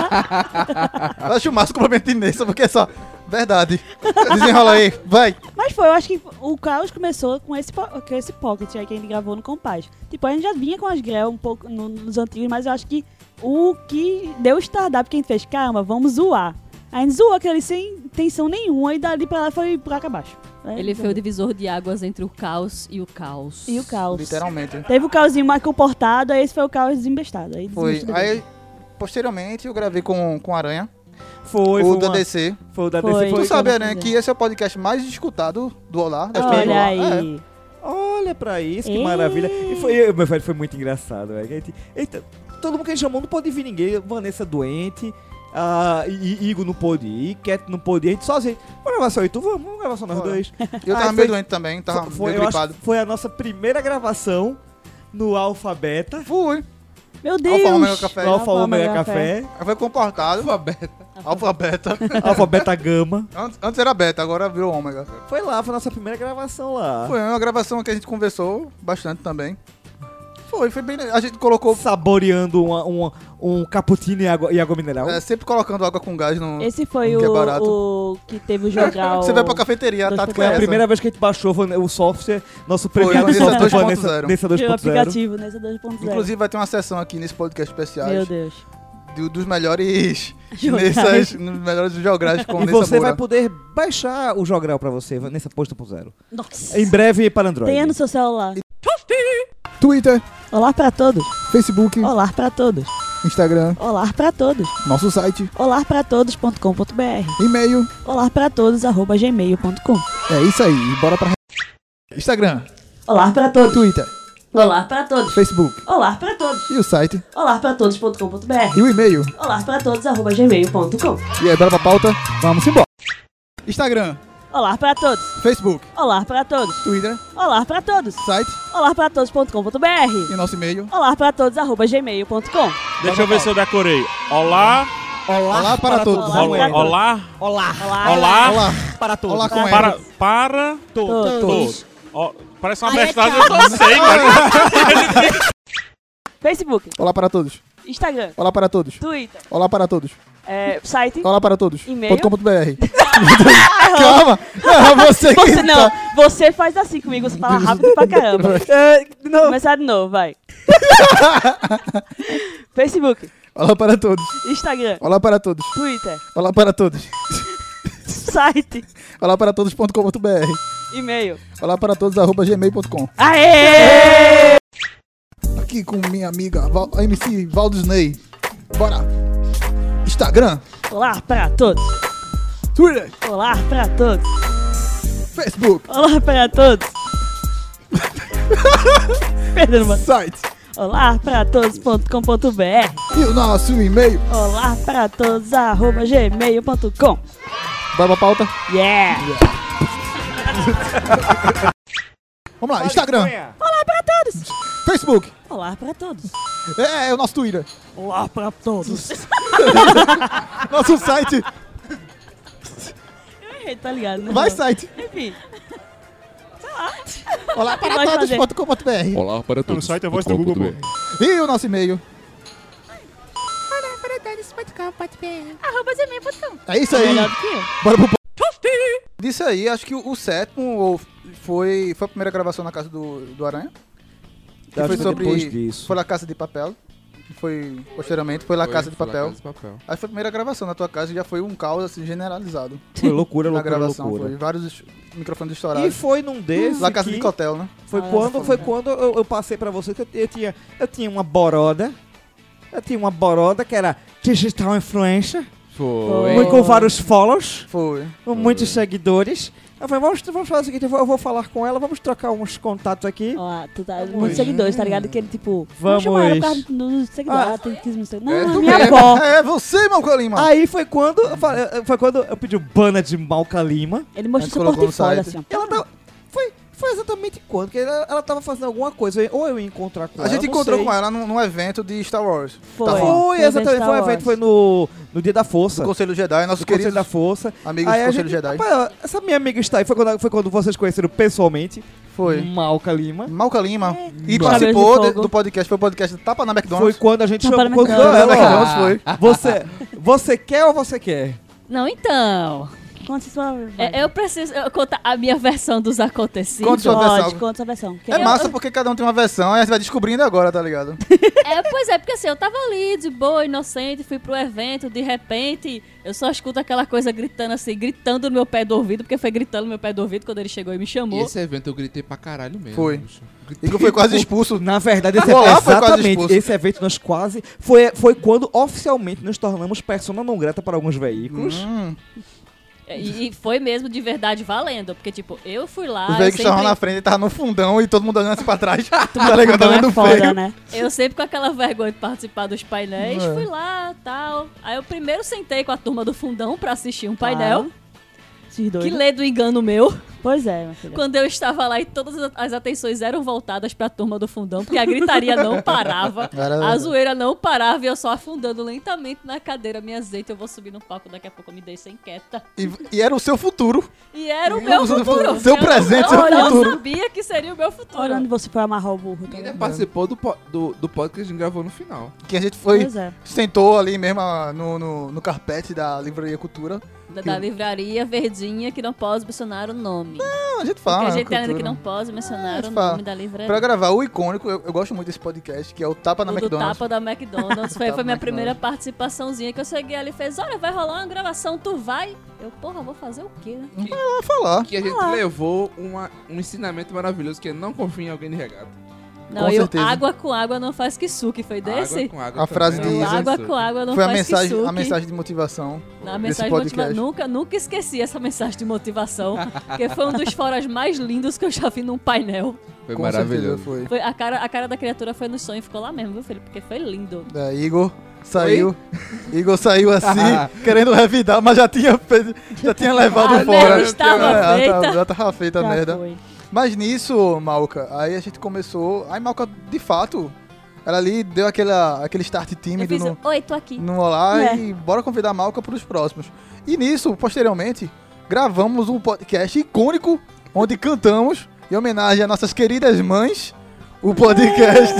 Eu acho massa o complemento de Nessa, porque é só... Verdade. Desenrola aí, vai. Mas foi, eu acho que o caos começou com esse, po- com esse pocket aí que a gente gravou no Compás. Tipo, a gente já vinha com as grell um pouco no- nos antigos, mas eu acho que o que deu o startup que a gente fez, caramba, vamos zoar. A gente zoou aquele sem intenção nenhuma e dali pra lá foi por cá abaixo. É, Ele foi o divisor de águas entre o caos e o caos. E o caos. Literalmente. Teve o caosinho mais comportado, aí esse foi o caos desembestado. Aí Foi. desembestou Aí, depois. posteriormente, eu gravei com, com Aranha. Foi, o foi da uma- D C. Foi o da Foi. D C. Tu Foi, sabe, foi né, fazer. que esse é o podcast mais escutado do Olá. Das pessoas do Olha Olá. aí. É. Olha pra isso, que Ei. maravilha. E foi, meu velho, foi muito engraçado, velho. A gente- Eita, todo mundo que a gente chamou não pôde vir ninguém. Vanessa doente, ah, I- I- Igor não pôde ir, Cat não pôde ir. A gente sozinho. Vamos gravar só aí, tu? Vamos, vamos gravar só nós Bora. dois. Eu tava Aí meio foi- doente também, tava foi, meio eu acho gripado. que foi a nossa primeira gravação no Alfa Beta. Fui. Meu Deus. Alfa Omega Café. No Alfa Omega Café. Foi comportado. Alfa Beta. Alfa Beta. Alfa Beta Gama. Antes, antes era Beta, agora virou Ômega. Foi lá, foi a nossa primeira gravação lá. Foi uma gravação que a gente conversou bastante também. Foi, foi bem... A gente colocou... Saboreando uma, uma, um cappuccino e água, e água mineral. É, sempre colocando água com gás no... Esse foi que o, é barato. o que teve o jogar. Você vai pra cafeteria, a Dois tática Foi é a essa. primeira vez que a gente baixou o software, nosso Foi, premiado Nessa software dois ponto Vanessa, zero. Nessa dois O ponto zero. aplicativo nessa dois ponto zero. Inclusive vai ter uma sessão aqui nesse podcast especiais. Meu Deus. do- dos melhores... Jograis. nessas, nos melhores geográficos com E Nessa você vai Moura. poder baixar o Jogral pra você, nessa posto ponto zero. Nossa. Em breve para Android. Tenha no seu celular. Twitter, Olá pra todos. Facebook, Olá pra todos. Instagram, Olá pra todos. nosso site, Olá pra todos ponto com ponto br. e-mail. Olá pra todos arroba gmail ponto com. É isso aí, bora pra... Instagram, Olá pra todos. Twitter, Olá pra todos. Facebook Olá pra todos. e o site Olá pra todos ponto com ponto br. e o e-mail. Olá pra todos arroba gmail ponto com. E aí, bora pra pauta? Vamos embora. Instagram, Olá pra todos. Facebook, Olá pra todos. Twitter, Olá pra todos. site Olá pra todos ponto com ponto br. e nosso e-mail. Olá pra todos arroba gmail ponto com. Deixa eu ver se eu decorei. Olá. Olá, Olá para, para todos. Olá, Olá. para todos. Olá. Olá. Olá. Olá. Olá. Para todos. Olá com Para. L. Para. Todos. Todos. Ó, parece uma Ai, é bestagem, tchau. eu não sei, cara. Facebook. Olá para todos. Instagram. Olá para todos. Twitter. Olá para todos. É, site. Olá para todos. E-mail. ponto com ponto br. Calma. Não, você que Você não, tá- você faz assim comigo, você fala rápido pra caramba. É, não. Começar de novo, vai. Facebook, Olá para todos. Instagram, Olá para todos. Twitter, Olá para todos. site, Olá para todos ponto com ponto br. e-mail. Olá para todos arroba gmail ponto com. Aê! Aqui com minha amiga Val, a M C Valdisney. Bora. Instagram, Olá pra todos. Twitter, Olá pra todos. Facebook, Olá pra todos. Perdendo, mano. site Olá pra todos ponto com ponto br. e o nosso e-mail. Olá pra todos arroba gmail ponto com. Bora pra pauta? Yeah! Vamos lá, Instagram, Olá pra todos. Facebook. Olá pra todos. É, é o nosso Twitter. Olá pra todos. Nosso site. Eu errei, tá ligado? né? Vai, site. Enfim. Olá O que para pode todos fazer? ponto com ponto br. Olá para todos. No site é a voz do Google. E o nosso e-mail. Arroba gmail ponto com. É isso aí. Melhor do que eu. Bora pro pauta. Disso aí, acho que o, o sétimo ou foi, foi a primeira gravação na casa do, do Aranha. Que Acho foi que sobre. depois disso. Foi La Casa de Papel. Que foi, posteriormente, foi La Foi, Casa de foi La Papel. Casa de Papel. Aí foi a primeira gravação na tua casa e já foi um caos assim, generalizado. Foi loucura, na loucura, gravação. loucura. Foi vários microfones E estourados. foi num desses La Casa que de Cotel, né? Foi Ah, quando, essa foi foi- quando eu, eu passei pra você que eu, eu tinha, eu tinha uma boroda. Eu tinha uma boroda que era digital influencer. Foi. Muito com vários follows. Foi. Com muitos seguidores. Eu falei, vamos, vamos fazer o seguinte, eu vou, eu vou falar com ela, vamos trocar uns contatos aqui. Ó, tu tá muitos seguidores, tá ligado? Que ele, tipo, Vamos. chamar ela por causa dos seguidores. Ah, Ah, tem quinze mil seguidores. é Não, tu minha mesmo. avó. É você, Malca Lima. Aí foi quando, eu falei- foi quando eu pedi o banner de Malca Lima. Ele mostrou Aí seu colocou no portfólio, site. assim, ó. Ela tava, foi, foi exatamente quando, que ela, ela tava fazendo alguma coisa, ou eu ia encontrar com A ela, gente não encontrou sei. com ela num, num evento de Star Wars. Foi. Tá Foi, falando. Foi exatamente, Star foi um evento, Wars. foi no, no Dia da Força. Do Conselho Jedi, nosso do Conselho querido da Força. amigos Aí do a Conselho gente, Jedi. rapaz, essa minha amiga está aí, foi quando, foi quando vocês conheceram pessoalmente. Foi. Malca Lima. Malca Lima. E Cabelos participou de de- fogo. do podcast, foi o podcast do Tapa na Foi McDonald's. quando a gente Não, chamou. para Quando McDonald's. ela, McDonald's ó, foi. Você, você quer ou você quer? Não, então. Conta sua... é, Eu preciso eu contar a minha versão dos acontecidos. Conta sua Pode, versão. conta sua versão. É massa porque cada um tem uma versão, aí a gente vai descobrindo agora, tá ligado? É, pois é, porque assim, eu tava ali de boa, inocente, fui pro evento, de repente, eu só escuto aquela coisa gritando assim, gritando no meu pé do ouvido, porque foi gritando no meu pé do ouvido quando ele chegou e me E chamou. esse evento eu gritei pra caralho mesmo. Foi. bicho. Igor foi quase expulso. Na verdade, esse, Olá, foi quase exatamente, expulso. esse evento nós quase... Foi, foi quando oficialmente nos tornamos persona não grata para alguns veículos. Hum, E, e foi mesmo de verdade valendo, porque tipo, eu fui lá, os eu veículos estavam sempre, na frente, tava no fundão e todo mundo olhando assim pra trás. tá Fundão ligado? é Olhando foda, feio. né? eu sempre com aquela vergonha de participar dos painéis, É. fui lá, tal. Aí eu primeiro sentei com a turma do fundão pra assistir um painel, Esses dois. que lê do engano meu. Pois é, minha filha. Quando eu estava lá e todas as atenções eram voltadas pra turma do fundão, porque a gritaria não parava, Era- a zoeira não parava e eu só afundando lentamente na cadeira, minha azeite, eu vou subir no palco, daqui a pouco eu me deixo quieta. E, e era o seu futuro. E era o meu Seu futuro. seu Eu presente, não, seu eu não futuro. sabia que seria o meu futuro. Olha onde você foi amarrar o burro. Tá Ainda vendo? participou do, po- do, do podcast que a gente gravou no final. Que a gente foi, Pois é. sentou ali mesmo ah, no, no, no carpete da Livraria Cultura. Da, da livraria verdinha que não pode mencionar o nome. Não, a gente Porque fala. a gente cultura. ainda que não pode mencionar É, a o gente fala. nome da livraria. Pra gravar o icônico, eu, eu gosto muito desse podcast, que é o Tapa na O do McDonald's. Tapa da McDonald's. Foi, Tapa foi minha McDonald's. primeira participaçãozinha que eu cheguei ali e fez, olha, vai rolar uma gravação, tu vai? Eu, porra, vou fazer o quê, né? Vai lá falar. Que a gente levou uma, um ensinamento maravilhoso, que é não confie em alguém de regata. Não, Com eu, certeza. água com água não faz que suque, foi desse? Água com água A frase também. de O água com água não Foi a faz mensagem, que suque. a mensagem de motivação Na desse mensagem de motiva... podcast. nunca, nunca esqueci essa mensagem de motivação, porque foi um dos foras mais lindos que eu já vi num painel. Foi Com maravilhoso. certeza foi. Foi a, cara, a cara da criatura foi no sonho e ficou lá mesmo, viu, Felipe? Porque foi lindo. É, Igor saiu. Igor saiu assim, querendo revidar, mas já tinha, feito- já tinha levado A fora. merda estava É, feita. Já, já tava feita a Já merda. foi. Mas nisso, Malca, aí a gente começou. Aí Malca, de fato, ela ali deu aquela, aquele start Eu tímido fiz, no, oi, tô aqui. no Olá É. e bora convidar a Malca pros próximos. E nisso, posteriormente, gravamos um podcast icônico onde cantamos, em homenagem às nossas queridas mães, o podcast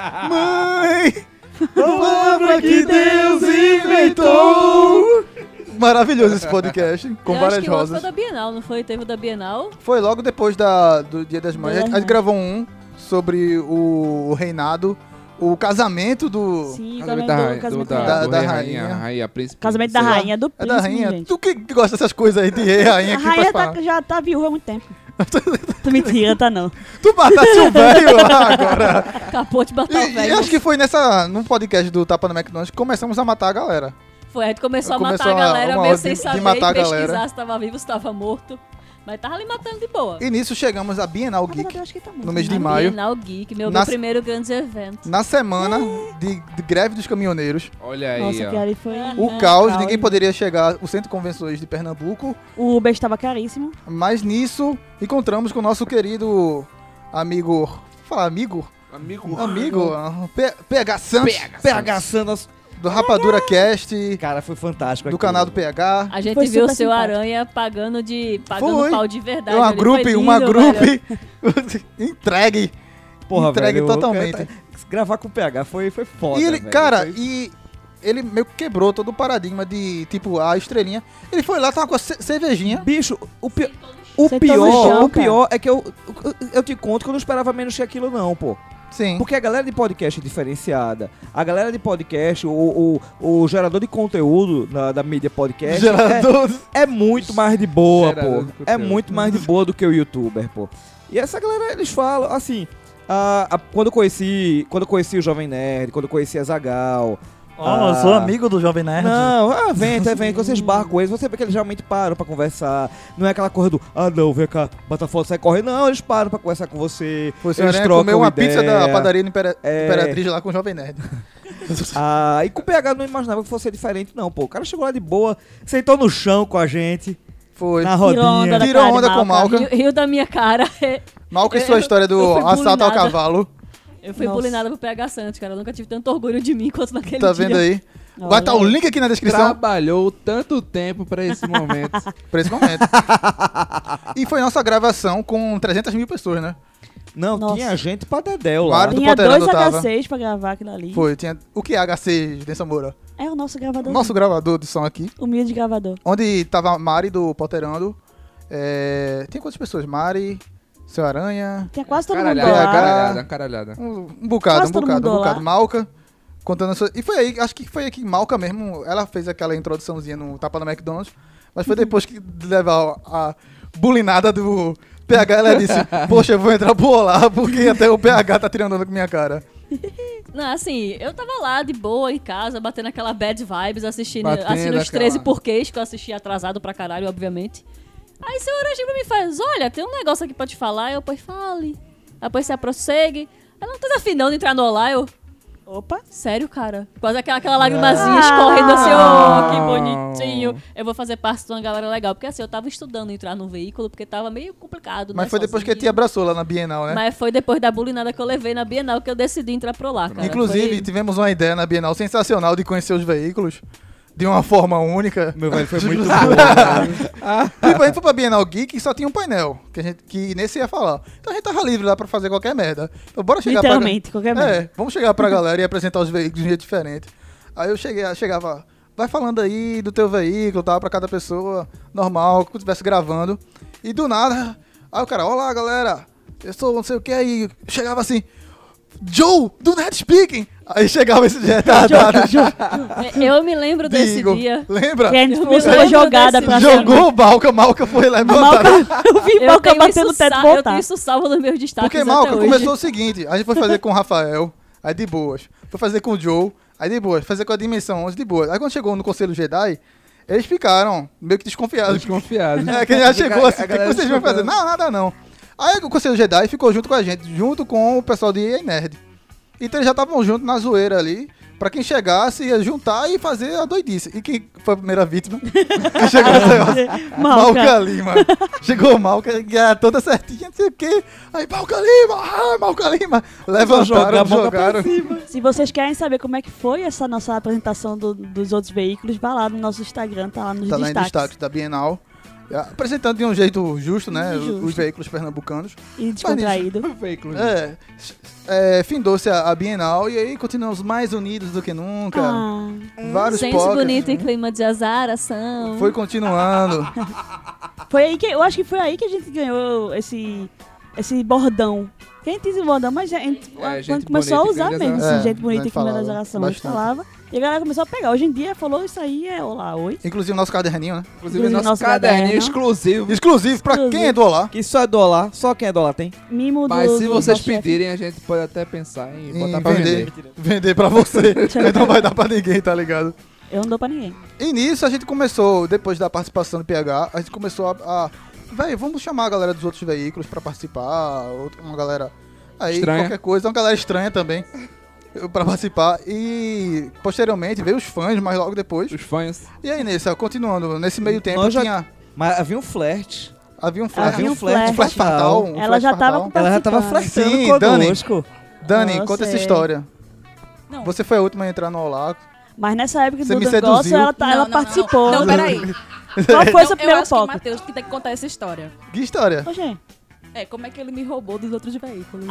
Mãe! A palavra que Deus inventou! Maravilhoso esse podcast, com eu várias acho que o outro rosas. foi da Bienal, não foi? Teve o da Bienal. Foi logo depois da, do Dia das Mães. A gente, a gente Uhum. gravou um sobre o, o reinado, o casamento do. Sim, o Casamento casamento da, do rainha, do, casamento da, da- do da rei, rainha. rainha, rainha, príncipe. Casamento da Sei lá. rainha, do É príncipe, da rainha. gente. Tu que gosta dessas coisas aí de rei, rainha A que rainha faz tá- já tá viúva há muito tempo. Tu mentira, tá não. Tu matasse o velho agora. Acabou de matar o E, e velho. acho que foi nessa, num podcast do Tapa no McDonald's que começamos a matar a galera. Foi, a gente começou a Começou matar a uma- galera uma meio ordem sem de saber matar a e pesquisar galera. se tava vivo, se tava morto. Mas tava ali matando de boa. E nisso chegamos à Bienal Na verdade, Geek, eu acho que tá muito. no mês de Na maio, Bienal Geek, meu, Nas- meu primeiro grande evento. na semana de, de greve dos caminhoneiros. Olha aí, Nossa, ó. que ali foi. O né, caos, ninguém poderia chegar ao Centro de Convenções de Pernambuco. O Uber estava caríssimo. Mas nisso, encontramos com o nosso querido amigo... Fala amigo? Amigo. Amigo, ah, P- PH Santos, P H Santos. do Rapadura Cast, Cara, foi fantástico. do aquilo. canal do P H. A gente Foi viu o super seu simpático. Aranha pagando de pagando Foi. pau de verdade. Uma ali, grupo, foi uma lindo, grupo velho. entregue. Porra, entregue velho, totalmente. cara, gravar com o P H foi, foi foda, E ele, velho. cara, Foi- e ele meio que quebrou todo o paradigma de, tipo, a estrelinha. Ele foi lá, tava com a ce- cervejinha. Bicho, o, pi... o Sentou no pior, chão, o pior é que eu, eu, eu te conto que eu não esperava menos que aquilo não, pô. Sim. Porque a galera de podcast é diferenciada. A galera de podcast, o, o, o gerador de conteúdo da, da mídia podcast Gerador. é, é muito mais de boa, Gerador pô. de conteúdo. É muito mais de boa do que o youtuber, pô. E essa galera, eles falam, assim, a, a- quando, eu conheci, quando eu conheci o Jovem Nerd, quando eu conheci a Zagal, Ó, eu sou amigo do Jovem Nerd. Não, é evento, é evento. Você esbarra com eles, você vê que eles geralmente param pra conversar. Não é aquela coisa do, ah não, vem cá, bota foto, sai correndo. Não, eles param pra conversar com você. Você eles trocam comeu uma ideia. pizza da padaria do Impera- É. Imperatriz lá com o Jovem Nerd. Ah, e com o P H não imaginava que fosse diferente, não, pô. O cara chegou lá de boa, sentou no chão com a gente. Foi. Na Tirou rodinha. onda da Tirou cara de onda com o Malca. Riu, riu da minha cara. Malca e Eu- sua história do eu fui assalto ao bulinada. cavalo. Eu fui Nossa. bulinada pro P H Santos, cara. Eu nunca tive tanto orgulho de mim quanto naquele Tá dia. vendo aí? Vai estar o link aqui na descrição. Trabalhou tanto tempo pra esse momento. Pra esse momento. E foi nossa gravação com trezentas mil pessoas, né? Não, Nossa. tinha gente pra dedéu lá. Mário do Tinha Poterando dois tava. H seis pra gravar aquilo ali. Foi, tinha. O que é H C, Densa Moura? É o nosso gravador. Nosso gravador de som aqui. Humilde gravador. Onde tava a Mari do Poterando. É... Tinha quantas pessoas? Mari, Seu Aranha. Tinha quase todo mundo Caralhada, lá. caralhada, caralhada. Um, um bocado, Quase um todo bocado, um mundo bocado. lá. Malca. Contando a sua... E foi aí, acho que foi aqui Malca mesmo. Ela fez aquela introduçãozinha no Tapa da McDonald's. Mas foi depois que de levar a bulinada do P H, ela disse: poxa, eu vou entrar pro Olá, porque até o P H tá tirando onda com minha cara. Não, assim, eu tava lá de boa em casa, batendo aquela bad vibes, assistindo, Batendo assistindo os aquela- treze porquês, que eu assisti atrasado pra caralho, obviamente. Aí seu Orange pra mim faz, olha, tem um negócio aqui pra te falar, eu, pois fale. Depois você prossegue. Ela não tá desafinando de entrar no Olá, eu... Opa. Sério, cara? Quase aquela, aquela lagrimazinha escorrendo assim, oh, que bonitinho. Eu vou fazer parte de uma galera legal. Porque assim, eu tava estudando entrar no veículo, porque tava meio complicado, Mas né, foi depois que a sozinha. tia abraçou lá na Bienal, né? Mas foi depois da bulinada que eu levei na Bienal que eu decidi entrar pro lá, cara. Inclusive, Foi- tivemos uma ideia na Bienal sensacional de conhecer os veículos de uma forma única. Meu velho, foi muito bom. Tipo, a gente foi pra Bienal Geek e só tinha um painel, que, a gente, que nesse ia falar. Então a gente tava livre lá pra fazer qualquer merda. Então bora chegar Literalmente, pra... qualquer merda. É, vamos chegar pra galera e apresentar os veículos de um jeito diferente. Aí eu cheguei, chegava, vai falando aí do teu veículo, tal, pra cada pessoa, normal, como se estivesse gravando. E do nada, aí o cara, olá galera, eu sou não sei o que, aí chegava assim, Joe, do Net Speaking! Aí chegava esse retardado. Eu me lembro desse Digo, dia. lembra? Que a gente Eu me foi lembro jogada desse pra dia. Jogou o Malca, Malca foi lá e botaram. Eu vi Eu Malca tenho bater isso no teto e sa- Eu voltar. tenho isso salvo nos meus destaques Porque até Malca hoje. começou o seguinte, a gente foi fazer com o Rafael, aí de boas. Foi fazer com o Joe, aí de boas. Fazer com a Dimensão onze, de boas. Aí quando chegou no Conselho Jedi, eles ficaram meio que desconfiados. Desconfiado. É, que ele já chegou assim, A o que, que galera vocês vão fazer? desconfiando. Não, nada não. Aí o Conselho Jedi ficou junto com a gente, junto com o pessoal de E A Nerd. Então eles já estavam juntos na zoeira ali, pra quem chegasse ia juntar e fazer a doidice. E quem foi a primeira vítima? Que chegou nesse negócio? Malca. Malca Lima. Chegou o Malca, que era toda certinha, não sei o quê. Aí Malca Lima, ah, Malca Lima. Levantaram, jogar a Malca pra jogaram. Se vocês querem saber como é que foi essa nossa apresentação do- dos outros veículos, vá lá no nosso Instagram, tá lá nos Tá lá em destaques. destaque da Bienal. Apresentando de um jeito justo, né? Justo. Os veículos pernambucanos. E descontraído. Veículo. É, é, findou-se a, a Bienal e aí continuamos mais unidos do que nunca. Ah, Vários Sente podcasts. bonito em clima de azaração. Foi continuando. foi aí que eu acho que foi aí que a gente ganhou esse esse bordão. Quem diz o bordão, mas a gente, É, gente quando começou a bonita e usar clima de mesmo, azaração. esse gente É, bonita a e gente clima da falava azaração, a gente bastante. falava. E a galera começou a pegar. Hoje em dia falou isso aí é olá, oi. Inclusive o nosso caderninho, né? Inclusive, Inclusive, nosso nosso caderninho caderno. exclusivo. Exclusivo pra Exclusivo. quem é do Olá. Que só é dólar, só quem é dólar tem. Mimo do Mas se do vocês nosso chefe. pedirem, a gente pode até pensar em Em botar pra vender, vender. vender pra você. Aí não vai dar pra ninguém, tá ligado? Eu não dou pra ninguém. E nisso a gente começou, depois da participação do P H, a gente começou a... a Véi, vamos chamar a galera dos outros veículos pra participar, outra- uma galera aí, Estranha. qualquer coisa, uma galera estranha também, pra participar. E posteriormente veio os fãs, mas logo depois. Os fãs. E aí, Nessa, continuando, nesse meio tempo Nós já- tinha... Mas havia um flerte. Havia um flerte. Havia um um flerte flerte. fatal. um Ela flerte já tava fatal. com Ela já tava participando. flertando Sim, Dani. conosco. Dani, Nossa, conta essa é. história. Não. Você foi a última a entrar no Olá. Mas nessa época Você do me negócio, seduziu. ela, tá- Não, ela não, participou. Não, não, peraí. Qual foi seu Eu primeiro acho que foco? Matheus que tem que contar essa história. Que história? Oxê. É, como é que ele me roubou dos outros veículos.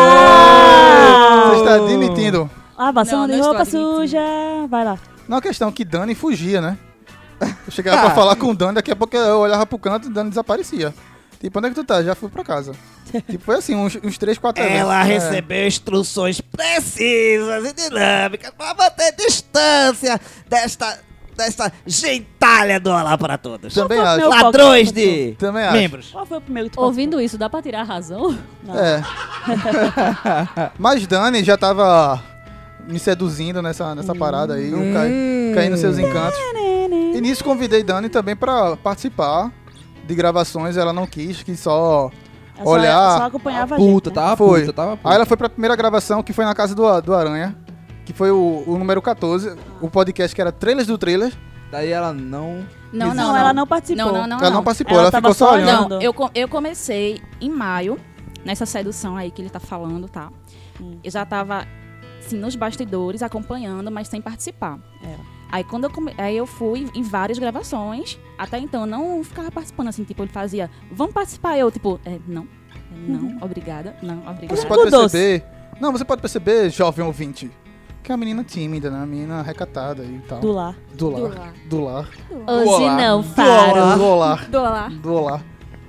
Ah! Você está admitindo. Ah, vação Não, de não estou roupa admitindo. suja. Vai lá. Não, a questão é que Dani fugia, né? Eu chegava Ah. pra falar com o Dani, daqui a pouco eu olhava pro canto e o Dani desaparecia. Tipo, onde é que tu tá? Já fui pra casa. Tipo, foi assim, uns, uns três, quatro Ela eventos. É. recebeu instruções precisas e dinâmicas para manter distância desta, desta gentalha do Olá para Todos. Também Qual foi o acho. meu foco? Ladrões de Também acho. membros. Qual foi o primeiro que tu Ouvindo isso, dá pra tirar a razão? Não. É. Mas Dani já tava me seduzindo nessa, nessa parada aí, eu caí, caí nos seus encantos. E nisso convidei Dani também pra participar de gravações, ela não quis, que só Ela só- olhar. só acompanhava a Puta, gente, né? tava Foi. puta, tava puta. Aí ela foi pra primeira gravação, que foi na casa do, do Aranha, que foi o, o número catorze, o podcast que era Trailers do Trailer. Daí ela não... Não, não, Não, não. ela não participou. Não, não, não. Ela não participou, ela tava ficou só olhando. Não, eu, co- eu comecei em maio, nessa sedução aí que ele tá falando, tá? Hum. Eu já tava, assim, nos bastidores, acompanhando, mas sem participar. Aí quando eu, come... aí eu fui em várias gravações, até então eu não ficava participando, assim, tipo, ele fazia, vamos participar, eu, tipo, é, não, é, não, obrigada, não, obrigada. Você pode perceber. Não, você pode perceber, jovem ouvinte, que é uma menina tímida, né? Uma menina recatada e tal. Do lar. Do lar. Do lar. Do lar. Hoje olá. não, Do Faro. olá. Do olá. Do olá. Do olá.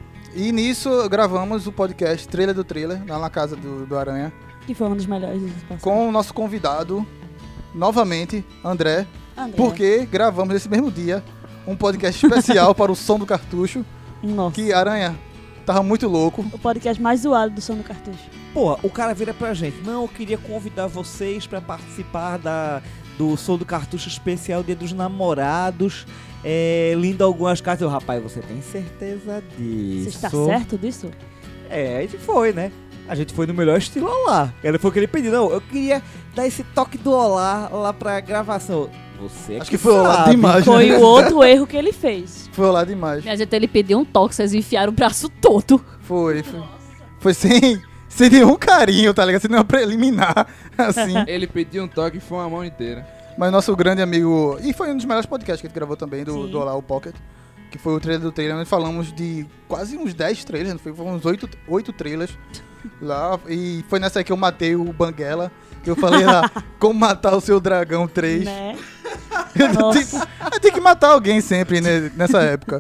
E nisso gravamos o podcast Trailer do Trailer, lá na casa do, do Aranha, Que foi um dos melhores dos passados. com o nosso convidado, novamente, André, André. porque gravamos nesse mesmo dia um podcast especial para o Som do Cartucho, Nossa. que Aranha tava muito louco. O podcast mais zoado do Som do Cartucho. Pô, o cara vira pra gente. Não, eu queria convidar vocês pra participar da, do Som do Cartucho especial Dia dos Namorados. É, lindo algumas casas. Eu, rapaz, você tem certeza disso? Você está certo disso? É, a gente foi, né? A gente foi no melhor estilo Olá. Ele foi o que ele pediu. Não, eu queria dar esse toque do Olá lá pra gravação. Você Acho que foi o Olá sabe. de imagem. Foi o outro erro que ele fez. Foi Olá demais. Minha gente, ele pediu um toque, vocês enfiaram o braço todo. Foi, foi. Foi sem, sem nenhum carinho, tá ligado? Sem nenhuma preliminar, assim. Ele pediu um toque e foi uma mão inteira. Mas nosso grande amigo... E foi um dos melhores podcasts que a gente gravou também, do, Sim. do Olá, o Pocket. Que foi o trailer do trailer, onde falamos de quase uns dez trailers, não foi? Foi uns oito, oito trailers lá. E foi nessa aí que eu matei o Banguela. Que eu falei lá, como matar o seu dragão três. Né? Eu, Nossa. tipo, eu tenho que matar alguém sempre, né, nessa época.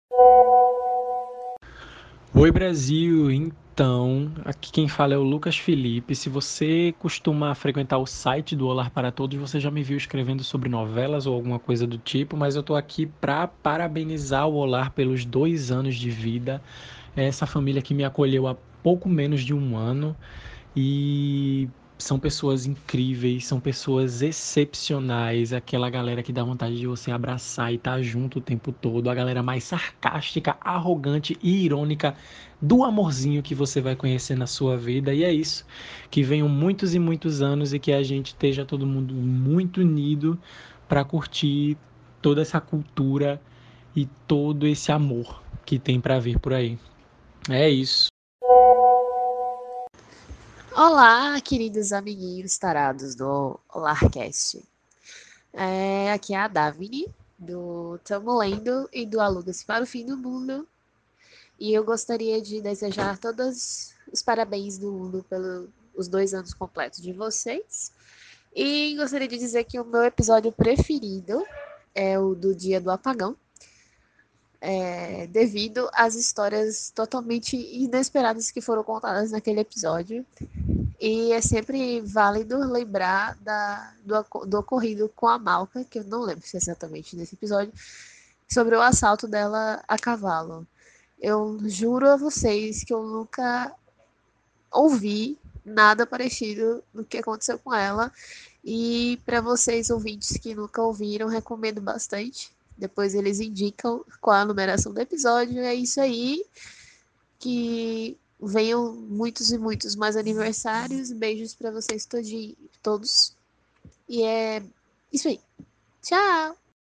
Oi Brasil, então, aqui quem fala é o Lucas Felipe. Se você costuma frequentar o site do Olá para Todos, você já me viu escrevendo sobre novelas ou alguma coisa do tipo, mas eu tô aqui para parabenizar o Olá pelos dois anos de vida. Essa família que me acolheu há pouco menos de um ano e são pessoas incríveis, são pessoas excepcionais, aquela galera que dá vontade de você abraçar e estar junto o tempo todo, a galera mais sarcástica, arrogante e irônica do amorzinho que você vai conhecer na sua vida. E é isso, que venham muitos e muitos anos e que a gente esteja todo mundo muito unido para curtir toda essa cultura e todo esse amor que tem para vir por aí. É isso. Olá, queridos amiguinhos tarados do Olarcast. É, aqui é a Davine, do Tamo Lendo e do Aluga-se para o Fim do Mundo. E eu gostaria de desejar todos os parabéns do mundo pelos dois anos completos de vocês. E gostaria de dizer que o meu episódio preferido é o do Dia do Apagão. É, devido às histórias totalmente inesperadas que foram contadas naquele episódio. E é sempre válido lembrar da, do, do ocorrido com a Malca, que eu não lembro se é exatamente nesse episódio, sobre o assalto dela a cavalo. Eu juro a vocês que eu nunca ouvi nada parecido no que aconteceu com ela. E para vocês ouvintes que nunca ouviram, recomendo bastante. Depois eles indicam qual é a numeração do episódio. É isso aí. Que venham muitos e muitos mais aniversários. Beijos pra vocês todinho, todos. E é isso aí. Tchau!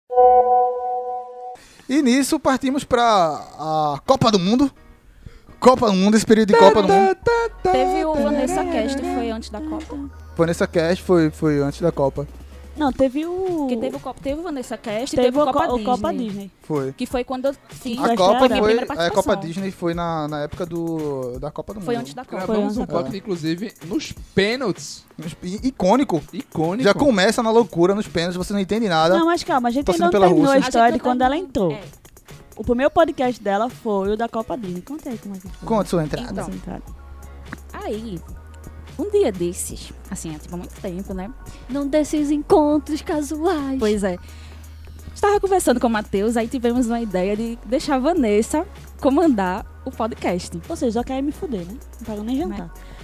E nisso partimos pra a Copa do Mundo. Copa do Mundo, esse período de Copa do Mundo. Teve o Vanessa Cast, foi antes da Copa. Vanessa Cast foi, foi antes da Copa. Não, teve o... Porque teve o, Copa, teve o Vanessa Cast e Teve teve o o Copa, Co- o Disney. Copa Disney. Foi. Que foi quando eu fiz A Copa, minha foi, primeira a participação. Copa Disney foi na, na época do, da Copa do Mundo. Foi antes da Copa. Gravamos Foi um antes da podcast, inclusive, nos pênaltis. I- Icônico. Icônico. Já começa na loucura nos pênaltis, você não entende nada. Não, mas calma, a gente Torcendo ainda não pela terminou a Rússia. história A de gente quando não ela entrou. É. O primeiro podcast dela foi o da Copa Disney. Conta aí como é que foi. Conta sua entrada. Então. Sua entrada. Aí, um dia desses, assim, é tipo há muito tempo, né? Num desses encontros casuais. Pois é. Estava conversando com o Matheus, aí tivemos uma ideia de deixar a Vanessa comandar o podcast. Ou seja, só quer me fuder, né? Não paga nem jantar.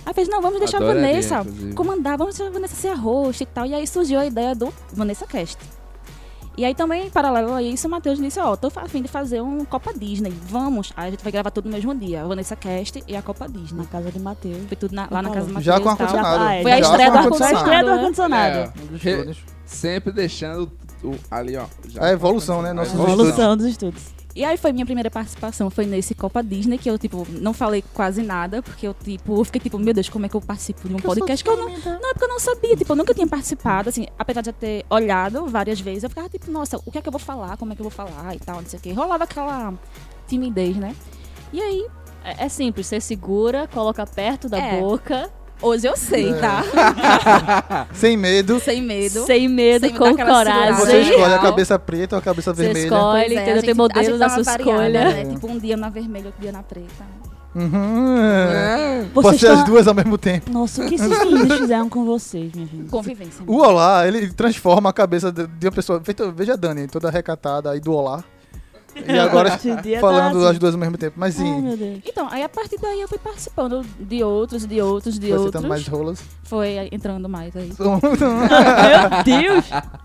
Aí fez, não, vamos deixar Adoraria, a Vanessa inclusive. comandar, vamos deixar a Vanessa ser a host e tal. E aí surgiu a ideia do Vanessa Cast. E aí também, em paralelo a isso, o Matheus disse, ó, tô a fim de fazer um Copa Disney, vamos. Aí a gente vai gravar tudo no mesmo dia, a Vanessa Cast e a Copa Disney. Na casa de Matheus. Foi tudo na- lá na casa do Matheus. Já com e tal. ar-condicionado. Ah, é, Foi a já estreia com do ar-condicionado. ar-condicionado. Estreia do né? ar-condicionado. Um dos Re- estúdios. Sempre deixando o, ali, ó. já A evolução, né? Nossos A Evolução dos estudos. E aí foi minha primeira participação, foi nesse Copa Disney, que eu, tipo, não falei quase nada, porque eu, tipo, eu fiquei, tipo, meu Deus, como é que eu participo de um podcast que eu não... Não, é porque eu não sabia, tipo, eu nunca tinha participado, assim, apesar de eu ter olhado várias vezes, eu ficava, tipo, nossa, o que é que eu vou falar, como é que eu vou falar e tal, não sei o quê. Rolava aquela timidez, né? E aí... É, é simples, você segura, coloca perto da É. boca. Hoje eu sei, tá? Sem medo. Sem medo. Sem medo, Sem me com dar aquela coragem. Você segurada. escolhe a Real. cabeça preta ou a cabeça Você vermelha. escolhe, Pois é, entendeu? a Tem gente- a modelos gente da dá sua uma variada, escolha. né? Tipo, um dia na vermelha, outro dia na preta. Uhum. Vocês Pode ser as estão- duas ao mesmo tempo. Nossa, o que esses meninos fizeram com vocês, minha gente? Convivência. O Olá, ele transforma a cabeça de de uma pessoa. Feita- Veja a Dani, toda recatada aí do Olá. E agora Hoje em dia falando tá as duas ao mesmo tempo. Mas Ai, sim, meu Deus. Então, aí a partir daí eu fui participando de outros, de outros, de foi outros. citando mais rolas. Foi aí, entrando mais aí. Meu Deus!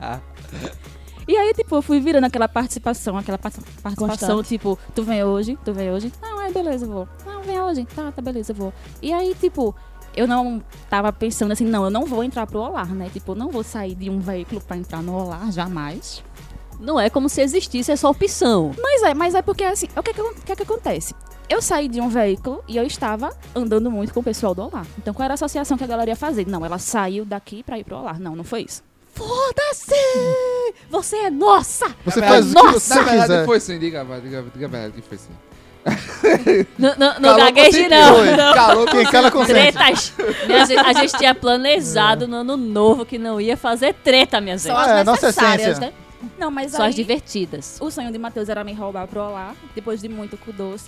E aí, tipo, eu fui virando aquela participação, aquela par- participação, Constante. tipo, tu vem hoje, tu vem hoje. Não, é, beleza, eu vou. Não, vem hoje. Tá, tá, beleza, eu vou. E aí, tipo, eu não tava pensando assim, não, eu não vou entrar pro Olar, né? Tipo, eu não vou sair de um veículo pra entrar no Olar, jamais. Não é como se existisse essa opção. Mas é, mas é porque assim, o que é que, o que é que acontece? Eu saí de um veículo e eu estava andando muito com o pessoal do Olar. Então qual era a associação que a galera ia fazer? Não, ela saiu daqui pra ir pro Olar. Não, não foi isso. Foda-se! Você é nossa! Você Na faz o que verdade- você Na verdade quiser. foi sim, diga, vai, diga, diga a verdade que foi sim. Não, não, não Calou gagueje, consente. não. Foi. não. Calou quem cala consente. Tretas. Minha gente- a gente tinha planejado no ano novo que não ia fazer treta, minha gente. Só as É, nossa necessárias, essência. né? Não, mas Só aí, as divertidas. o sonho de Matheus era me roubar pro Olar, depois de muito cu doce.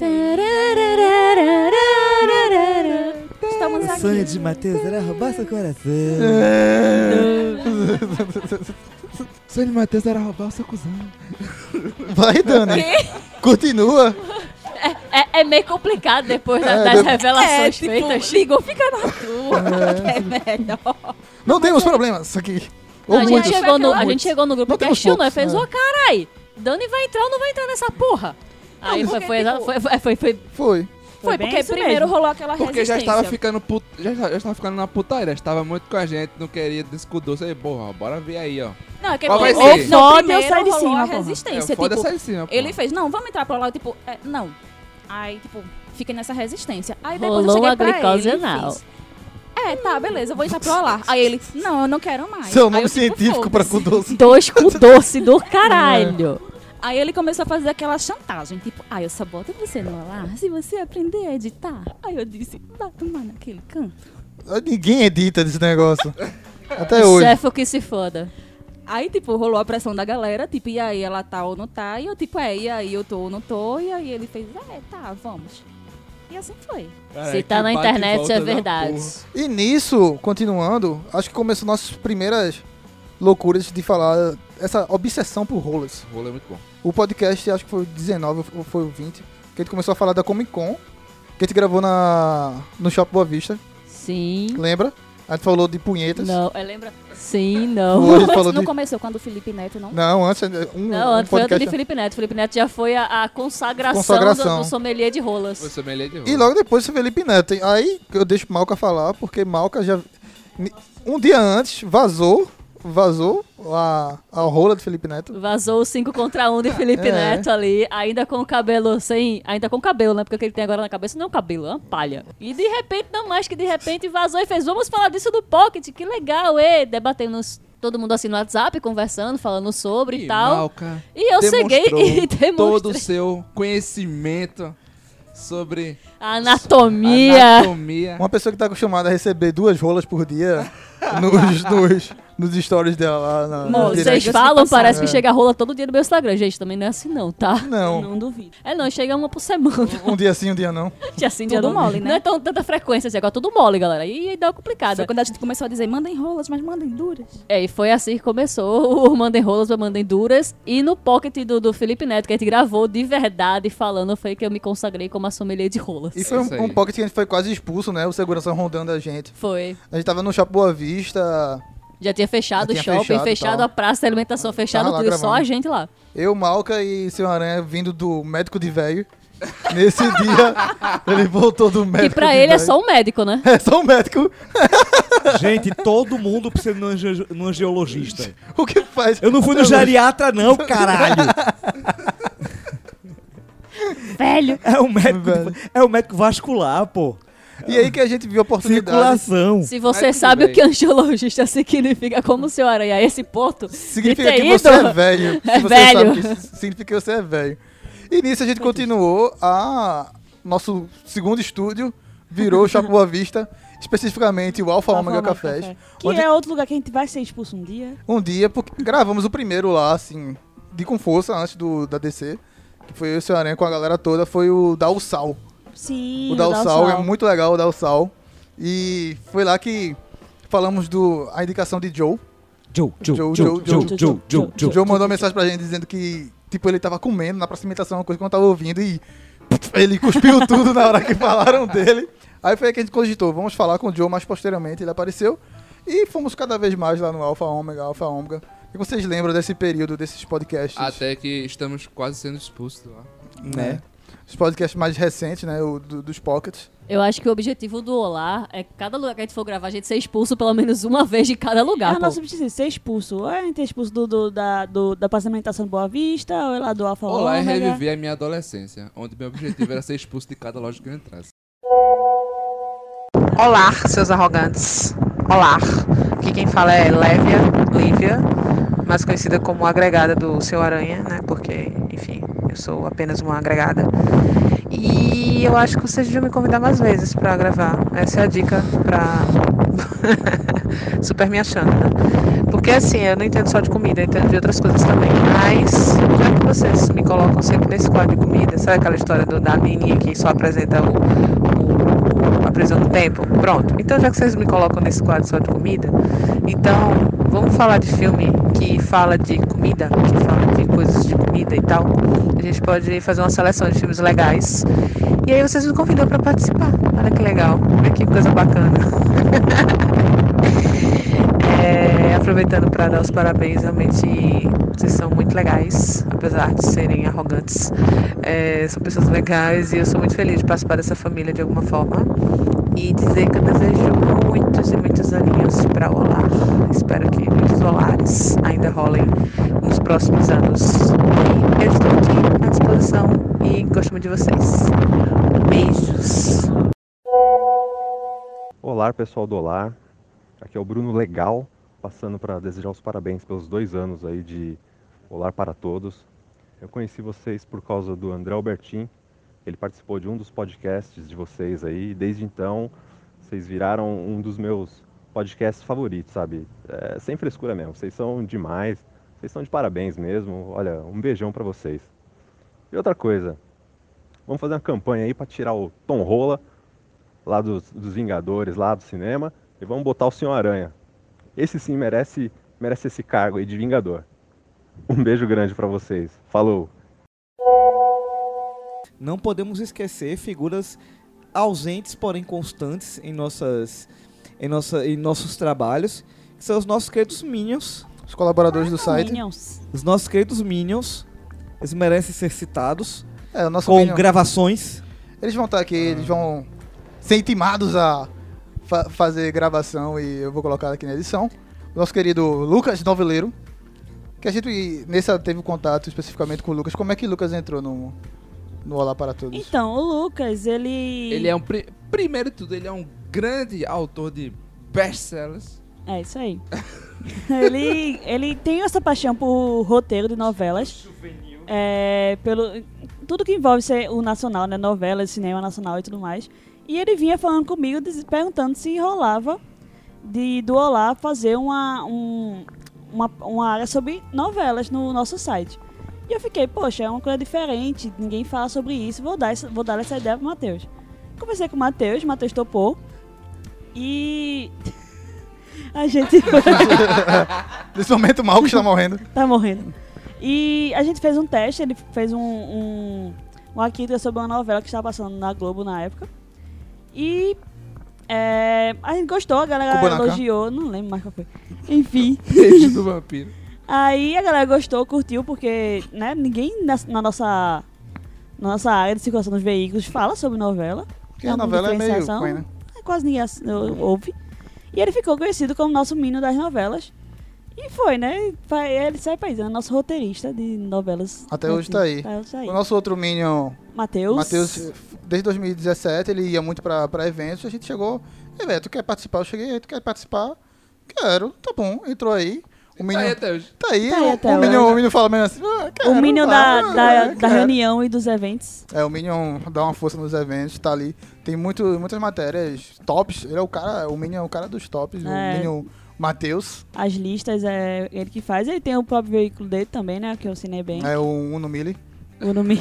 Estamos O aqui. sonho de Matheus era roubar seu coração. O sonho de Matheus era roubar o seu cuzão. Vai, Dani. Continua. É, é meio complicado depois da- É, das de- revelações É, tipo, feitas. Ligou, fica na tua. É, melhor. Não temos problemas aqui. Ou a, gente muitos. chegou no, a Muitos. gente chegou no grupo Não temos questionou e poucos, fez, é. ô carai, Dani vai entrar ou não vai entrar nessa porra? Aí Não, foi, porque, foi, tipo, foi, foi, foi, foi- Foi. Foi bem porque isso primeiro mesmo. rolou aquela Porque resistência. já estava ficando put... já, já já estava ficando na putaria, estava muito com a gente, não queria descudou, aí, porra, bora ver aí, ó. Não, é que Qual vai primeiro- ser? não, Foda, eu primeiro saio de rolou cima, a porra. resistência. É, foda tipo, sai de cima, porra. ele fez, não, vamos entrar pro lá, tipo, é, não. Aí, tipo, fica nessa resistência. Aí depois Rolou eu cheguei uma pra glicose ele e anal. fiz, é, tá, beleza, eu vou entrar pro Olar. Aí ele, não, eu não quero mais. Seu Aí nome eu, tipo, científico pra foda-se. cu doce. Dois cu doce do caralho. Aí ele começou a fazer aquela chantagem, tipo, ah, eu só boto você no Olar se você aprender a editar. Aí eu disse, vai tomar naquele canto. Ninguém edita desse negócio. Até O hoje. chefe que se foda. Aí, tipo, rolou a pressão da galera, tipo, e aí ela tá ou não tá? E eu, tipo, é, e aí eu tô ou não tô? E aí ele fez, é, tá, vamos. E assim foi. Se tá na internet é verdade. E nisso, continuando, acho que começou nossas primeiras loucuras de falar essa obsessão por rolas. Rola é muito bom. O podcast, acho que foi o dezenove ou foi o vinte, que a gente começou a falar da Comic Con, que a gente gravou na, no Shopping Boa Vista. Sim. Lembra? A gente falou de punhetas. Não, é, lembra? Sim, não. Hoje Não, falou não de- começou quando o Felipe Neto, não? Não, antes, um, Não, um antes foi antes podcast. de Felipe Neto. Felipe Neto já foi a, a consagração, Consagração. Do, do sommelier de rolas. Você me de E logo depois o Felipe Neto. Aí eu deixo Malca falar, porque Malca já... Um dia antes vazou, vazou a, a rola do Felipe Neto. Vazou o cinco contra um de Felipe É. Neto ali, ainda com o cabelo sem. Ainda com cabelo, né? Porque o que ele tem agora na cabeça não é um cabelo, é uma palha. E de repente, não mais que de repente, vazou e fez: vamos falar disso do Pocket, que legal, e debatemos. Todo mundo assim no WhatsApp, conversando, falando sobre e, tal. Malca E eu cheguei e todo demonstrei o seu conhecimento sobre a anatomia. anatomia. Uma pessoa que tá acostumada a receber duas rolas por dia. nos, nos, nos stories dela lá na, Não, no vocês direct. falam, parece que É. chega rola todo dia no meu Instagram. Gente, também não é assim não, tá? Não. Não duvido. É não, chega uma por semana. Um dia sim, um dia não. Dia sim, dia Tudo não. mole, né? Não é tão, tanta frequência assim, agora tudo mole, galera. E aí dá uma complicada. Foi quando a gente começou a dizer, mandem rolas, mas mandem duras. É, e foi assim que começou o Mandem Rolas pra Mandem Duras. E no pocket do, do Felipe Neto, que a gente gravou de verdade falando, foi que eu me consagrei como a sommelier de rolas. E foi um, um pocket que a gente foi quase expulso, né? O segurança rondando a gente. Foi. A gente tava no Shopping Boa Vista. Já tinha fechado Já o tinha shopping, fechado, fechado, tal. a praça de alimentação, fechado Tava lá tudo, só gravando. a gente lá. Eu, Malca e Senhor Aranha vindo do médico de velho. Nesse dia, ele voltou do médico. Que pra de ele é velho. só um médico, né? É só um médico. Gente, todo mundo precisa de um angi- um angiologista. O que faz? Eu não fui no geriatra, não, caralho. Velho. É o médico, é o médico vascular, pô. E aí que a gente viu a oportunidade. Circulação. Se você sabe o que angiologista significa como o senhor Aranha, esse ponto Significa de ter que você ido, é velho. É Se você velho. sabe que isso significa que você é velho. E nisso a gente continuou. A nosso segundo estúdio virou o Shopping Boa Vista, especificamente o Alfa Ômega Cafés. Que onde é outro lugar que a gente vai ser expulso um dia. um dia, porque gravamos o primeiro lá, assim, de com força, antes do, da D C, que foi o Senhor Aranha com a galera toda, foi o Dal Sal. Sim, O Dal Sal é muito legal, o Dal Sal. E foi lá que falamos do a indicação de Joe. Joe, Joe, Joe, Joe, Joe, Joe, Joe, Joe, Joe, Joe mandou uma mensagem pra gente dizendo que, tipo, ele tava comendo na próxima imitação, uma coisa que eu não tava ouvindo, e ele cuspiu tudo na hora que falaram dele. Aí foi aí que a gente cogitou, vamos falar com o Joe mais posteriormente, ele apareceu. E fomos cada vez mais lá no Alfa Ômega, Alfa Ômega. O que vocês lembram desse período, desses podcasts? Até que estamos quase sendo expulsos lá. Né? Os podcasts mais recentes, né? O do- dos Pockets. Eu acho que o objetivo do Olá é que cada lugar que a gente for gravar, a gente ser expulso pelo menos uma vez de cada lugar. É, pô. o nosso objetivo é ser expulso. Ou é a gente é expulso do, do, da, do, da passamentação do Boa Vista, ou é lá do Alfa Olá, é Ômega. reviver a minha adolescência, onde meu objetivo era ser expulso de cada loja que eu entrasse. Olá, seus arrogantes. Olá. Aqui quem fala é Lévia, Lívia, mais conhecida como agregada do Seu Aranha, né? Porque, enfim, eu sou apenas uma agregada. E eu acho que vocês deviam me convidar mais vezes pra gravar. Essa é a dica pra... Super me achando, né? Porque assim, eu não entendo só de comida, eu entendo de outras coisas também. Mas, já que vocês me colocam sempre nesse quadro de comida, sabe aquela história do, da menininha que só apresenta o, o, a prisão do tempo? Pronto. Então, já que vocês me colocam nesse quadro só de comida, então, vamos falar de filme que fala de comida, que fala de coisas de comida e tal. A gente pode fazer uma seleção de filmes legais. E aí vocês me convidam pra participar. Olha que legal. Olha que coisa bacana. É, aproveitando para dar os parabéns, realmente vocês são muito legais, apesar de serem arrogantes. É, são pessoas legais e eu sou muito feliz de participar dessa família de alguma forma. E dizer que eu desejo muitos e muitos aninhos para o Olá. Espero que muitos olares ainda rolem nos próximos anos. E eu estou aqui à disposição e gosto muito de vocês. Beijos. Olá, pessoal do Olá. Aqui é o Bruno Legal, passando para desejar os parabéns pelos dois anos aí de Olá para Todos. Eu conheci vocês por causa do André Albertin. Ele participou de um dos podcasts de vocês aí. E desde então, vocês viraram um dos meus podcasts favoritos, sabe? É, sem frescura mesmo. Vocês são demais. Vocês são de parabéns mesmo. Olha, um beijão para vocês. E outra coisa, vamos fazer uma campanha aí para tirar o Tom Rola lá dos, dos Vingadores, lá do cinema, e vamos botar o Senhor Aranha. Esse sim merece, merece esse cargo aí de Vingador. Um beijo grande para vocês. Falou! Não podemos esquecer figuras ausentes, porém constantes em, nossas, em, nossa, em nossos trabalhos, que são os nossos queridos Minions. Os colaboradores do site. Minions. Os nossos queridos Minions. Eles merecem ser citados. É, o nosso com Minion- gravações. Eles vão estar aqui, eles vão ser intimados a fa- fazer gravação e eu vou colocar aqui na edição. O nosso querido Lucas Noveleiro, que a gente nessa teve contato especificamente com o Lucas. Como é que o Lucas entrou no, no Olá para Todos? Então, o Lucas, ele... Ele é um... Pri... Primeiro de tudo, ele é um grande autor de best-sellers. É isso aí. ele, ele tem essa paixão por roteiro de novelas. É, pelo, tudo que envolve ser o nacional, né? Novelas, cinema nacional e tudo mais. E ele vinha falando comigo, diz- perguntando se rolava de, do Olá fazer uma, um, uma, uma área sobre novelas no nosso site. E eu fiquei, poxa, é uma coisa diferente, ninguém fala sobre isso, vou dar, essa, vou dar essa ideia pro Matheus. Conversei com o Matheus, o Matheus topou. E a gente... Nesse momento o Malco está morrendo. Tá morrendo. E a gente fez um teste, ele fez um, um, uma crítica sobre uma novela que estava passando na Globo na época. E é, a gente gostou, a galera Kubanacan. elogiou, não lembro mais qual foi. Enfim. Beijo do vampiro. Aí a galera gostou, curtiu, porque né, ninguém na, na, nossa, na nossa área de circulação dos veículos fala sobre novela. Porque a novela é meio ruim, né? Quase ninguém ass- ouve. E ele ficou conhecido como nosso Minion das novelas. E foi, né? Vai- Ele sai paisano, nosso roteirista de novelas. Até hoje tá aí. Até hoje tá aí. O nosso outro Minion, Matheus. Matheus, desde dois mil e dezessete, ele ia muito pra, pra eventos. A gente chegou, e velho, tu quer participar? Eu cheguei, tu quer participar? Quero, tá bom, entrou aí. O Minion, aí até hoje. Tá aí, Tá aí o, até o, Minion, hoje. o Minion fala mesmo assim, ah, quero, O Minion da, vai, da, vai, da quero. reunião e dos eventos. É, o Minion dá uma força nos eventos, tá ali. Tem muito, muitas matérias tops. Ele é o cara, o Minion é o cara dos tops. É. O Minion Matheus. As listas é ele que faz. Ele tem o próprio veículo dele também, né? Que eu assinei bem. É o Uno Mille. O nome.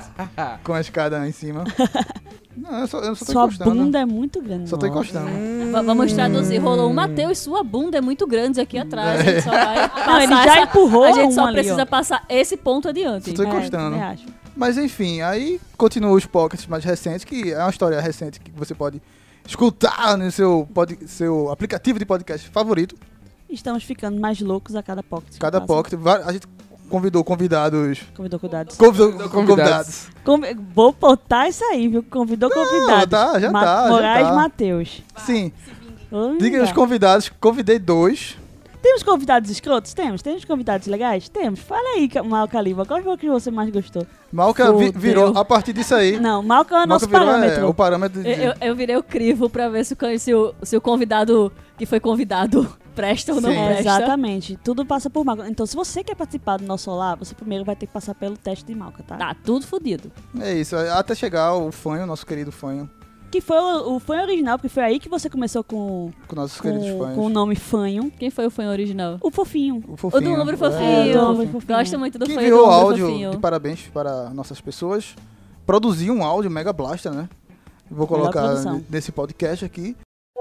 Com a escada em cima. Não, eu só, eu só tô Sua encostando. bunda é muito grande. Só tô nossa. encostando. Va- Vamos traduzir. Rolou um Matheus, sua bunda é muito grande aqui atrás. A gente só vai passar Não, ele já essa- empurrou A gente só um ali, precisa ó. passar esse ponto adiante. Só tô encostando. também acho. Mas enfim, aí continua os pockets mais recentes, que é uma história recente que você pode escutar no seu, pod, seu aplicativo de podcast favorito. Estamos ficando mais loucos a cada pocket. que Cada passa. pocket. va- A gente convidou convidados. Convidou cuidados. Convidou, Convidou convidados. Convi- Vou botar isso aí, viu? Convidou convidados. tá, já tá, já Moraes tá. Matheus. Sim. Vamos Diga lá. os convidados. Convidei dois. Temos convidados escrotos? Temos. Temos convidados legais? Temos. Fala aí, Ca- Malca Lima. Qual foi o que você mais gostou? Malca vi- Fudeu. virou, a partir disso aí. Não, Malca é o nosso Malca virou, parâmetro. é, o parâmetro de... Eu, eu- eu virei o crivo pra ver se o, se, o, se o convidado que foi convidado presta ou não É, presta. exatamente. Tudo passa por Malca. Então, se você quer participar do nosso Olá, você primeiro vai ter que passar pelo teste de Malca, tá? Tá tudo fodido. É isso, até chegar o Fanho, nosso querido Fanho, Que foi o, o Fanho original, porque foi aí que você começou com, com nossos queridos com, Fanhos. com o nome Fanho. Quem foi o Fanho original? O Fofinho. O O Fofinho. do número É, fofinho. do Fofinho. Gosto muito do Que Fanho enviou do número áudio fofinho. de parabéns para nossas pessoas. Produziu um áudio Mega Blaster, né? Vou Melhor colocar produção. n- nesse podcast aqui.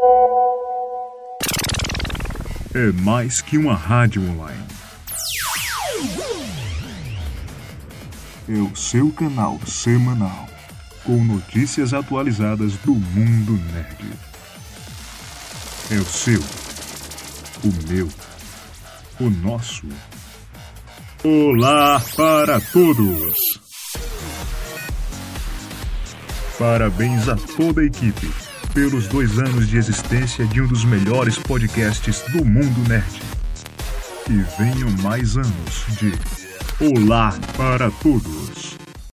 É mais que uma rádio online. É o seu canal semanal com notícias atualizadas do mundo nerd. É o seu, o meu, o nosso. Olá para todos! Parabéns a toda a equipe pelos dois anos de existência de um dos melhores podcasts do mundo nerd. E venham mais anos de Olá para todos.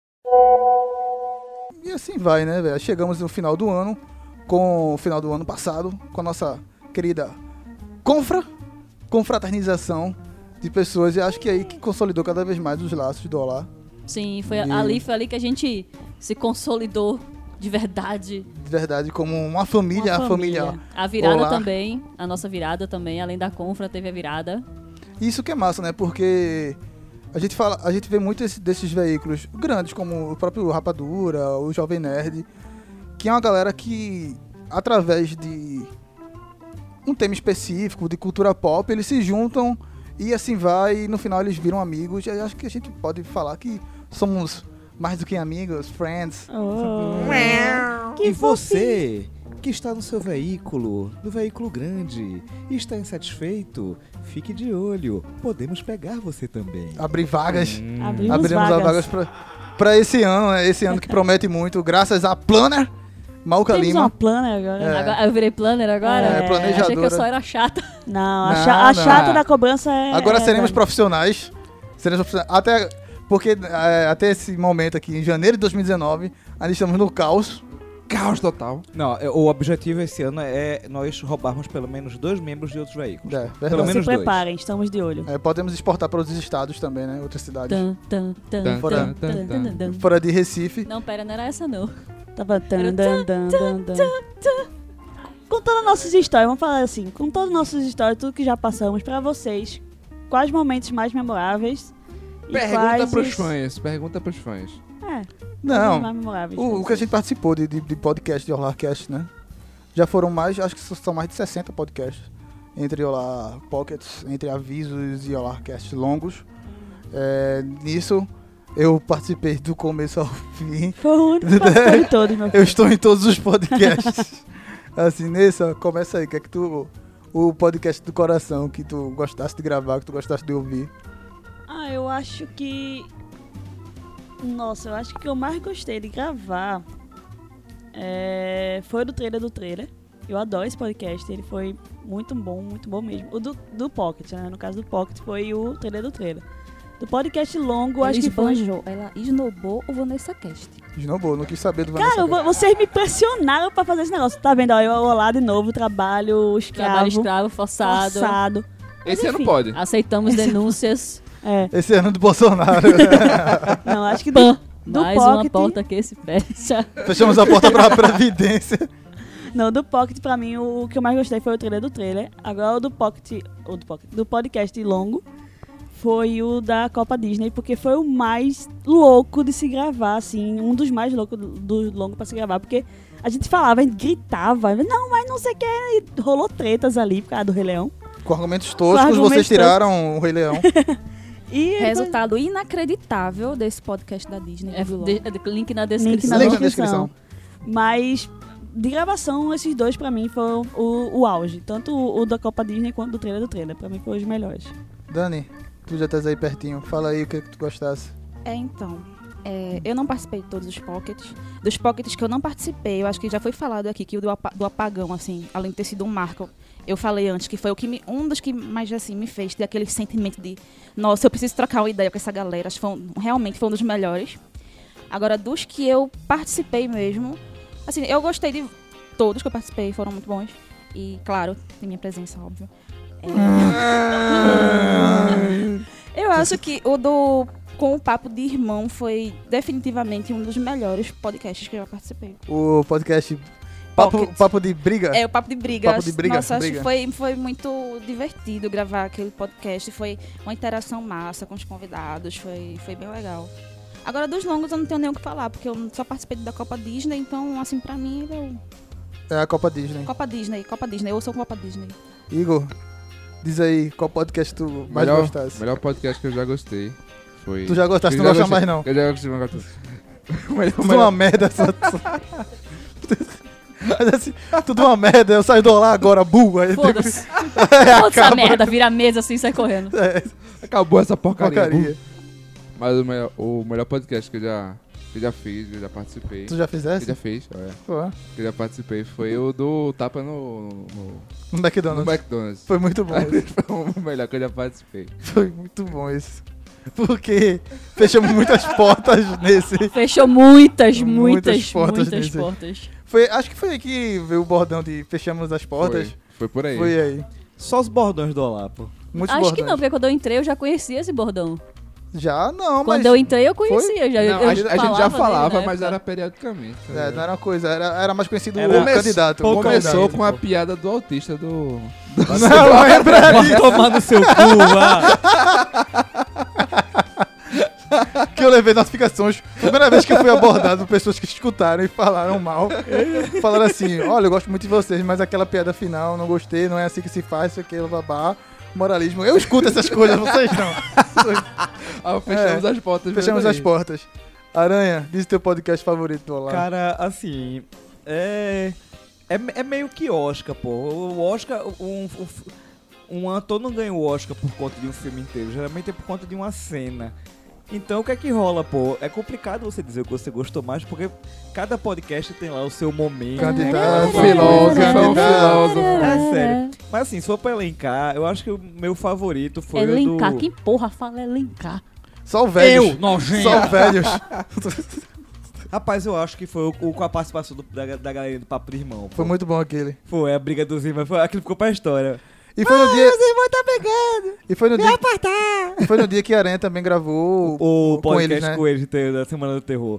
E assim vai, né, velho? Chegamos no final do ano, com o final do ano passado, com a nossa querida confra, confraternização de pessoas. E acho que é aí que consolidou cada vez mais os laços do Olá. Sim, foi E- ali, foi ali que a gente se consolidou de verdade. De verdade, como uma família, Uma a família. A virada Olá. também, a nossa virada também, além da confra, teve a virada. Isso que é massa, né? Porque a gente fala, a gente vê muito esse- desses veículos grandes, como o próprio Rapadura, o Jovem Nerd, que é uma galera que, através de um tema específico, de cultura pop, eles se juntam e assim vai, e no final eles viram amigos. E eu acho que a gente pode falar que somos mais do que amigos, friends. E você, que está no seu veículo, no veículo grande, e está insatisfeito, fique de olho. Podemos pegar você também. Abrir vagas. Abrimos Abrimos vagas. as vagas pra, pra esse ano, né? Esse ano que promete muito, graças a Planner, Malca Temos Lima. uma planner agora. É. Agora, eu virei planner agora? É, planejadora. Achei que eu só era chata. Não, a, Não, cha- a não. chata da cobrança é... Agora é seremos velho. profissionais. Seremos profissionais. Até, porque é, até esse momento aqui, em janeiro de dois mil e dezenove, ainda estamos no caos. Caos total. Não, é- o objetivo esse ano é nós roubarmos pelo menos dois membros de outros veículos. É, Pelo verdade. Se menos dois. preparem, estamos de olho. É, podemos exportar para outros estados também, né? Outras cidades. Tan, tan, tan, Tan, Fora- tan, tan, tan, tan. tan, tan. Fora de Recife. Não, pera, não era essa não. Tava tan, Era dan, dan, dan, dan. com todas as nossas histórias, vamos falar assim, com todas as nossas histórias, tudo que já passamos pra vocês, quais momentos mais memoráveis e Pergunta quais pros os- fãs, pergunta pros fãs. É, Não, os mais memoráveis. o, o que a gente participou de, de, de podcast de Olarcast, né? Já foram mais, acho que são mais de sessenta podcasts. Entre Olar Pockets, entre avisos e Olarcast longos. É, nisso, eu participei do começo ao fim. Foi o único que participou de todos, meu filho. Eu estou em todos os podcasts. Assim, nessa, começa aí. O que é que tu... O podcast do coração que tu gostasse de gravar, que tu gostasse de ouvir. Ah, eu acho que... Nossa, eu acho que o que eu mais gostei de gravar é... foi o do trailer do trailer. Eu adoro esse podcast, ele foi muito bom, muito bom mesmo. O do, do Pocket, né? No caso do Pocket foi o trailer do trailer. Do podcast longo, Ela acho que foi... esbanjou, ela esnobou o Vanessa Cast. Snowball, não quis saber do Vanessa. Cara, vo- vocês me pressionaram pra fazer esse negócio. Tá vendo? Ó, eu vou lá de novo, trabalho escravo. Trabalho escravo, forçado. forçado. Esse ano enfim. pode. Aceitamos Esse- denúncias. É. Esse ano do Bolsonaro. Não, acho que Pã. do, do Mais uma Pocket... porta que se fecha. Fechamos a porta pra Previdência. Não, do Pocket, pra mim, o, o que eu mais gostei foi o trailer do trailer. Agora o do Pocket, o do Pocket, do podcast longo, foi o da Copa Disney, porque foi o mais louco de se gravar, assim, um dos mais loucos do, do longo pra se gravar, porque a gente falava, a gente gritava, não, mas não sei o que, e rolou tretas ali por causa do Rei Leão. Com argumentos Com toscos, argumentos vocês tiraram o Rei Leão. E Resultado inacreditável desse podcast da Disney. É, do de- Vilão. de- link na Link descrição. na Link na descrição. descrição. Mas de gravação, esses dois pra mim foram o, o auge. Tanto o, o da Copa Disney quanto do trailer do trailer. Pra mim foram os melhores. Dani, tu já estás aí pertinho. Fala aí o que, que tu gostasse. É, então. é, eu não participei de todos os pockets. Dos pockets que eu não participei, eu acho que já foi falado aqui que o do, apa- do apagão, assim, além de ter sido um marco, eu falei antes que foi o que me, um dos que mais assim me fez ter aquele sentimento de, nossa, eu preciso trocar uma ideia com essa galera. Acho que foi um- realmente foi um dos melhores. Agora, dos que eu participei mesmo, assim, eu gostei de todos que eu participei, foram muito bons. E, claro, tem minha presença, óbvio. É... eu acho que o do Com o Papo de Irmão foi definitivamente um dos melhores podcasts que eu já participei. O podcast Papo, Pocket. papo de Briga? É, o Papo de Briga. Papo de Briga. Nossa, acho briga. que foi, foi muito divertido gravar aquele podcast. Foi uma interação massa com os convidados. Foi, foi bem legal. Agora, dos longos eu não tenho nem o que falar, porque eu só participei da Copa Disney, então, assim, pra mim, eu... É a Copa Disney. Copa Disney, Copa Disney. Eu sou Copa Disney. Igor, diz aí qual podcast tu mais melhor, gostasse. melhor podcast que eu já gostei foi... Tu já gostaste, eu não já gosta gostei- mais não. Eu já gostei, mas gosto. Melhor- Tudo melhor- uma merda. Essa... Mas assim, tudo uma merda, eu saio do lá agora, burro. Aí tem- Foda-se. É, Foda-se a acaba. merda, vira a mesa assim e sai correndo. É, Acabou essa porcaria. porcaria. Mas o melhor, o melhor podcast que eu já, que eu já fiz, que eu já participei. Tu já fizesse? Que eu já fiz, é. Pô, Que eu já participei foi o do Tapa no... no no McDonald's. No McDonald's. Foi muito bom esse. Foi o melhor que eu já participei. Foi muito bom isso. Porque fechamos muitas portas nesse. Fechou muitas, muitas, Muitas portas muitas nesse. portas. Foi, acho que foi aí que veio o bordão de fechamos as portas. Foi, foi por aí. Foi aí. Só os bordões do Olá, pô. Muitos Acho bordões. que não, porque quando eu entrei eu já conhecia esse bordão. Já não, mas... Quando eu entrei eu conhecia. Foi? Já, Não, eu a, gente- a gente já falava, dele na mas época. era periodicamente. tá É, ligado? não era uma coisa, era, era mais conhecido Era- o candidato. o Começou candidato. com a piada do autista do... Não, lembra Vai disso. tomar no seu cu, vá. Que eu levei notificações. Primeira vez que eu fui abordado por pessoas que escutaram e falaram mal. Falaram assim, olha, eu gosto muito de vocês, mas aquela piada final, não gostei, não é assim que se faz, isso aqui, babá. Moralismo. Eu escuto essas coisas, vocês não. Ah, fechamos É, as portas. Fechamos mesmo as aí. portas. Aranha, diz teu podcast favorito do Olá. Cara, assim, é, é. É meio que Oscar, pô. O Oscar, um, um, um ator não ganha o Oscar por conta de um filme inteiro, geralmente é por conta de uma cena. Então o que é que rola, pô? É complicado você dizer o que você gostou mais, porque cada podcast tem lá o seu momento. Candidato, filósofo, candidato. filósofo. É sério. Mas assim, se for pra elencar, eu acho que o meu favorito foi Elencar, o do... quem porra fala elencar? Só o velhos. Eu, nojento. Só velhos. Rapaz, eu acho que foi o, o com a participação do- da, da galera do Papo de Irmão. pô. Foi muito bom aquele. Foi a briga dos irmãos, foi, aquilo ficou pra história. E foi no dia... irmão tá pegando. E foi no Me dia... apartar. E foi no dia que a Aranha também gravou O com podcast eles, né? com eles, te- da Semana do Terror.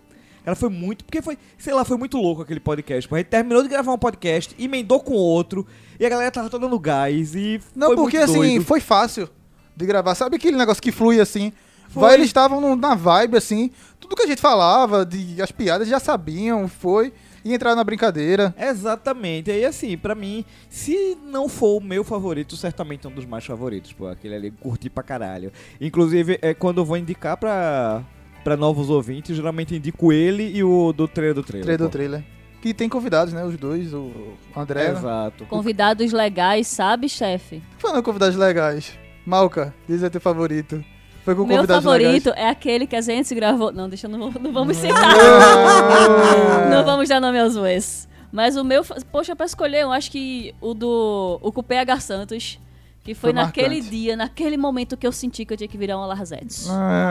Ela foi muito... Porque foi, sei lá, foi muito louco aquele podcast. A gente terminou de gravar um podcast, emendou com outro, e a galera tava toda dando gás, e Não, foi porque muito assim, doido. foi fácil de gravar. Sabe aquele negócio que flui assim? Foi. Vai, eles estavam no- na vibe, assim. Tudo que a gente falava, de, as piadas já sabiam, foi. E entraram na brincadeira. Exatamente. E aí, assim, pra mim, se não for o meu favorito, certamente é um dos mais favoritos, pô. Aquele ali, curti pra caralho. Inclusive, é quando eu vou indicar pra, pra novos ouvintes, geralmente indico ele e o do trailer do trailer. Trailer do pô. trailer. Que tem convidados, né? Os dois, o André. Exato. Convidados legais, sabe, chefe? Falando em convidados legais. Malca, diz aí teu favorito. Foi com Meu convidados favorito legais. é aquele que a gente gravou. Não, deixa eu não, não vamos citar. Não vamos dar nome aos bois. Mas o meu, fa- poxa, pra escolher, eu acho que o do o Cupé H Santos, que foi, Foi naquele marcante. dia, naquele momento que eu senti que eu tinha que virar uma Larzetes.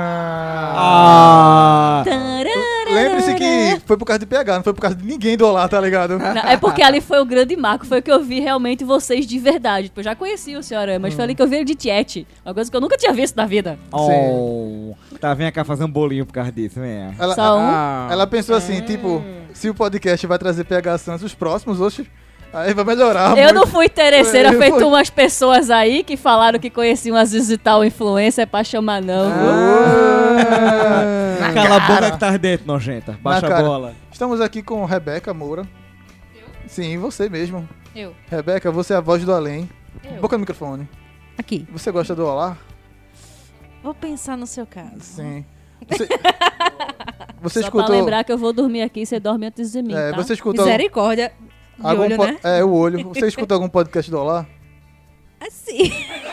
Ah. Tararara. Lembre-se que foi por causa de P H, não foi por causa de ninguém do Olá, tá ligado? Não, é porque ali foi o grande marco, foi o que eu vi realmente vocês de verdade. Tipo, eu já conheci o senhor, mas Hum. foi ali que eu vi ele de tiete. Uma coisa que eu nunca tinha visto na vida. Oh, tá, vem cá fazer um bolinho por causa disso, vem. Ela, Só um? ah, ela pensou assim, tipo, se o podcast vai trazer P H Santos, os próximos, hoje, aí vai melhorar. Eu muito. não fui interesseira, É, feito foi. umas pessoas aí que falaram que conheciam as digital influencer pra chamar não. Ah. Cala a cara. boca que tá dentro, nojenta. Baixa Na a cara. bola. Estamos aqui com Rebeca Moura. Eu? Sim, você mesmo. Eu. Rebeca, você é a voz do além. Eu. Boca no microfone. Aqui. Você gosta do Olá? Vou pensar no seu caso. Sim. Você, você Só escutou... pra lembrar que eu vou dormir aqui e você dorme antes de mim, É, tá? você escutou... Misericórdia. De algum olho, po- né? É, o olho. Você escuta algum podcast do Olá? Assim.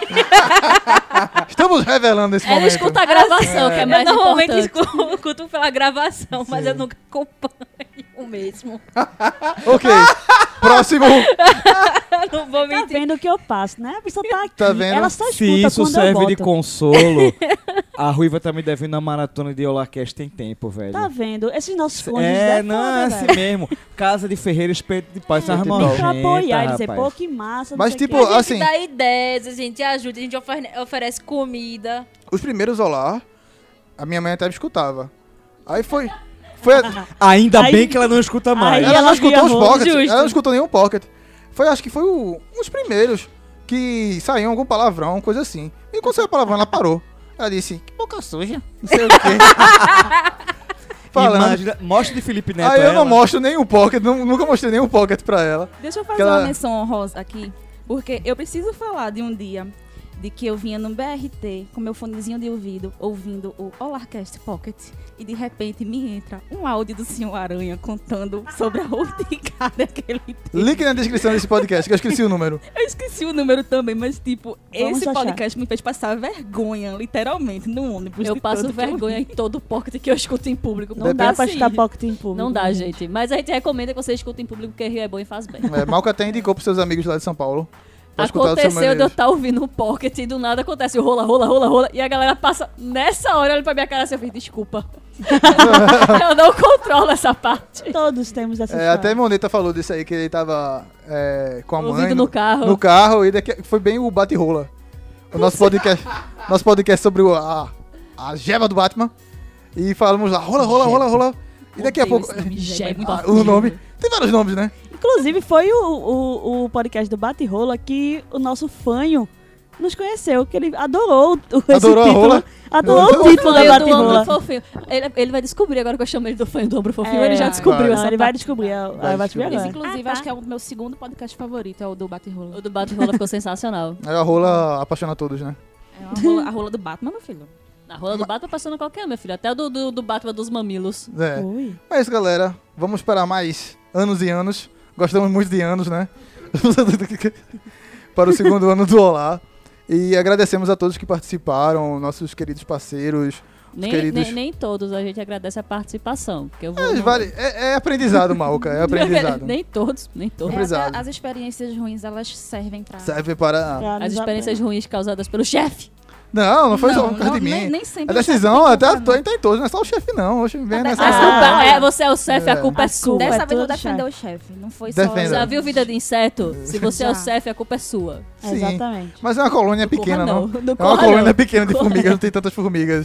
Estamos revelando esse Ela momento. escuta a gravação, que é mais Eu normalmente importante. escuto, escuto pela gravação, mas Sim. eu nunca acompanho o mesmo. Ok. Próximo. Não vou Tá mentir. vendo o que eu passo, né? A pessoa tá aqui. Tá vendo? Ela só escuta Se isso quando eu serve boto. de consolo, a Ruiva tá me devendo a maratona de Olacast tem tempo, velho. Tá vendo? Esses nossos cônjuges É, é não, foda, é assim velho. mesmo. Casa de Ferreira, espeto de paz, é, de uma pau. Pra apoiar, dizer, rapaz. pô, que massa. não Mas, sei o tipo, quê. A gente assim- dá ideias, a gente ajuda, a gente ofere- oferece comida. Os primeiros Olá, a minha mãe até me escutava. Aí foi... foi a- Ainda Aí- bem que ela não escuta mais. aí ela, ela não escutou os via pockets. justo. Ela não escutou nenhum pocket. Foi, acho que foi o, um dos primeiros que saíam algum palavrão, coisa assim. E quando saiu palavrão, ela parou. Ela disse, que boca suja. Não sei o quê. Falando. Imagina, mostra de Felipe Neto Aí eu não ela. mostro nenhum pocket, nu- nunca mostrei nenhum pocket pra ela. Deixa eu fazer Que ela- uma menção honrosa aqui, porque eu preciso falar de um dia de que eu vinha no B R T com meu fonezinho de ouvido, ouvindo o Olarcast Pocket, e de repente me entra um áudio do senhor Aranha contando sobre a urticária que ele tem. Link na descrição desse podcast, que eu esqueci o número. Eu esqueci o número também, mas tipo, Vamos esse achar. podcast me fez passar vergonha, literalmente, no ônibus. Eu de passo tanto que eu vergonha em todo pocket que eu escuto em público. Não dá pra Assim, escutar pocket em público. Não dá, né? gente. Mas a gente recomenda que você escute em público, porque rio é bom e faz bem. É, Malca até indicou pros seus amigos lá de São Paulo. pra escutar do seu Aconteceu de eu Maneiros. estar ouvindo um pocket e do nada acontece o rola, rola, rola, rola. E a galera passa nessa hora, olha pra minha cara assim, eu fiz, desculpa. Eu não controlo essa parte. Todos temos essa É, história. até Moneta falou disso aí, que ele tava é, com a mãe. Ouvindo no carro. No carro, e daqui, foi bem o bate-rola. O nosso podcast, nosso podcast sobre o, a, a gema do Batman. E falamos lá, rola, rola, rola, rola. E daqui a Odeio pouco. esse nome, gema. Ah, o nome. Tem vários nomes, né? Inclusive, foi o, o, o podcast do Bate Rola que o nosso fanho nos conheceu, que ele adorou o, esse Adorou a título. rola? Adorou o título da Fanho Bate do ombro Rola. fofinho. Ele, ele vai descobrir agora que eu chamo ele do fanho do ombro fofinho. É, ele já descobriu vai. essa Ele vai parte. descobrir. Vai, Vai vai descobrir descobrir. Esse, agora. inclusive, Ah, tá. acho que é o meu segundo podcast favorito, é o do Bate-Rola. O do bate-rola ficou sensacional. Aí a rola apaixona todos, né? É uma rola, a rola do Batman, meu filho. Na rola do Batman passando qualquer, meu filho. Até o do, do, do Batman dos mamilos. É. Ui. Mas é isso, galera. Vamos esperar mais anos e anos. Gostamos muito de anos, né? Para o segundo ano do Olá. E agradecemos a todos que participaram, nossos queridos parceiros. os Nem, queridos... nem, nem todos a gente agradece a participação. Porque eu vou É, no- vale- é, é aprendizado, Malca. É aprendizado. nem todos, nem todos. É, Aprendizado. as experiências ruins, elas servem pra... Serve para. Pra As nos experiências ruins causadas pelo chefe. Não, não foi só Não, por causa não, de mim. nem- nem sempre a o chefe decisão tem até culpa, tô, não. tá em todos, não é só o chefe, não. Hoje vem nessa. A culpa é você é o chefe, a É. culpa é A sua. culpa Dessa é vez eu vou toda defender chefe. o chefe, não foi só... Defenda. Já viu vida de inseto? Se você é o Já. chefe, a culpa é sua. Sim. Exatamente. Mas é uma colônia pequena, corra não. não, não É uma corra colônia não. pequena de Corra formigas, não. não tem tantas formigas.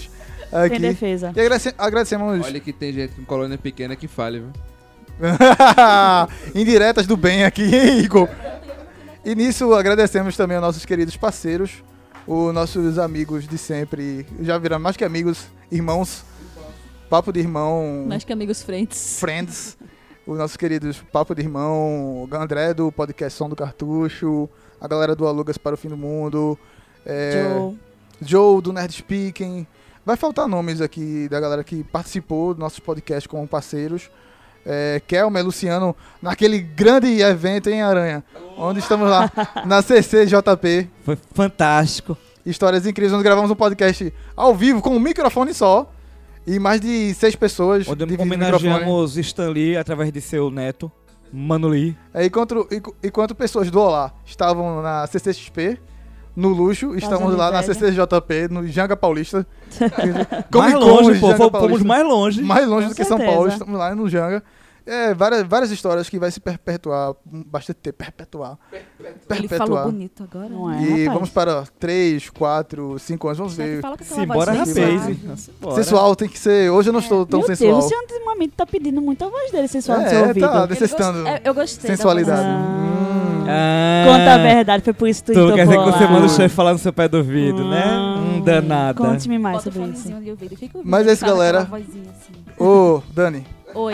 aqui. Tem defesa. E agradece- agradecemos... Olha que tem gente com colônia pequena que fale, viu? Indiretas do bem aqui, hein, Igor? E nisso agradecemos também aos nossos queridos parceiros, os nossos amigos de sempre, já viram mais que amigos, irmãos, Papo de Irmão... Mais que amigos friends. Friends. Os nossos queridos Papo de Irmão, o André do podcast Som do Cartucho, a galera do Alugas para o Fim do Mundo, é, Joe. Joe do Nerd Speaking. Vai faltar nomes aqui da galera que participou dos nossos podcasts como parceiros. É, Kelmer, Luciano, naquele grande evento em Aranha, onde estamos lá, na C C J P. Foi fantástico. Histórias incríveis, onde gravamos um podcast ao vivo com um microfone só e mais de seis pessoas. Onde dividindo o microfone. homenageamos Stan Lee através de seu neto, Mano Lee. É, enquanto, enqu- enquanto pessoas do Olá estavam na C C X P, no luxo, estamos lá na C C J P, no Janga Paulista. Mais Comic Con longe, de pô, Janga fomos Paulista. mais longe. Mais longe Com do que São certeza. Paulo, estamos lá no Janga. É, várias, várias histórias que vai se perpetuar, bastante tempo, perpetuar. Ele falou bonito agora. Não é, E rapaz? vamos para três, quatro, cinco anos, vamos ver. fala com aquela Simbora, voz rapaz. sensual. Simbora. Sensual tem que ser. Hoje eu não estou tão Meu sensual. Deus, o senhor ultimamente tá pedindo muito a voz dele sensual no seu É, ouvido. tá necessitando Ele gost- é, eu gostei da sensualidade. voz. Hum. Ah, Conta a verdade, foi por isso que tu Tu quer dizer que topou você lá. manda o chefe falar no seu pé do ouvido, né? Hum, danada. Conte-me mais Bota o sobre isso. fonezinho ali, ouvido, fica ouvindo, Mas é ele isso, fala galera. aquela vozinha assim. Ô, Dani, Oi.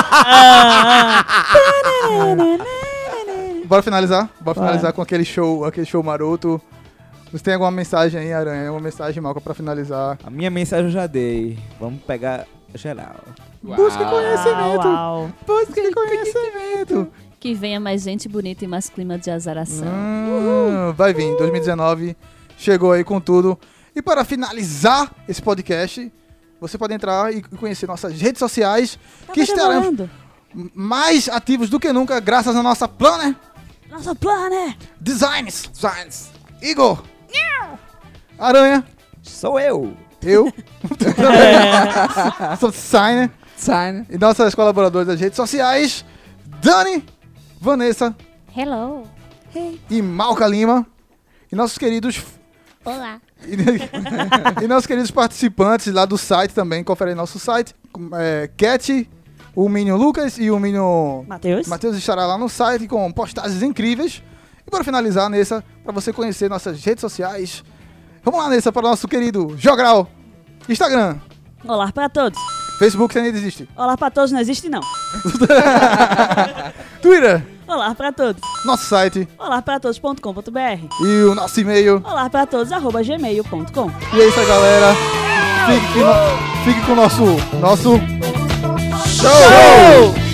bora finalizar? Bora Bora. finalizar com aquele show, aquele show maroto. Você tem alguma mensagem aí, Aranha? Uma mensagem, Malca, pra finalizar? A minha mensagem eu já dei. Vamos pegar geral. Busque conhecimento! Uau. Busque conhecimento! Que venha mais gente bonita e mais clima de azaração. Hum, vai vir, dois mil e dezenove chegou aí com tudo. E para finalizar esse podcast, você pode entrar e conhecer nossas redes sociais, que estarão demorando. mais ativos do que nunca, graças à nossa Planner Nossa planner! Designs. Designs. Igor. Aranha. Sou eu. Eu. Sou Signer. Signer. E nossas colaboradoras das redes sociais, Dani, Vanessa Hello. e Malca Lima. E nossos queridos... Olá. E, e nossos queridos participantes lá do site também, confere aí nosso site. É, Cat, o Minion Lucas e o Minion Matheus. Matheus estará lá no site com postagens incríveis. E para finalizar, Nessa, para você conhecer nossas redes sociais, vamos lá, Nessa, para o nosso querido Jogral. Instagram, Olá pra todos. Facebook, você ainda existe. Olá pra todos, não existe não. Twitter, Olá pra todos. nosso site Olá pra todos ponto com ponto br. e o nosso e-mail. Olá pra todos, arroba gmail ponto com. E é isso aí, galera. Fique, no- fique com o nosso, nosso show!